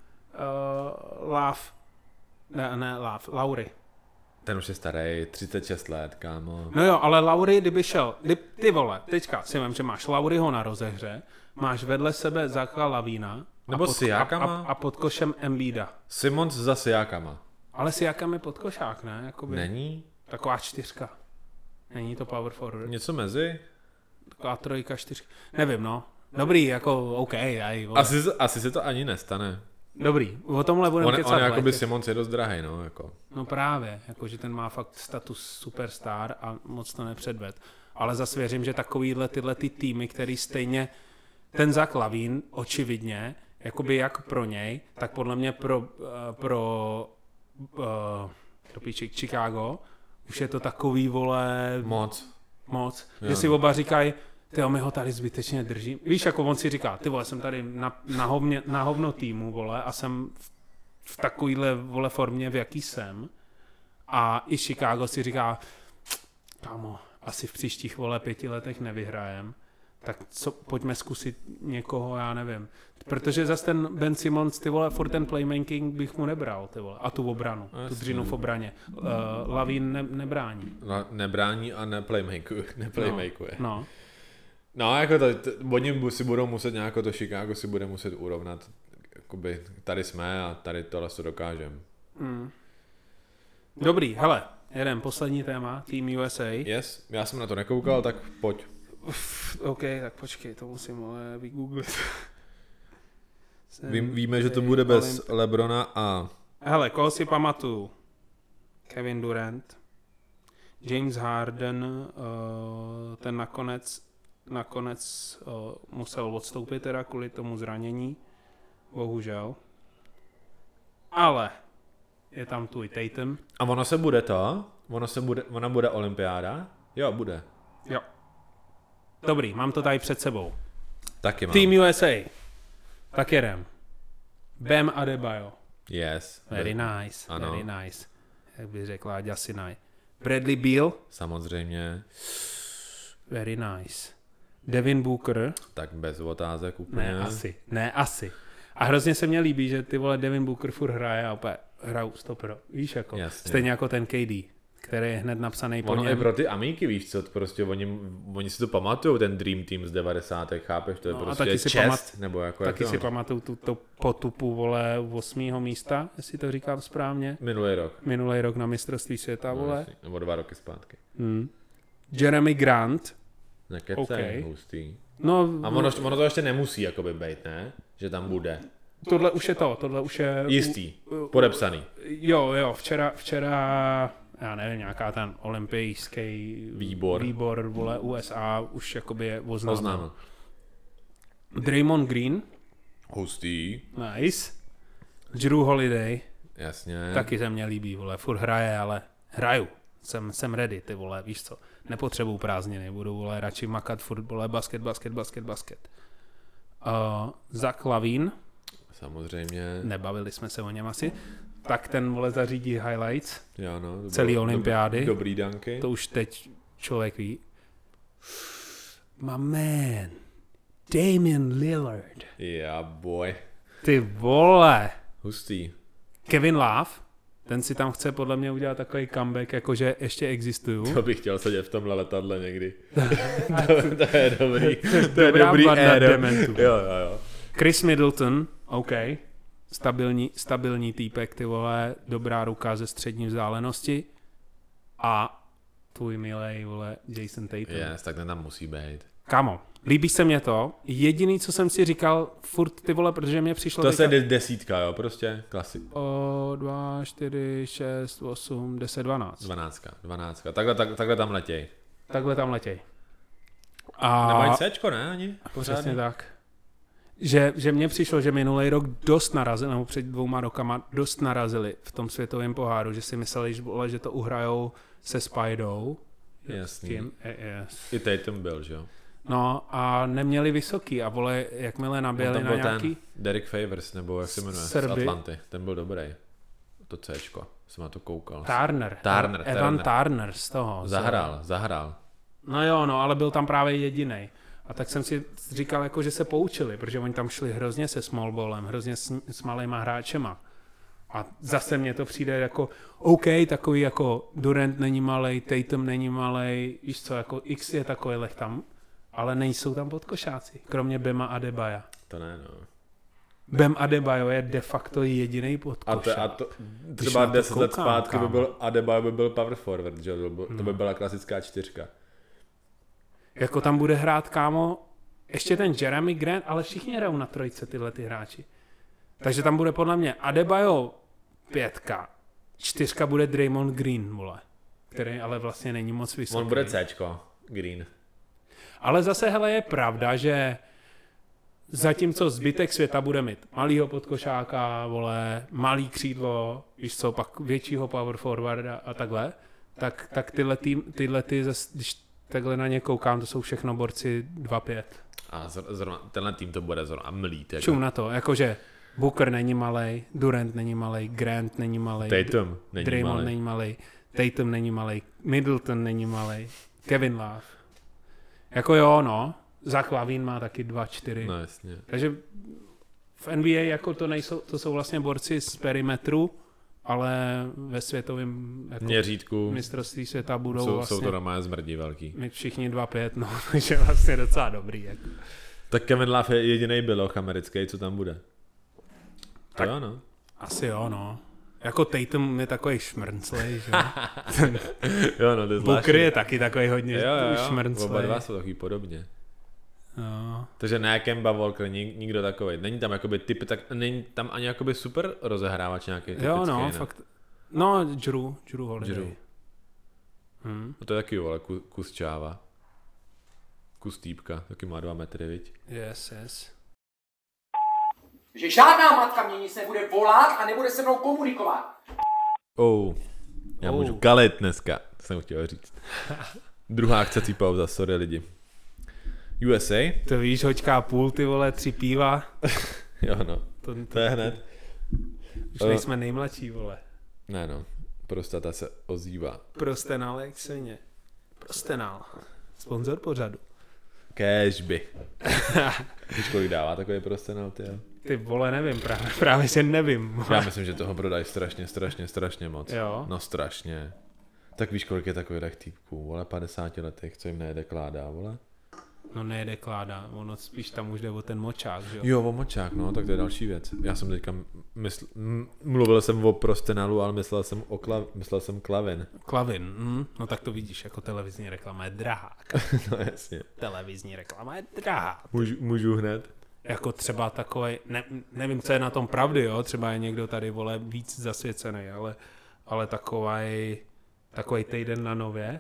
Speaker 2: Lowry.
Speaker 1: Ten už je starý, 36 let, kámo.
Speaker 2: No jo, ale Lowry, kdyby šel, ty vole, teďka si vím, že máš Lowryho na rozehře, máš vedle sebe Zacka Lavína
Speaker 1: nebo Siakama
Speaker 2: a pod košem Embiida.
Speaker 1: Simons za Siakama.
Speaker 2: Ale Siakam je podkošák, ne? Jakoby,
Speaker 1: není?
Speaker 2: Taková 4. Není to power forward.
Speaker 1: Něco mezi?
Speaker 2: Taková 3, 4. Nevím, no. Dobrý, jako OK.
Speaker 1: Asi se to ani nestane.
Speaker 2: Dobrý, o tomhle budeme kecat.
Speaker 1: On jakoby Simons je dost drahej, no. Jako.
Speaker 2: No právě, jakože ten má fakt status superstar a moc to nepředved. Ale zase věřím, že tyhle týmy, který stejně ten Zach Lavine, očividně, jakoby jak pro něj, tak podle mě pro Chicago, už je to takový, vole... Moc. Že si oba říkají, tyjo, my ho tady zbytečně držím. Víš, jako on si říká, ty vole, jsem tady na hovno týmu, vole, a jsem v takovýhle, vole, formě, v jaký jsem. A i Chicago si říká, kámo, asi v příštích, vole, 5 letech nevyhrajem. Tak co, pojďme zkusit někoho, já nevím. Protože zase ten Ben Simmons, ty vole, furt ten playmaking bych mu nebral, ty vole. A tu obranu, tu dřinu v obraně. Lavin nebrání.
Speaker 1: Nebrání a neplaymakuje.
Speaker 2: No,
Speaker 1: jako oni si budou muset nějak to Chicago si bude muset urovnat. Jakoby tady jsme a tady tohle se dokážeme.
Speaker 2: Dobrý, hele, jeden poslední téma, Team USA.
Speaker 1: Yes, já jsem na to nekoukal, tak pojď.
Speaker 2: OK, tak počkej, to musím vygooglit.
Speaker 1: Víme, že to bude bez LeBrona a...
Speaker 2: Hele, koho si pamatuju? Kevin Durant, James Harden, ten nakonec musel odstoupit teda kvůli tomu zranění, bohužel. Ale je tam tu i Tatum.
Speaker 1: A ono se bude to? Ona bude olympiáda? Jo, bude.
Speaker 2: Jo. Dobrý, mám to tady před sebou.
Speaker 1: Taky mám.
Speaker 2: Team USA. Tak jedem. Bam Adebayo.
Speaker 1: Yes.
Speaker 2: Very nice.
Speaker 1: Ano.
Speaker 2: Very nice. Jak by řekla Jasinaj. Bradley Beal.
Speaker 1: Samozřejmě.
Speaker 2: Very nice. Devin Booker.
Speaker 1: Tak bez otázek úplně.
Speaker 2: Ne asi. A hrozně se mně líbí, že ty vole Devin Booker furt hraje a opět hrajou stopro. Víš jako.
Speaker 1: Jasně.
Speaker 2: Stejně jako ten KD, který je hned napsaný po něm.
Speaker 1: I pro ty amíky, víš co, prostě oni si to pamatujou, ten Dream Team z 90. chápeš, to je prostě čest, nebo jako
Speaker 2: taky si pamatuju tu potupu, vole, 8. místa, jestli to říkám správně. Minulý rok na mistrovství světa, vole.
Speaker 1: Nebo 2 roky zpátky.
Speaker 2: Jeremy Grant.
Speaker 1: Nekecej, hustý.
Speaker 2: No,
Speaker 1: a ono to ještě nemusí jakoby být, ne? Že tam bude.
Speaker 2: Tohle už je...
Speaker 1: Jistý, podepsaný.
Speaker 2: Jo, včera já nevím, nějaká ten olympijský výbor vole USA už jakoby je oznámil. Draymond Green.
Speaker 1: Hustý.
Speaker 2: Nice. Drew Holiday.
Speaker 1: Jasně.
Speaker 2: Taky se mně líbí, vole, furt hraje, ale hraju. Jsem ready, ty vole, víš co. Nepotřebuju prázdniny, budu, vole, radši makat furt, vole, basket. Zach Lavine.
Speaker 1: Samozřejmě.
Speaker 2: Nebavili jsme se o něm asi. Tak ten, vole, zařídí highlights.
Speaker 1: Jo, no,
Speaker 2: celý olympiády.
Speaker 1: Dobrý danky.
Speaker 2: To už teď člověk ví. My man. Damian Lillard.
Speaker 1: Yeah, boy.
Speaker 2: Ty vole.
Speaker 1: Hustý.
Speaker 2: Kevin Love. Ten si tam chce podle mě udělat takový comeback, jakože ještě existuju.
Speaker 1: To bych chtěl sedět v tomhle letadle někdy. to je dobrý. To je
Speaker 2: dobrá
Speaker 1: dobrý
Speaker 2: éro. Jo.
Speaker 1: Jo.
Speaker 2: Chris Middleton, OK. stabilní týpek, ty vole, dobrá ruka ze střední vzdálenosti a tvůj milej, vole, Jason Tatum.
Speaker 1: Yes, tak ten tam musí být.
Speaker 2: Kámo, líbí se mě to. Jediný, co jsem si říkal, furt ty vole, protože mě přišlo...
Speaker 1: To se desítka, jo, prostě, klasik.
Speaker 2: 2, 4, 6, 8, 10, 12.
Speaker 1: 12. Takhle tam letěj.
Speaker 2: Takhle tam letěj. A...
Speaker 1: Nemají Cčko, ne, ani?
Speaker 2: Přesně tak. Že mně přišlo, že minulý rok dost narazili, nebo před 2 rokama dost narazili v tom světovém poháru, že si mysleli, že to uhrajou se Spidou.
Speaker 1: Jasný.
Speaker 2: Yes.
Speaker 1: I Tatum byl, že jo?
Speaker 2: No a neměli vysoký a vole, jakmile naběli na nějaký...
Speaker 1: Derek Favors, nebo jak se jmenuje, z Atlanty, ten byl dobrý. To Cčko, jsem na to koukal.
Speaker 2: Evan Turner z toho.
Speaker 1: Zahrál.
Speaker 2: No jo, no, ale byl tam právě jedinej. A tak jsem si říkal, jako, že se poučili, protože oni tam šli hrozně se small ballem, hrozně s malejma hráčema. A zase mně to přijde jako, OK, takový jako Durant není malej, Tatum není malej, víš co, jako X je takových tam, ale nejsou tam podkošáci, kromě Bema Adebayo.
Speaker 1: To ne, no.
Speaker 2: Bam Adebayo je de facto jedinej podkošák.
Speaker 1: A to třeba 10 let zpátky by byl Adebayo by byl power forward, že? To by byla klasická 4.
Speaker 2: Jako tam bude hrát, kámo, ještě ten Jeremy Grant, ale všichni hrajou na 3 tyhle ty hráči. Takže tam bude podle mě Adebayo 5, 4 bude Draymond Green, vole, který ale vlastně není moc vysoký.
Speaker 1: On bude Cčko, Green.
Speaker 2: Ale zase, hele, je pravda, že zatímco zbytek světa bude mít malýho podkošáka, vole, malý křídlo, víš co, pak většího power forwarda a takhle, tak tyhle když takhle na ně koukám, to jsou všechno borci 2-5.
Speaker 1: A zrovna tenhle tým to bude zrovna mlít. Jako.
Speaker 2: Čum na to, jakože Booker není malej, Durant není malej, Grant není malej,
Speaker 1: Tatum není
Speaker 2: Draymond
Speaker 1: malej.
Speaker 2: není malej, Tatum není malej, Middleton není malej, Kevin Love. Jako jo, no, Zach LaVine má taky 2-4.
Speaker 1: No jasně.
Speaker 2: Takže v NBA jako to jsou vlastně borci z perimetru, ale ve světovém jako
Speaker 1: měřítku
Speaker 2: mistrovství světa budou vlastně...
Speaker 1: Jsou to normálně zmrdí velký.
Speaker 2: My všichni 2-5, no, takže vlastně docela dobrý. Jako.
Speaker 1: Tak Kevin Love je jedinej běloch americký, co tam bude.
Speaker 2: Tak,
Speaker 1: to jo, no.
Speaker 2: Asi jo, no. Jako Tatum je takový šmrnclej, že
Speaker 1: jo, no, to je
Speaker 2: Booker je taky takový hodně šmrnclej.
Speaker 1: Oba dva jsou takový podobně.
Speaker 2: Jo.
Speaker 1: Takže ne Kemba Walker, nikdo takový. Není tam jakoby typ, tak není tam ani jakoby super rozehrávač nějaký typický.
Speaker 2: Jo, no,
Speaker 1: ne?
Speaker 2: fakt. No, Drew Holiday.
Speaker 1: No to je taky, vole, kus čáva. Kus týpka, taky má 2 metry, viď?
Speaker 2: Yes.
Speaker 4: Že žádná matka mě nic nebude volat a nebude se mnou komunikovat.
Speaker 1: Já můžu kalit dneska, jsem chtěl říct. Druhá chcící pauza, sorry lidi. USA?
Speaker 2: To víš, hoďka půl, ty vole, 3 piva.
Speaker 1: Jo no, to je hned.
Speaker 2: Už nejsme nejmladší, vole.
Speaker 1: Ne no, prostata se ozývá.
Speaker 2: Prostenál jak svině. Prostenál. Sponzor pořadu.
Speaker 1: Cashby. Víš, kolik dává takový prostenál, ty jo?
Speaker 2: Ty vole, nevím, právě že nevím.
Speaker 1: Já myslím, že toho prodají strašně moc.
Speaker 2: Jo.
Speaker 1: No strašně. Tak víš, kolik je takových týpků, vole, 50 letech, co jim nejede kládá, vole?
Speaker 2: No nejede kláda, ono spíš tam už jde o ten močák, že jo?
Speaker 1: Jo, o močák, no, tak to je další věc. Já jsem teďka mluvil jsem o prostenalu, ale myslel jsem klavin.
Speaker 2: Klavin, no tak to vidíš, jako televizní reklama je drahá.
Speaker 1: No jasně.
Speaker 2: Televizní reklama je drahá.
Speaker 1: Můžu hned?
Speaker 2: Jako třeba takovej, nevím, co je na tom pravdy, jo, třeba je někdo tady, vole, víc zasvěcený, ale takovej týden na Nově.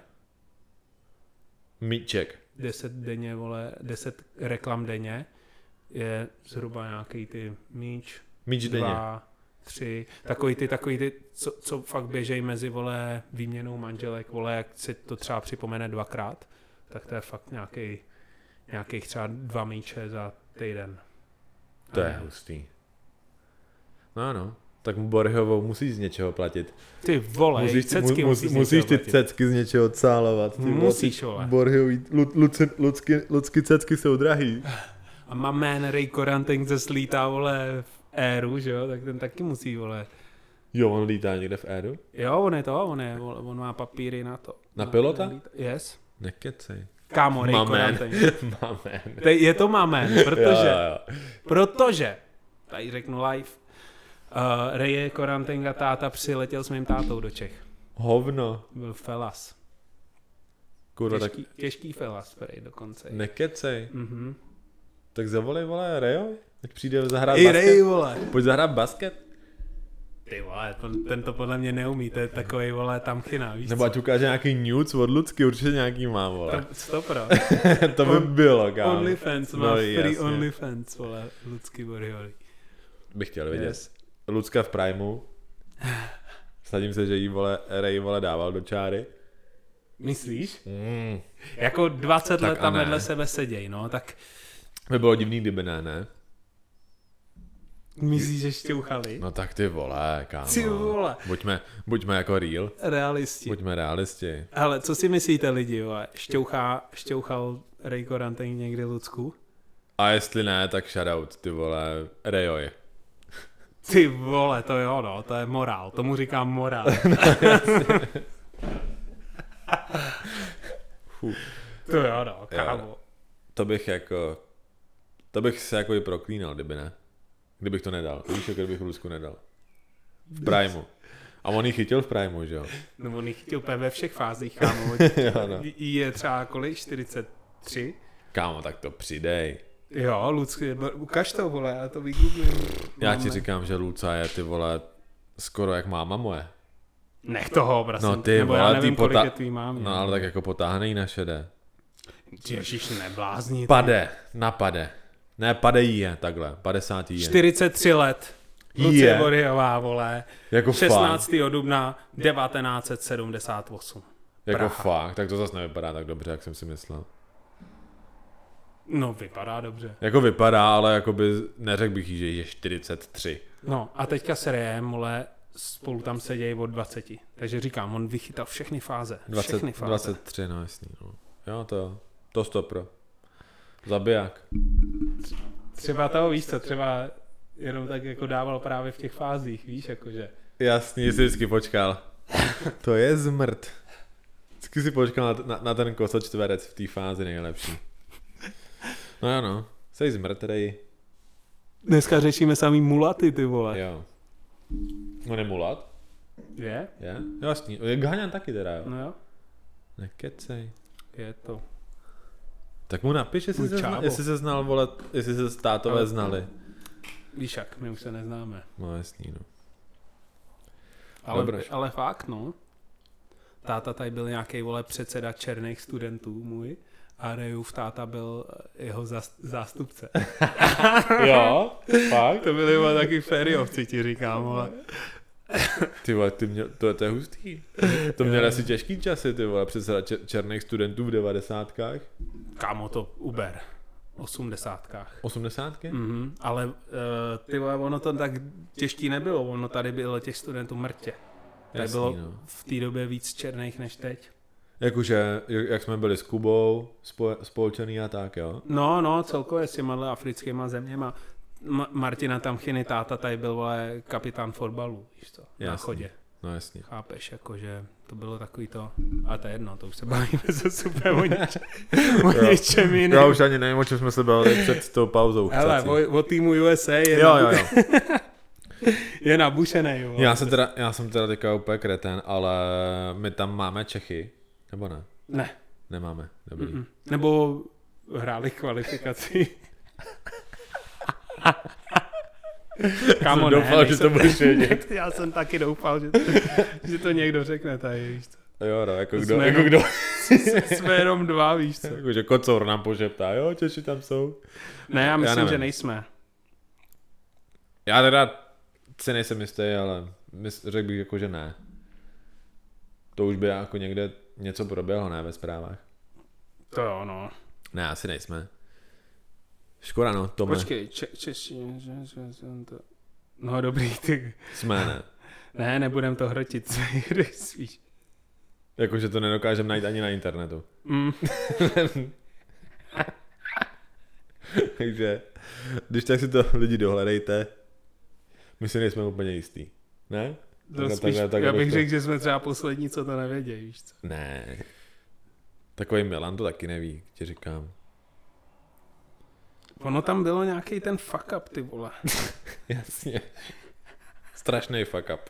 Speaker 1: Míček.
Speaker 2: 10 denně, vole, 10 reklam denně je zhruba nějaký ty míč 2, 3, takový ty, co fakt běžejí mezi, vole, výměnou manželek, vole, jak se to třeba připomene 2krát, tak to je fakt nějakých třeba 2 míče za týden.
Speaker 1: To je hustý. No, tak Borhovou musíš z něčeho platit.
Speaker 2: Ty vole,
Speaker 1: musíš ty cecky z něčeho cálovat.
Speaker 2: Musíš, vole.
Speaker 1: Borhový, Lucky cecky jsou drahý.
Speaker 2: A má man Ray Koranteng se slítá, vole, v éru, že jo, tak ten taky musí, vole.
Speaker 1: Jo, on lítá někde v éru?
Speaker 2: Jo, on má papíry na to.
Speaker 1: Na pilota?
Speaker 2: Yes.
Speaker 1: Nekecej.
Speaker 2: Kámo, Ray Koranteng.
Speaker 1: Mamen.
Speaker 2: Je to mamen, protože, tady řeknu live, Reje Korantenga táta přiletěl s mým tátou do Čech.
Speaker 1: Hovno.
Speaker 2: Byl felas.
Speaker 1: Kurva,
Speaker 2: Těžký felas, prej dokonce.
Speaker 1: Nekecej.
Speaker 2: Mhm.
Speaker 1: Tak zavolej, vole, Rejo, ať přijde zahrát
Speaker 2: basket.
Speaker 1: Rej, vole. Pojď zahrát basket.
Speaker 2: Ty vole, ten to podle mě neumí, to je takovej, vole, tamchina, víš.
Speaker 1: Nebo ať ukáže nějaký nudes od Lucky, určitě nějaký má, vole.
Speaker 2: To 100%.
Speaker 1: To by bylo, kámo.
Speaker 2: OnlyFans, má free OnlyFans, vole, Lucky Warriory.
Speaker 1: Bych chtěl vidět. Lucka v Primu. Sadím se, že jí, vole, Rej, vole, dával do čáry.
Speaker 2: Myslíš? Jako 20 let tam vedle sebe seděj, no, tak...
Speaker 1: By bylo divný, kdyby ne?
Speaker 2: Myslíš, že šťouchali?
Speaker 1: No tak ty vole, kámo.
Speaker 2: Ty vole.
Speaker 1: Buďme jako real.
Speaker 2: Realisti.
Speaker 1: Buďme realisti.
Speaker 2: Ale co si myslíte lidi, vole? Šťouchal Rej Koranteng někdy Lucku?
Speaker 1: A jestli ne, tak shoutout, ty vole, Rejoj.
Speaker 2: Ty vole, to jo, no, to je morál, tomu říkám morál. To jo, no, kámo.
Speaker 1: To bych se jako i proklínal, kdybych to nedal. Víš, jako kdybych Lucku nedal. V Primu. A on ji chytil v Primu, že jo?
Speaker 2: No on ji chytil ve všech fázích, kámo.
Speaker 1: Jo, no.
Speaker 2: Je třeba kolik? 43?
Speaker 1: Kámo, tak to přidej.
Speaker 2: Jo, Lucky, ukaž to, vole, já to vygooglím.
Speaker 1: Já ti říkám, že Luca je, ty vole, skoro jak máma moje.
Speaker 2: Nech toho, prosím.
Speaker 1: No ty
Speaker 2: nebo
Speaker 1: vole,
Speaker 2: já nevím, kolik je tvý mámě.
Speaker 1: No ale tak jako potáhne jí na šedé.
Speaker 2: Ježiš, neblázni.
Speaker 1: Napade. Ne, padej je, takhle, 50 je.
Speaker 2: 43 let. Lucie Warriorová, vole.
Speaker 1: Jako
Speaker 2: 16. dubna 1978.
Speaker 1: Jako
Speaker 2: Praha.
Speaker 1: fakt, tak to zase nevypadá tak dobře, jak jsem si myslel.
Speaker 2: No, vypadá dobře.
Speaker 1: Jako vypadá, ale jakoby neřekl bych jí, že je 43.
Speaker 2: No a teďka s Rejem, vole, spolu tam sedějí od 20. Takže říkám, on vychytal všechny fáze.
Speaker 1: 23, no jasný. No. Jo, to stopro. Zabiják.
Speaker 2: Třeba toho, víš co, třeba jenom tak jako dával právě v těch fázích, víš, jakože.
Speaker 1: Jasný, jsi vždycky počkal. To je zmrt. Vždycky si počkal na ten kosočtverec v té fázi nejlepší. No jo, no. Jsi zmrtrej.
Speaker 2: Dneska řešíme samý mulaty, ty vole.
Speaker 1: Jo. On je mulat?
Speaker 2: Je?
Speaker 1: Je? Jasný. Je Ghaňan taky teda, jo.
Speaker 2: No jo.
Speaker 1: Nekecej.
Speaker 2: Je to.
Speaker 1: Tak mu napiš, jestli se znal, vole, jestli se státové znali.
Speaker 2: Víš jak, my už se neznáme.
Speaker 1: No jasný, no.
Speaker 2: Ale fakt, no. Táta tady byl nějaký, vole, předseda černých studentů můj a Rejův táta byl jeho zástupce.
Speaker 1: Jo? Fakt?
Speaker 2: To byli, vole, taky fériovci, ti říkám, vole.
Speaker 1: Ty vole, to je hustý. To měl asi těžký časy, ty vole, předseda černých studentů v 90kách.
Speaker 2: Kámo, to uber. 80kách.
Speaker 1: 80ky?
Speaker 2: Mhm, ale ty vole, ono to tak těžký nebylo, ono tady bylo těch studentů mrtě. Tady bylo v té době víc černých než teď.
Speaker 1: Jakože, jak jsme byli s Kubou spolčený a tak, jo?
Speaker 2: No, celkově s těma africkýma zeměma. Martina Tamchiny táta tady byl, vole, kapitán fotbalu, víš co, na chodě.
Speaker 1: No jasně.
Speaker 2: Chápeš, jakože to bylo takový to, a to je jedno, to už se bavíme zase úplně o něčem jiném.
Speaker 1: Já už ani nevím, o čem jsme se bavili před tou pauzou.
Speaker 2: Hele, o týmu USA je, je nabušený. Jo.
Speaker 1: Já jsem teda teďka úplně kreten, ale my tam máme Čechy, nebo ne?
Speaker 2: Ne.
Speaker 1: Nemáme, dobrý.
Speaker 2: Nebo hráli kvalifikaci. Kámo,
Speaker 1: doufal, že to budeš vědět.
Speaker 2: Já jsem taky doufal, že to někdo řekne tady, víš co.
Speaker 1: Jo, no, jako kdo?
Speaker 2: Jsme jenom dva, víš co.
Speaker 1: Jakože Kocour nám požeptá, jo, Češi tam jsou.
Speaker 2: Ne, já myslím, že nejsme.
Speaker 1: Já teda si nejsem jistý, ale řekl bych jako, že ne. To už by jako někde něco proběhlo, ne, ve zprávách.
Speaker 2: To jo, no.
Speaker 1: Ne, asi nejsme. Škoda, no, Tome.
Speaker 2: Počkej, no dobrý, ty.
Speaker 1: Jsme, ne.
Speaker 2: Ne, nebudem to hrotit, víš.
Speaker 1: Jakože to nedokážeme najít ani na internetu. Takže, když tak si to lidi dohledejte, my si nejsme úplně jistý. Ne?
Speaker 2: Já bych řekl, že jsme třeba poslední, co to nevědějí, víš co?
Speaker 1: Ne. Takový Milan to taky neví, ti říkám.
Speaker 2: Ono tam bylo nějaký ten fuck up, ty vole.
Speaker 1: Jasně. Strašný fuck up.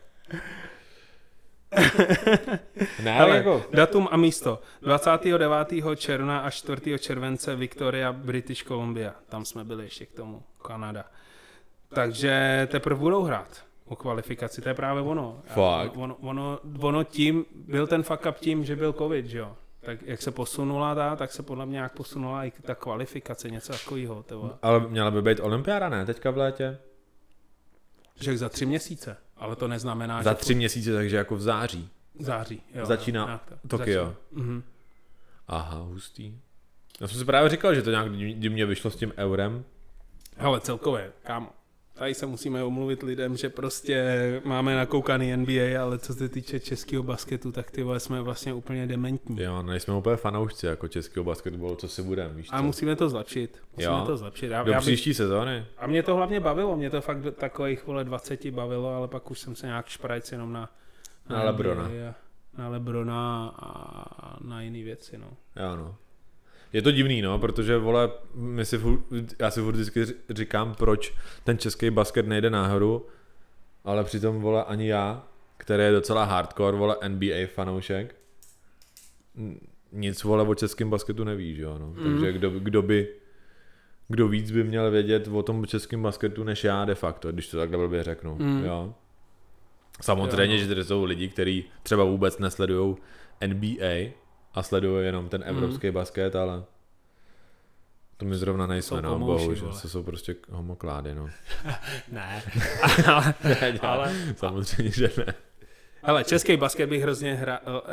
Speaker 2: Ale jako... datum a místo. 29. června až 4. července Victoria, British Columbia. Tam jsme byli ještě k tomu. Kanada. Takže teprve budou hrát o kvalifikaci. To je právě ono.
Speaker 1: Fakt?
Speaker 2: Ono tím, byl ten fuck up tím, že byl covid, že jo? Tak jak se posunula tak se podle mě nějak posunula i ta kvalifikace, něco takového.
Speaker 1: Ale měla by být olympiáda, ne? Teďka v létě?
Speaker 2: Že za 3 měsíce, ale to neznamená,
Speaker 1: za 3 měsíce, takže jako v září.
Speaker 2: Září, jo.
Speaker 1: Začíná Tokio. Aha, hustý. Já jsem si právě říkal, že to nějak divně vyšlo s tím eurem.
Speaker 2: Hele, celkově, kámo. Tady se musíme omluvit lidem, že prostě máme nakoukaný NBA, ale co se týče českého basketu, tak ty vole jsme vlastně úplně dementní.
Speaker 1: Jo, nejsme úplně fanoušci jako českého basketbalu, co si budeme, víš co?
Speaker 2: A musíme to zlepšit.
Speaker 1: Do příští sezóny.
Speaker 2: A mě to hlavně bavilo, mě to fakt do takových 20 bavilo, ale pak už jsem se nějak šprajc jenom na
Speaker 1: Lebrona.
Speaker 2: Na Lebrona a na jiný věci, no.
Speaker 1: Jo, no. Je to divný, no, protože, vole, já si furt vždycky říkám, proč ten český basket nejde nahoru, ale přitom, vole, ani já, který je docela hardcore, vole, NBA fanoušek, nic, vole, o českém basketu neví, že jo, no. Takže kdo víc by měl vědět o tom českém basketu než já de facto, když to takhle blbě řeknu, jo. Samozřejmě, že tady jsou lidi, kteří třeba vůbec nesledujou NBA a sledují jenom ten evropský basket, ale to my zrovna nejsme, no, bohužel, to jsou prostě homoklády, no.
Speaker 2: Ne,
Speaker 1: ale samozřejmě, že ne.
Speaker 2: Hele, český basket bych hrozně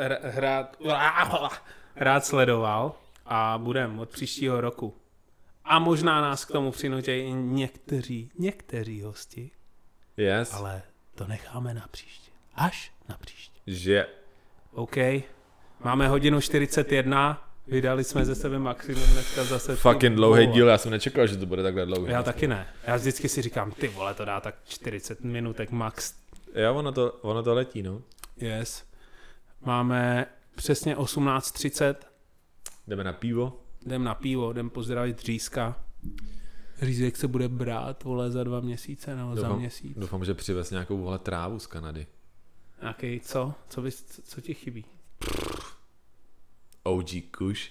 Speaker 2: rád sledoval a budem od příštího roku. A možná nás k tomu přinutí i někteří hosti.
Speaker 1: Yes.
Speaker 2: Ale to necháme na příště. Až na příště.
Speaker 1: Že.
Speaker 2: OK. Máme 1:41. Vydali jsme ze sebe maximum dneska zase.
Speaker 1: Fucking dlouhý díl, já jsem nečekal, že to bude takhle dlouhý.
Speaker 2: Já taky ne. Já vždycky si říkám, ty vole, to dá tak 40 minutek max.
Speaker 1: Jo, ono to letí, no.
Speaker 2: Yes. Máme přesně 18:30.
Speaker 1: Jdeme na pivo.
Speaker 2: Jdem pozdravit Řízka. Řízek se bude brát, vole, za 2 měsíce nebo za měsíc.
Speaker 1: Doufám, že přivez nějakou, vole, trávu z Kanady.
Speaker 2: Nějaký, co? Co ti chybí?
Speaker 1: OG Kush.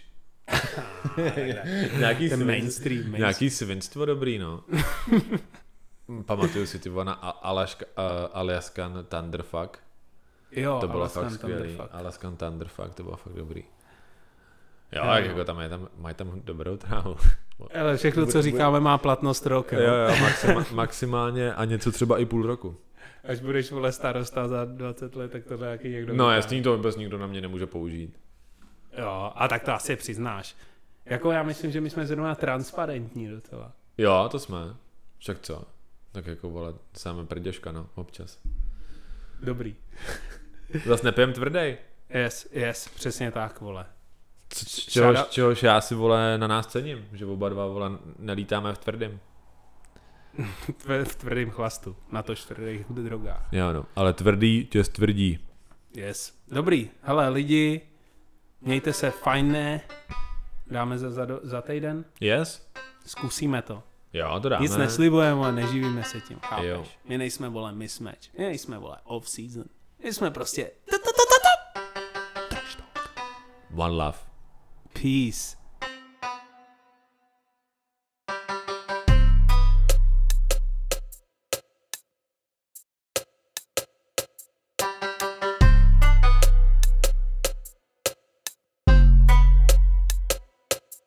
Speaker 1: Nějaký svinstvo dobrý, no. Pamatuju si ty na Alaskan Thunderfuck.
Speaker 2: Jo,
Speaker 1: to bylo fakt skvělý. Alaskan Thunderfuck, to bylo fakt dobrý. Jo, jako mají tam dobrou trávu.
Speaker 2: Ale všechno, co říkáme, má platnost rok.
Speaker 1: Jo, maximálně a něco třeba i půl roku.
Speaker 2: Až budeš, vole, starosta za 20 let, tak to nějaký někdo...
Speaker 1: No jasný, to vůbec nikdo na mě nemůže použít.
Speaker 2: Jo, a tak to asi přiznáš. Jako já myslím, že my jsme zrovna transparentní docela.
Speaker 1: Jo, to jsme. Však co? Tak jako, vole, sáme prděška, no, občas.
Speaker 2: Dobrý.
Speaker 1: Zas nepijem tvrdej.
Speaker 2: Yes, přesně tak, vole.
Speaker 1: Čehož já si, vole, na nás cením, že oba dva, vole, nelítáme v tvrdém.
Speaker 2: V tvrdém chlastu, na to tvrdých drogách.
Speaker 1: Jo, no, ale tvrdý tě stvrdí.
Speaker 2: Yes. Dobrý, hele, lidi, mějte se fajné, dáme za týden?
Speaker 1: Yes.
Speaker 2: Zkusíme to.
Speaker 1: Jo, to dáme.
Speaker 2: Nic neslibujeme, ale neživíme se tím, chápeš?
Speaker 1: Jo.
Speaker 2: My nejsme, vole, mismatch, my nejsme, vole, off-season, my jsme prostě...
Speaker 1: One love.
Speaker 2: Peace.